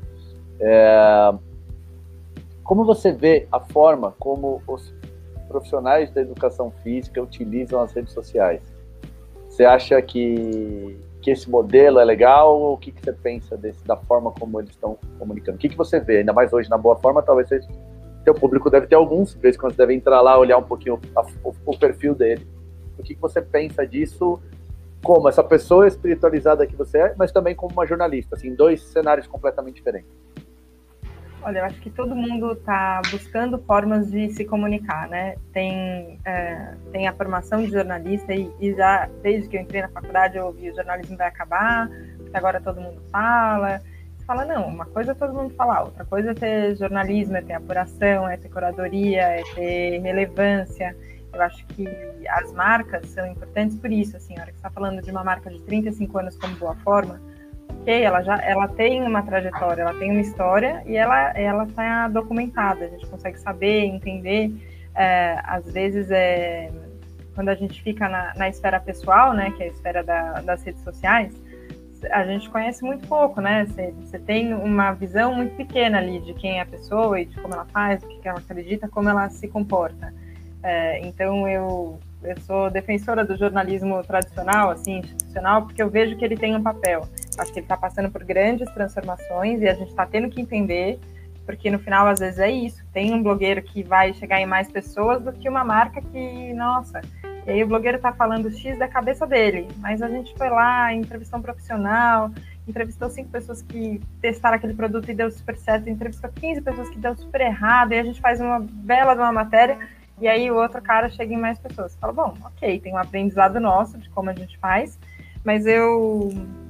É... Como você vê a forma como os profissionais da educação física utilizam as redes sociais? Você acha que, que esse modelo é legal? Ou o que, que você pensa desse, da forma como eles estão comunicando? O que, que você vê? Ainda mais hoje na Boa Forma, talvez você, seu público deve ter alguns, de vez em quando você deve entrar lá, olhar um pouquinho a, o, o perfil dele. O que, que você pensa disso? Como essa pessoa espiritualizada que você é, mas também como uma jornalista, assim, dois cenários completamente diferentes. Olha, eu acho que todo mundo está buscando formas de se comunicar, né? Tem, é, tem a formação de jornalista e, e já, desde que eu entrei na faculdade, eu ouvi o jornalismo vai acabar, porque agora todo mundo fala. Você fala, não, uma coisa é todo mundo falar, outra coisa é ter jornalismo, é ter apuração, é ter curadoria, é ter relevância. Eu acho que as marcas são importantes por isso, assim, a hora que você está falando de uma marca de trinta e cinco anos como Boa Forma, ok, ela já ela tem uma trajetória, ela tem uma história e ela ela está documentada, a gente consegue saber, entender, é, às vezes, é, quando a gente fica na, na esfera pessoal, né, que é a esfera da, das redes sociais, a gente conhece muito pouco, né, você, você tem uma visão muito pequena ali de quem é a pessoa e de como ela faz, o que ela acredita, como ela se comporta. É, então eu, eu sou defensora do jornalismo tradicional, assim, institucional, porque eu vejo que ele tem um papel. Acho que ele está passando por grandes transformações e a gente está tendo que entender, porque no final, às vezes, é isso. Tem um blogueiro que vai chegar em mais pessoas do que uma marca que, nossa, e aí o blogueiro está falando X da cabeça dele, mas a gente foi lá, entrevistou um profissional, entrevistou cinco pessoas que testaram aquele produto e deu super certo, entrevistou quinze pessoas que deu super errado, e a gente faz uma bela de uma matéria. E aí o outro cara chega em mais pessoas. Fala, bom, ok, tem um aprendizado nosso de como a gente faz, mas eu,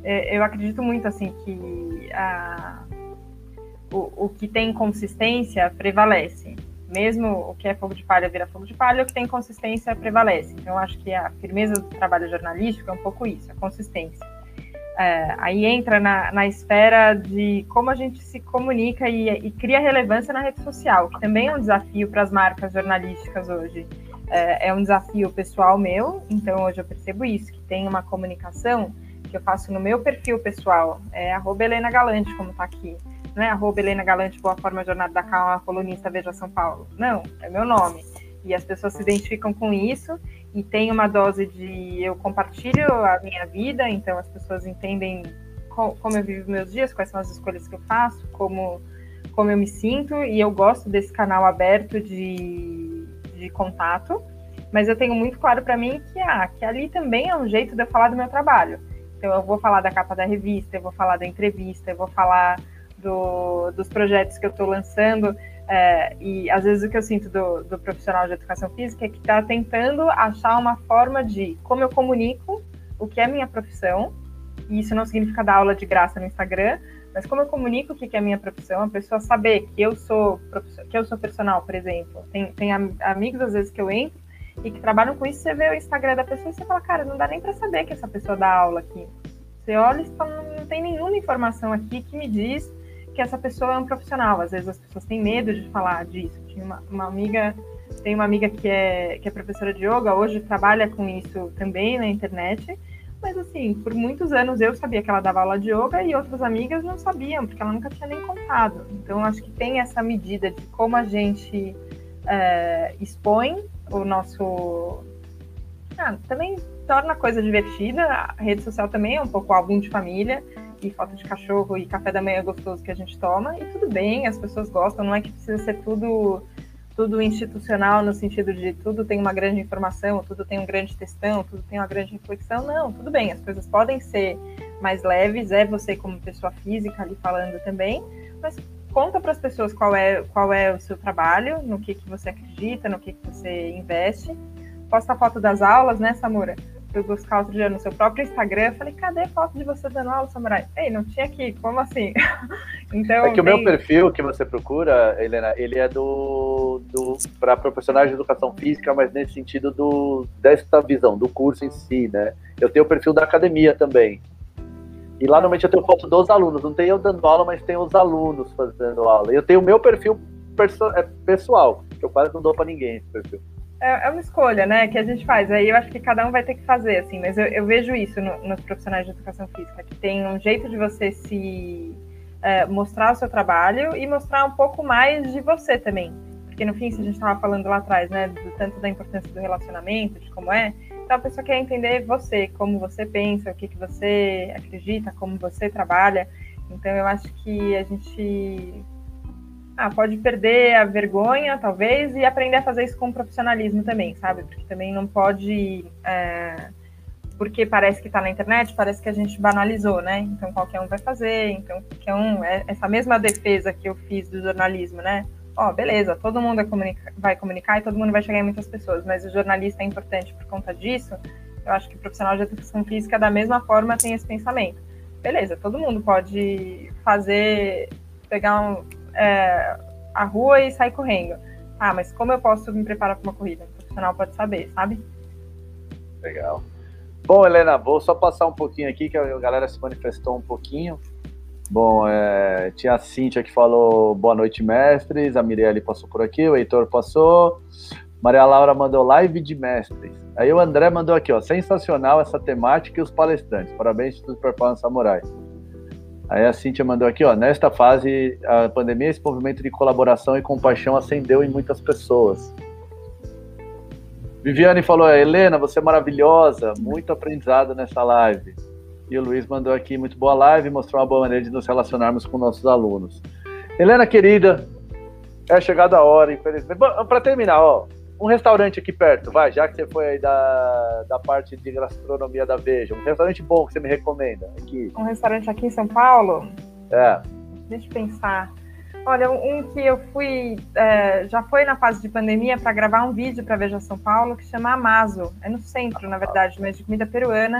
eu acredito muito assim que a, o, o que tem consistência prevalece. Mesmo o que é fogo de palha vira fogo de palha, o que tem consistência prevalece. Então, eu acho que a firmeza do trabalho jornalístico é um pouco isso, a consistência. É, aí entra na, na esfera de como a gente se comunica e, e cria relevância na rede social, que também é um desafio para as marcas jornalísticas hoje. É, é um desafio pessoal meu, então hoje eu percebo isso, que tem uma comunicação que eu faço no meu perfil pessoal, é arroba Helena Galante, como está aqui. Não é arroba Helena Galante, Boa Forma, Jornada da Calma, colunista Veja São Paulo. Não, é meu nome. E as pessoas se identificam com isso e tem uma dose de eu compartilho a minha vida, então as pessoas entendem co- como eu vivo meus dias, quais são as escolhas que eu faço, como, como eu me sinto, e eu gosto desse canal aberto de, de contato, mas eu tenho muito claro para mim que, ah, que ali também é um jeito de eu falar do meu trabalho. Então eu vou falar da capa da revista, eu vou falar da entrevista, eu vou falar do, dos projetos que eu estou lançando. É, e às vezes o que eu sinto do, do profissional de educação física é que está tentando achar uma forma de como eu comunico o que é minha profissão, e isso não significa dar aula de graça no Instagram, mas como eu comunico o que é minha profissão, a pessoa saber que eu sou que eu sou personal, por exemplo. Tem, tem amigos às vezes que eu entro e que trabalham com isso, você vê o Instagram da pessoa e você fala, cara, não dá nem para saber que essa pessoa dá aula aqui. Você olha e fala, não tem nenhuma informação aqui que me diz que essa pessoa é um profissional. Às vezes as pessoas têm medo de falar disso. Tinha uma, uma amiga, tem uma amiga que é, que é professora de yoga, hoje trabalha com isso também na internet, mas assim, por muitos anos eu sabia que ela dava aula de yoga e outras amigas não sabiam, porque ela nunca tinha nem contado. Então acho que tem essa medida de como a gente é, expõe o nosso... Ah, também torna a coisa divertida. A rede social também é um pouco álbum de família, e foto de cachorro e café da manhã gostoso que a gente toma, e tudo bem, as pessoas gostam, não é que precisa ser tudo, tudo institucional no sentido de tudo tem uma grande informação, tudo tem um grande textão, tudo tem uma grande reflexão. Não, tudo bem, as coisas podem ser mais leves, é você como pessoa física ali falando também, mas conta para as pessoas qual é, qual é o seu trabalho, no que, que você acredita, no que, que você investe. Posta a foto das aulas, né, Samura? Fui buscar outro dia no seu próprio Instagram, falei, cadê a foto de você dando aula, Samurai? Ei, não tinha aqui, como assim? Então, é que tem... o meu perfil que você procura, Helena, ele é do, do para profissionais de educação física, mas nesse sentido do, desta visão, do curso em si, né? Eu tenho o perfil da academia também. E lá normalmente eu tenho foto dos alunos, não tem eu dando aula, mas tem os alunos fazendo aula. Eu tenho o meu perfil perso- é, pessoal, que eu quase não dou para ninguém esse perfil. É uma escolha, né, que a gente faz. Aí eu acho que cada um vai ter que fazer, assim, mas eu, eu vejo isso no, nos profissionais de educação física, que tem um jeito de você se é, mostrar o seu trabalho e mostrar um pouco mais de você também. Porque no fim, se a gente estava falando lá atrás, né, do tanto da importância do relacionamento, de como é, então a pessoa quer entender você, como você pensa, o que, que você acredita, como você trabalha. Então eu acho que a gente... Ah, pode perder a vergonha, talvez, e aprender a fazer isso com profissionalismo também, sabe? Porque também não pode... É, porque parece que está na internet, parece que a gente banalizou, né? Então qualquer um vai fazer, então qualquer um... É, essa mesma defesa que eu fiz do jornalismo, né? Ó, beleza, todo mundo vai comunicar, vai comunicar e todo mundo vai chegar em muitas pessoas, mas o jornalista é importante por conta disso. Eu acho que o profissional de educação física, da mesma forma, tem esse pensamento. Beleza, todo mundo pode fazer... pegar um... É, a rua e sair correndo. Ah, mas como eu posso me preparar para uma corrida? O profissional pode saber, sabe? Legal. Bom, Helena, vou só passar um pouquinho aqui, que a galera se manifestou um pouquinho. Bom, é, tinha a Cíntia que falou boa noite, mestres, a Mirelle passou por aqui, o Heitor passou, Maria Laura mandou live de mestres. Aí o André mandou aqui, ó, sensacional essa temática e os palestrantes. Parabéns, Instituto Performance Samurai. Aí a Cíntia mandou aqui, ó, nesta fase, a pandemia, esse movimento de colaboração e compaixão acendeu em muitas pessoas. Viviane falou, Helena, você é maravilhosa, muito aprendizado nessa live. E o Luiz mandou aqui, muito boa live, mostrou uma boa maneira de nos relacionarmos com nossos alunos. Helena, querida, é chegada a hora, infelizmente. Para terminar, ó, um restaurante aqui perto, vai, já que você foi aí da, da parte de gastronomia da Veja, um restaurante bom que você me recomenda aqui. Um restaurante aqui em São Paulo? É. Deixa eu pensar. Olha, um que eu fui, é, já foi na fase de pandemia para gravar um vídeo para Veja São Paulo, que chama Amazo. É no centro, na verdade, mas de comida peruana.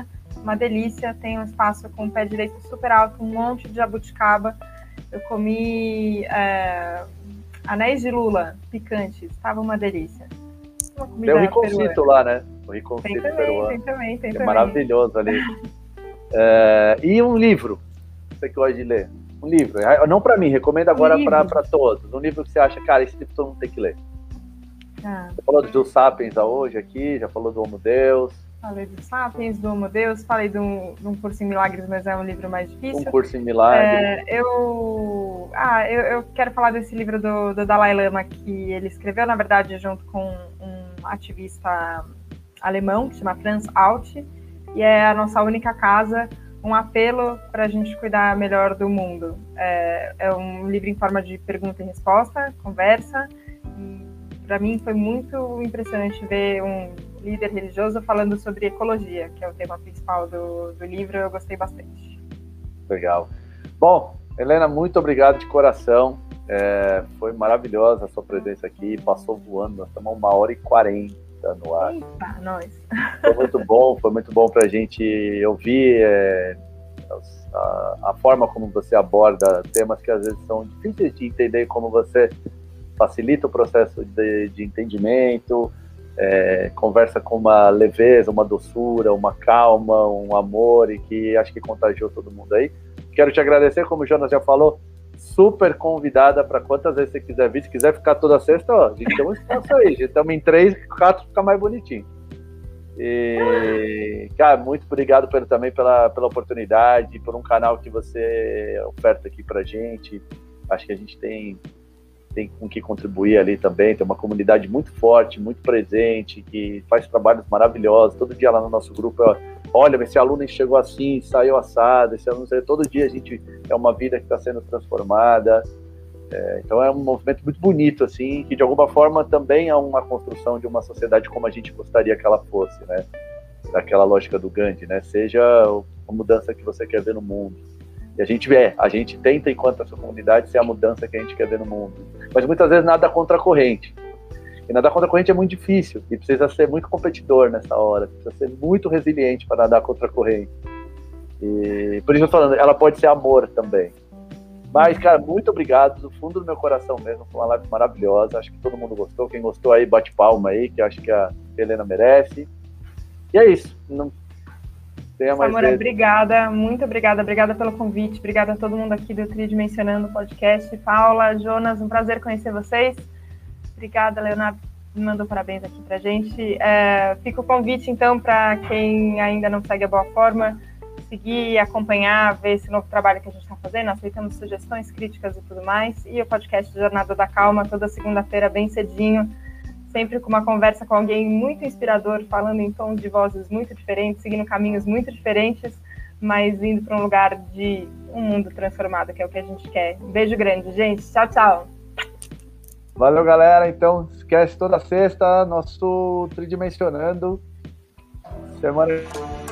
uma delícia. Tem um espaço com o pé direito super alto, um monte de jabuticaba. Eu comi é, anéis de lula picantes, estava uma delícia. Uma tem o riconcito lá, né? O riconcito tem também, peruano. Tem também, tem é também. Maravilhoso ali. é, e um livro, você que gosta de ler. Um livro, não para mim, recomendo agora um para todos. Um livro que você acha, cara, esse livro todo mundo tem que ler. Ah. Você falou do Sapiens hoje aqui, já falou do Homo Deus. Falei do Sapiens, do Homo Deus, falei de um, de um Curso em Milagres, mas é um livro mais difícil. Um Curso em Milagres. É, eu, ah, eu, eu quero falar desse livro do, do Dalai Lama, que ele escreveu, na verdade, junto com um ativista alemão, que se chama Franz Alt, e é a nossa única casa, um apelo para a gente cuidar melhor do mundo. É, é um livro em forma de pergunta e resposta, conversa, e para mim foi muito impressionante ver um líder religioso falando sobre ecologia, que é o tema principal do, do livro. Eu gostei bastante. Legal. Bom, Helena, muito obrigado de coração. É, foi maravilhosa a sua presença aqui, passou voando. Nós estamos uma hora e quarenta no ar. Eita, nós. Foi muito bom, foi muito bom para a gente ouvir é, a, a forma como você aborda temas que às vezes são difíceis de entender, como você facilita o processo de, de entendimento, é, conversa com uma leveza, uma doçura, uma calma, um amor, e que acho que contagiou todo mundo aí. Quero te agradecer, como o Jonas já falou, super convidada para quantas vezes você quiser vir. Se quiser ficar toda sexta, ó, a gente tem um espaço aí, já estamos em três, quatro, fica mais bonitinho. E, cara, muito obrigado pelo, também pela, pela oportunidade, por um canal que você oferta aqui pra gente. Acho que a gente tem tem com que contribuir ali também, tem uma comunidade muito forte, muito presente, que faz trabalhos maravilhosos, todo dia lá no nosso grupo, olha, esse aluno chegou assim, saiu assado, esse aluno, todo dia a gente, é uma vida que está sendo transformada, é, então é um movimento muito bonito, assim, que de alguma forma também é uma construção de uma sociedade como a gente gostaria que ela fosse, né, daquela lógica do Gandhi, né, seja a mudança que você quer ver no mundo. E a gente é, a gente tenta, enquanto essa comunidade, ser a mudança que a gente quer ver no mundo. Mas muitas vezes nada contra a corrente. E nadar contra a corrente é muito difícil. E precisa ser muito competidor nessa hora. Precisa ser muito resiliente para nadar contra a corrente. E por isso eu tô falando, ela pode ser amor também. Mas, cara, muito obrigado. Do fundo do meu coração mesmo. Foi uma live maravilhosa. Acho que todo mundo gostou. Quem gostou aí, bate palma aí, que acho que a Helena merece. E é isso. Não... Samora, obrigada, muito obrigada, obrigada pelo convite, obrigada a todo mundo aqui do Tridimensionando Podcast. Paula, Jonas, um prazer conhecer vocês. Obrigada, Leonardo, me mandou parabéns aqui pra gente. É, fica o convite, então, para quem ainda não segue a Boa Forma, seguir, acompanhar, ver esse novo trabalho que a gente está fazendo, aceitamos sugestões, críticas e tudo mais. E o podcast Jornada da Calma, toda segunda-feira, bem cedinho, sempre com uma conversa com alguém muito inspirador, falando em tons de vozes muito diferentes, seguindo caminhos muito diferentes, mas indo para um lugar de um mundo transformado, que é o que a gente quer. Um beijo grande, gente. Tchau, tchau. Valeu, galera. Então, esquece toda sexta, nosso Tridimensionando. Semana...